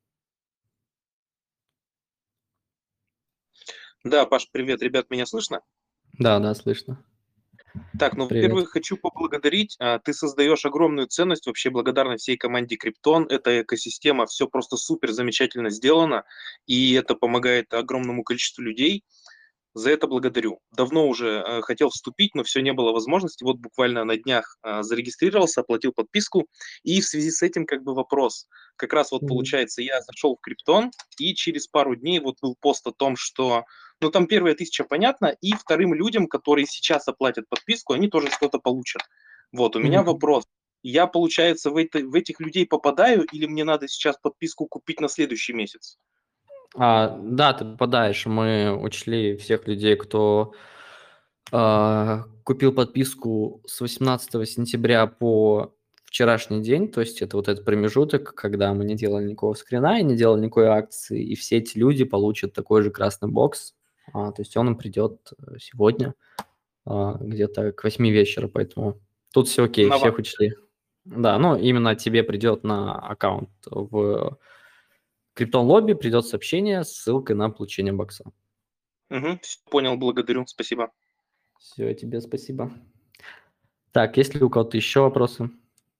Да, Паш, привет. Ребят, меня слышно? Да, да, слышно. Так, ну, Привет. во-первых, хочу поблагодарить. А, Ты создаешь огромную ценность, вообще благодарна всей команде Криптон. Эта экосистема, все просто супер замечательно сделано, и это помогает огромному количеству людей. За это благодарю. Давно уже э, хотел вступить, но все не было возможности. Вот буквально на днях э, зарегистрировался, оплатил подписку, и в связи с этим как бы вопрос. Как раз вот Мгм. получается, я зашел в Криптон, и через пару дней вот был пост о том, что, ну там первая тысяча понятно, и вторым людям, которые сейчас оплатят подписку, они тоже что-то получат. Вот, у меня Мгм. вопрос. Я, получается, в, это, в этих людей попадаю, или мне надо сейчас подписку купить на следующий месяц? А, да, ты попадаешь. Мы учли всех людей, кто а, купил подписку с восемнадцатого сентября по вчерашний день, то есть это вот этот промежуток, когда мы не делали никакого скрина и не делали никакой акции, и все эти люди получат такой же красный бокс, а, то есть он им придет э, сегодня а, где-то к восьми вечера, поэтому тут все окей, На ва- всех учли. Да, ну именно тебе придет на аккаунт в Криптон Лобби, придет сообщение с ссылкой на получение бокса. Мгм, всё понял, благодарю, спасибо. Все, тебе спасибо. Так, есть ли у кого-то еще вопросы?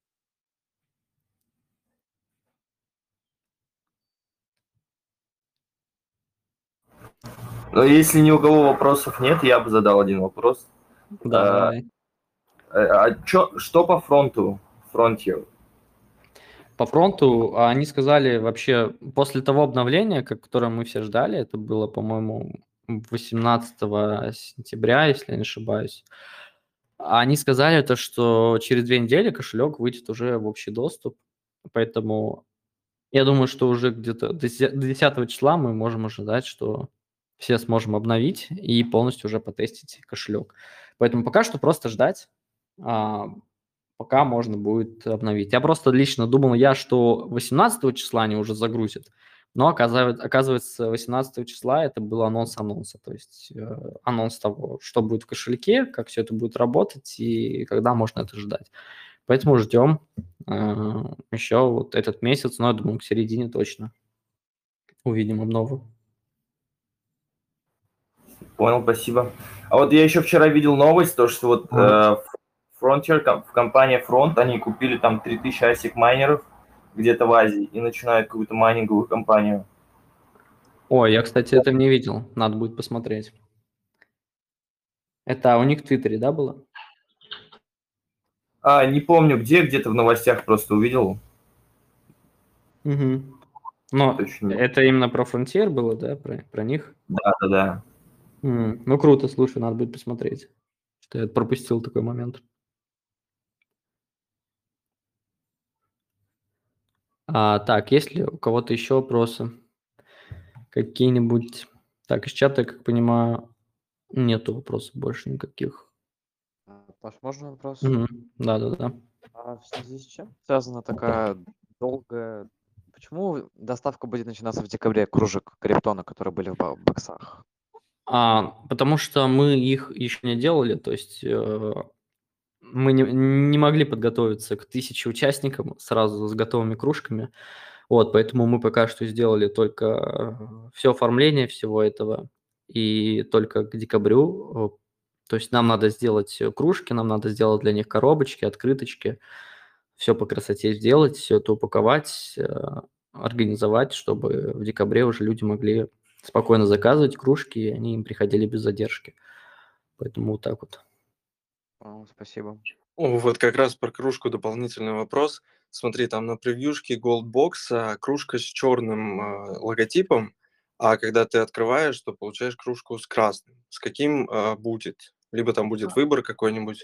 Но если ни у кого вопросов нет, я бы задал один вопрос. Да, А, давай. а чё, что по фронту? Фронтир? По фронту а, они сказали вообще после того обновления, как- которое мы все ждали, это было, по-моему, восемнадцатого сентября, если я не ошибаюсь, а они сказали то, что через две недели кошелек выйдет уже в общий доступ, поэтому я думаю, что уже где-то до деся- до десятого числа мы можем ожидать, что все сможем обновить и полностью уже потестить кошелек. Поэтому пока что просто ждать, а, пока можно будет обновить. Я просто лично думал я, что восемнадцатого числа они уже загрузят, но оказывается, оказывается восемнадцатого числа это был анонс анонса, то есть э, анонс того, что будет в кошельке, как все это будет работать и когда можно это ждать. Поэтому ждем э, еще вот этот месяц, но я думаю, к середине точно увидим обнову. Понял, спасибо. А вот я еще вчера видел новость, то, что вот Ага. э, Frontier, ком- в компании Front, они купили там три тысячи асик майнеров где-то в Азии и начинают какую-то майнинговую компанию. Ой, я, кстати, это не видел, надо будет посмотреть. Это у них в Твиттере, да, было? А, не помню где, где-то в новостях просто увидел. Угу. Но Точно. не- это именно про Frontier было, да, про, про них? Да, да, да. М, Ну, круто, слушай, надо будет посмотреть, что я пропустил такой момент. А, так, есть ли у кого-то еще вопросы? Какие-нибудь? Так, из чата, я как понимаю, нету вопросов больше никаких. А, Паш, можно вопрос? Мгм. Да-да-да. А в связи с чем связана такая долгая... Почему доставка будет начинаться в декабре кружек Криптона, которые были в бо- боксах? А, потому что мы их еще не делали, то есть э, мы не, не могли подготовиться к тысяче участникам сразу с готовыми кружками. Вот, поэтому мы пока что сделали только все оформление всего этого, и только к декабрю, э, то есть нам надо сделать э, кружки, нам надо сделать для них коробочки, открыточки, все по красоте сделать, все это упаковать, э, организовать, чтобы в декабре уже люди могли спокойно заказывать кружки, и они им приходили без задержки. Поэтому вот так вот. О, спасибо. О, вот как раз про кружку дополнительный вопрос. Смотри, там на превьюшке Goldbox а, кружка с черным а, логотипом, а когда ты открываешь, то получаешь кружку с красным. С каким а, будет? Либо там будет выбор какой-нибудь.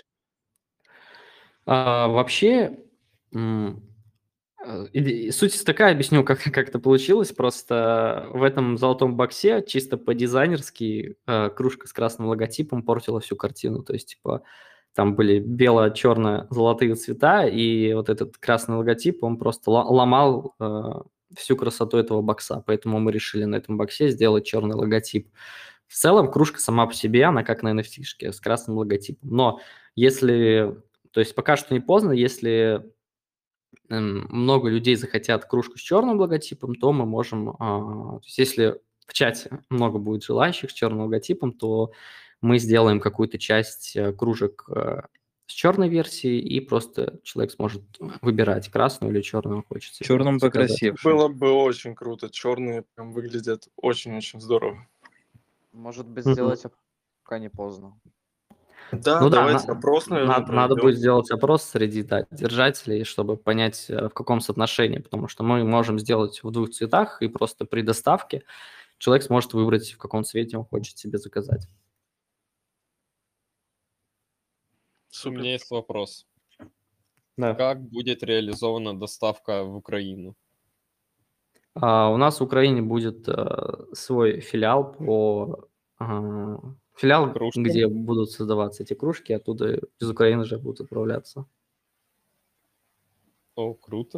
А, вообще, м, э, иде- суть такая, объясню, как, как это получилось. Просто в этом золотом боксе чисто по-дизайнерски э, кружка с красным логотипом портила всю картину. То есть, типа, там были бело-черно-золотые цвета, и вот этот красный логотип, он просто ла- ломал э, всю красоту этого бокса. Поэтому мы решили на этом боксе сделать черный логотип. В целом кружка сама по себе, она как на эн эф ти-шке с красным логотипом. Но если, то есть пока что не поздно, если м, много людей захотят кружку с черным логотипом, то мы можем, а, то есть если в чате много будет желающих с черным логотипом, то мы сделаем какую-то часть э, кружек э, с черной версией, и просто человек сможет выбирать, красную или черную он хочет себе Черным заказать. покрасившим. Было бы очень круто. Черные прям выглядят очень-очень здорово. Может быть, Мгм. сделать, пока не поздно. Да, Ну да, давайте на- опрос, наверное, на- надо будет проведем. сделать опрос среди да, держателей, чтобы понять, э, в каком соотношении, потому что мы можем сделать в двух цветах, и просто при доставке человек сможет выбрать, в каком цвете он хочет себе заказать. У Супер. меня есть вопрос. Да. Как будет реализована доставка в Украину? А, у нас в Украине будет э, свой филиал по а, филиал, Кружкам? где будут создаваться эти кружки, оттуда из Украины же будут отправляться. О, круто.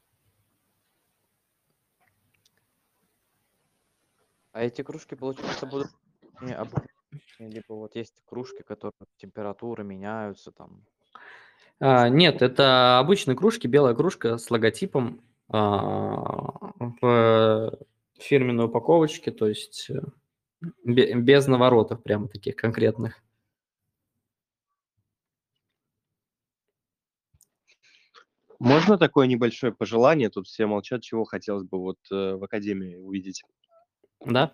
А эти кружки, получается, будут не обычные, либо вот есть кружки, которые температуры меняются там. А, нет, это обычные кружки, белая кружка с логотипом а, в фирменной упаковочке, то есть э, бе- без наворотов прямо таких конкретных. Можно такое небольшое пожелание? Тут все молчат, чего хотелось бы вот э, в академии увидеть. Да?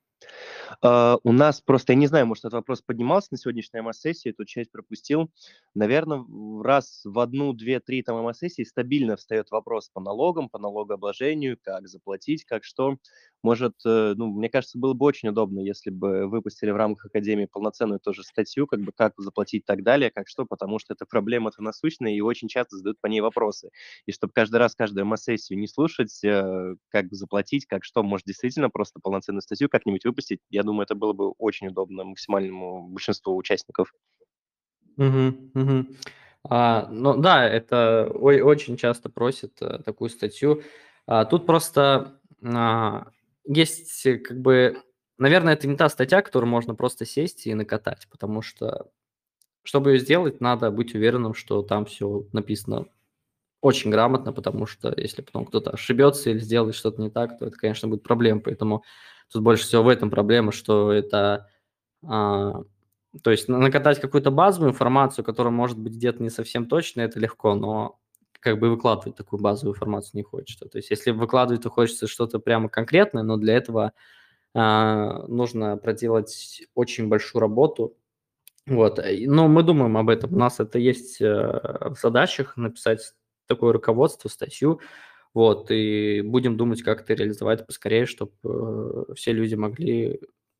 А, у нас просто, я не знаю, может, этот вопрос поднимался на сегодняшней эм эс-сессии, эту часть пропустил. Наверное, раз в одну, две, три там эм эс-сессии стабильно встает вопрос по налогам, по налогообложению, как заплатить, как что. Может, э, ну, мне кажется, было бы очень удобно, если бы выпустили в рамках Академии полноценную тоже статью, как бы как заплатить и так далее, как что, потому что эта проблема-то насущная, и очень часто задают по ней вопросы. И чтобы каждый раз каждую эм эс-сессию не слушать, э, как заплатить, как что, может, действительно просто полноценную статью как-нибудь выпустить, я думаю, это было бы очень удобно максимальному большинству участников. Мгм, мгм. А, ну да, это ой- очень часто просят э, такую статью. А, тут просто а, есть э, как бы, наверное, это не та статья, которую можно просто сесть и накатать, потому что, чтобы ее сделать, надо быть уверенным, что там все написано очень грамотно, потому что если потом кто-то ошибется или сделает что-то не так, то это, конечно, будет проблема. Поэтому тут больше всего в этом проблема, что это а, то есть на- накатать какую-то базовую информацию, которая может быть где-то не совсем точной, это легко, но как бы выкладывать такую базовую информацию не хочется. То есть если выкладывать, то хочется что-то прямо конкретное, но для этого а, нужно проделать очень большую работу. Вот. и- Но мы думаем об этом. У нас это есть э, в задачах написать такое руководство, статью. Вот, и будем думать, как это реализовать поскорее, чтобы все люди могли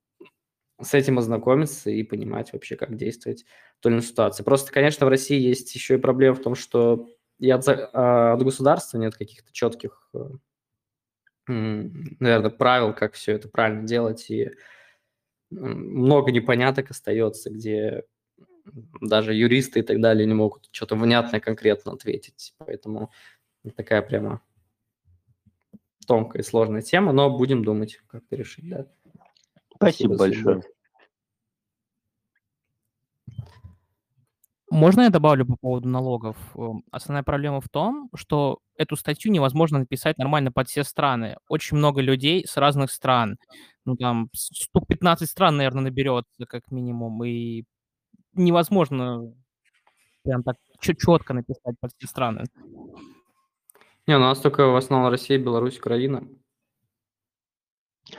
с этим ознакомиться и понимать вообще, как действовать в той или иной ситуации. Просто, конечно, в России есть еще и проблема в том, что и от, за- а, от государства нет каких-то четких, наверное, правил, как все это правильно делать, и м, много непоняток остается, где даже юристы и так далее не могут что-то внятное конкретно ответить. Поэтому такая прямо тонкая и сложная тема, но будем думать, как это решить. Да. Спасибо Спасибо за большое. фидбэк. Можно я добавлю по поводу налогов? Эм, Основная проблема в том, что эту статью невозможно написать нормально под все страны. Очень много людей с разных стран. Ну, там, с- штук пятнадцать стран, наверное, наберется, как минимум. И невозможно прям так четко написать под все страны. Не, ну у нас только в основном Россия, Беларусь, Украина.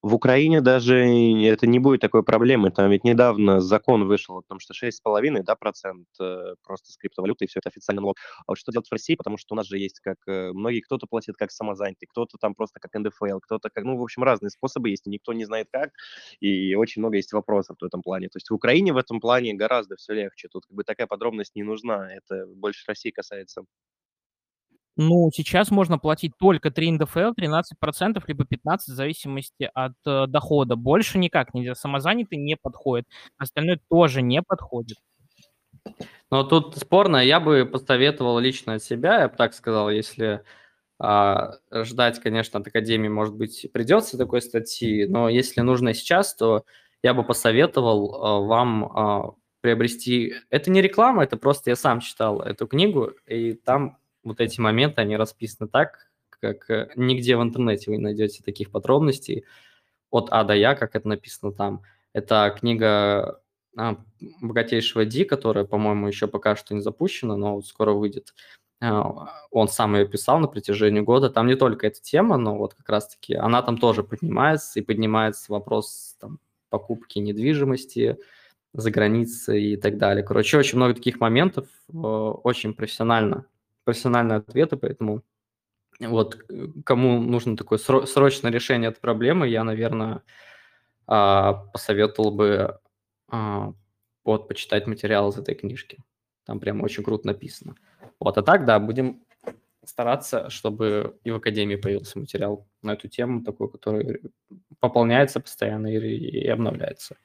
В Украине даже это не будет такой проблемы. Там ведь недавно закон вышел о том, что шесть с половиной, да, процент э, просто с криптовалюты, и все это официальный налог. А вот что делать в России? Потому что у нас же есть как э, многие, кто-то платит как самозанятый, кто-то там просто как эн дэ эф эл, кто-то как, ну, в общем, разные способы есть, и никто не знает как, и очень много есть вопросов в этом плане. То есть в Украине в этом плане гораздо все легче. Тут как бы такая подробность не нужна. Это больше России касается. Ну, сейчас можно платить только три эн дэ эф эл, тринадцать процентов, либо пятнадцать процентов в зависимости от э, дохода. Больше никак нельзя. Самозанятый не подходит. Остальное тоже не подходит. Но тут спорно, я бы посоветовал лично от себя, я бы так сказал, если а, ждать, конечно, от Академии, может быть, придется такой статьи, но если нужно сейчас, то я бы посоветовал а, вам а, приобрести... Это не реклама, это просто я сам читал эту книгу, и там вот эти моменты, они расписаны так, как э, нигде в интернете вы не найдете таких подробностей от А до Я, как это написано там. Это книга а, богатейшего Ди, которая, по-моему, еще пока что не запущена, но вот скоро выйдет. А, Он сам ее писал на протяжении года. Там не только эта тема, но вот как раз-таки она там тоже поднимается, и поднимается вопрос там, покупки недвижимости за границей и так далее. Короче, очень много таких моментов, э, очень профессионально, профессиональные ответы, поэтому вот э, кому нужно такое сро- срочное решение этой проблемы, я, наверное, а, посоветовал бы а, вот почитать материал из этой книжки. Там прям очень круто написано. Вот, а так, да, будем стараться, чтобы и в Академии появился материал на эту тему, такой, который пополняется постоянно и, и обновляется.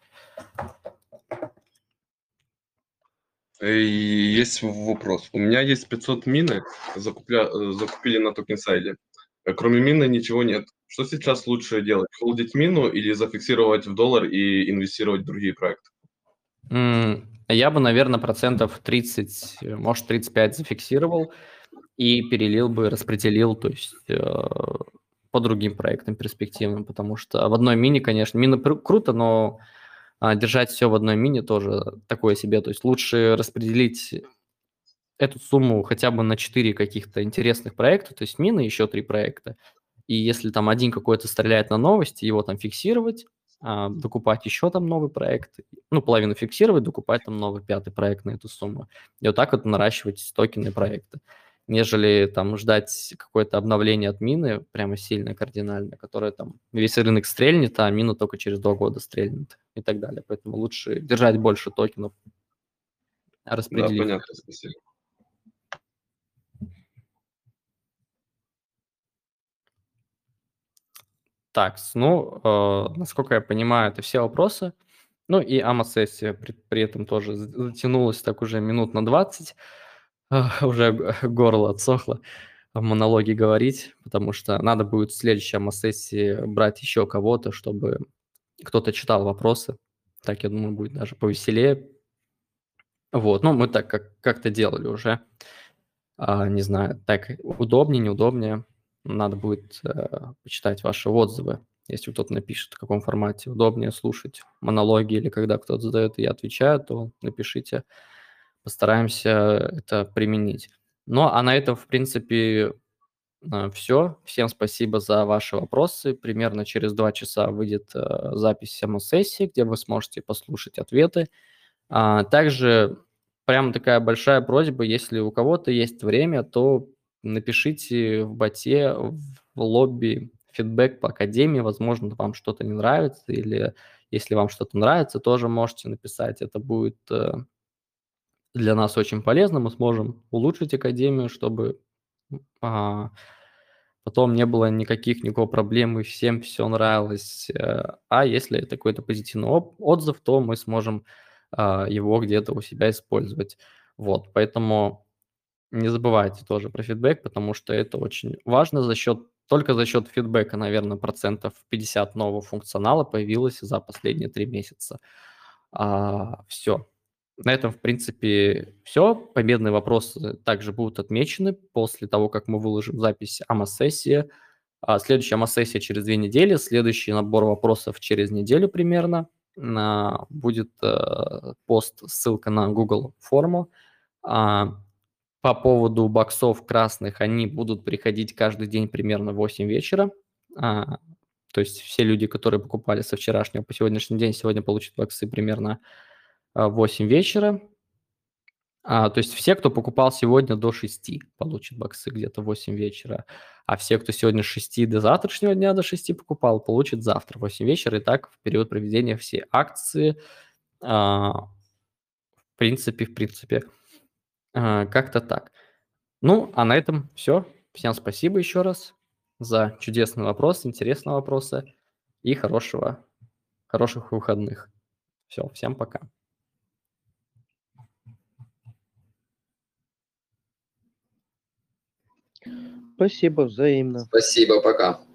И есть вопрос. У меня есть пятьсот мины, закупля... э, закупили на токенсайде. Э, Кроме мины ничего нет. Что сейчас лучше делать? Холдить мину или зафиксировать в доллар и инвестировать в другие проекты? М, Я бы, наверное, процентов тридцать, э, может, тридцать пять зафиксировал и перелил бы, распределил, то есть э, по другим проектам перспективным, потому что в одной мини, конечно, мина пру- круто, но а, держать все в одной мини тоже такое себе. То есть лучше распределить эту сумму хотя бы на четыре каких-то интересных проекта, то есть мина, еще три проекта. И если там один какой-то стреляет на новости, его там фиксировать, а, докупать еще там новый проект, ну, половину фиксировать, докупать там новый пятый проект на эту сумму. И вот так вот наращивать токены проекта, нежели там ждать какое-то обновление от мины, прямо сильно, кардинально, которое там весь рынок стрельнет, а мина только через два года стрельнет и так далее. Поэтому лучше держать больше токенов, Да, распределить. понятно, спасибо. Так, ну, э, насколько я понимаю, это все вопросы. Ну и АМА-сессия при, при этом тоже за- затянулась так уже минут на двадцать. Ах, уже г- горло отсохло в монологе говорить, потому что надо будет в следующей АМА-сессии брать еще кого-то, чтобы кто-то читал вопросы. Так, я думаю, будет даже повеселее. Вот, ну мы так как, как-то делали уже. А, не знаю, так удобнее, неудобнее. Надо будет э, почитать ваши отзывы. Если кто-то напишет, в каком формате удобнее слушать монологи или когда кто-то задает, и я отвечаю, то напишите. Постараемся это применить. Ну, а на этом, в принципе, все. Всем спасибо за ваши вопросы. Примерно через два часа выйдет э, запись самосессии, где вы сможете послушать ответы. А, также прям такая большая просьба, если у кого-то есть время, то напишите в боте, в лобби фидбэк по Академии, возможно, вам что-то не нравится, или если вам что-то нравится, тоже можете написать. Это будет э, для нас очень полезно, мы сможем улучшить Академию, чтобы а, потом не было никаких никакого проблем, и всем все нравилось. Э, А если это какой-то позитивный об- отзыв, то мы сможем а, его где-то у себя использовать. Вот, поэтому не забывайте тоже про фидбэк, потому что это очень важно. За счет, только за счет фидбэка, наверное, процентов пятьдесят нового функционала появилось за последние три месяца. Все. На этом, в принципе, все. Победные вопросы также будут отмечены после того, как мы выложим запись АМА-сессии. А Следующая АМА-сессия через две недели, следующий набор вопросов через неделю примерно. А, Будет э, пост, ссылка на Google форму. А, По поводу боксов красных, они будут приходить каждый день примерно в восемь вечера. А, То есть все люди, которые покупали со вчерашнего по сегодняшний день, сегодня получат баксы примерно а, в восемь вечера. А, то есть все, кто покупал сегодня до шести, получат баксы где-то в восемь вечера. А все, кто сегодня с шести до завтрашнего дня до шести покупал, получат завтра в восемь вечера. И так в период проведения все акции. а, В принципе, в принципе, а, как-то так. Ну, а на этом все. Всем спасибо еще раз за чудесный вопрос, интересные вопросы и хорошего, хороших выходных. Все, всем пока. Спасибо, взаимно. Спасибо, пока.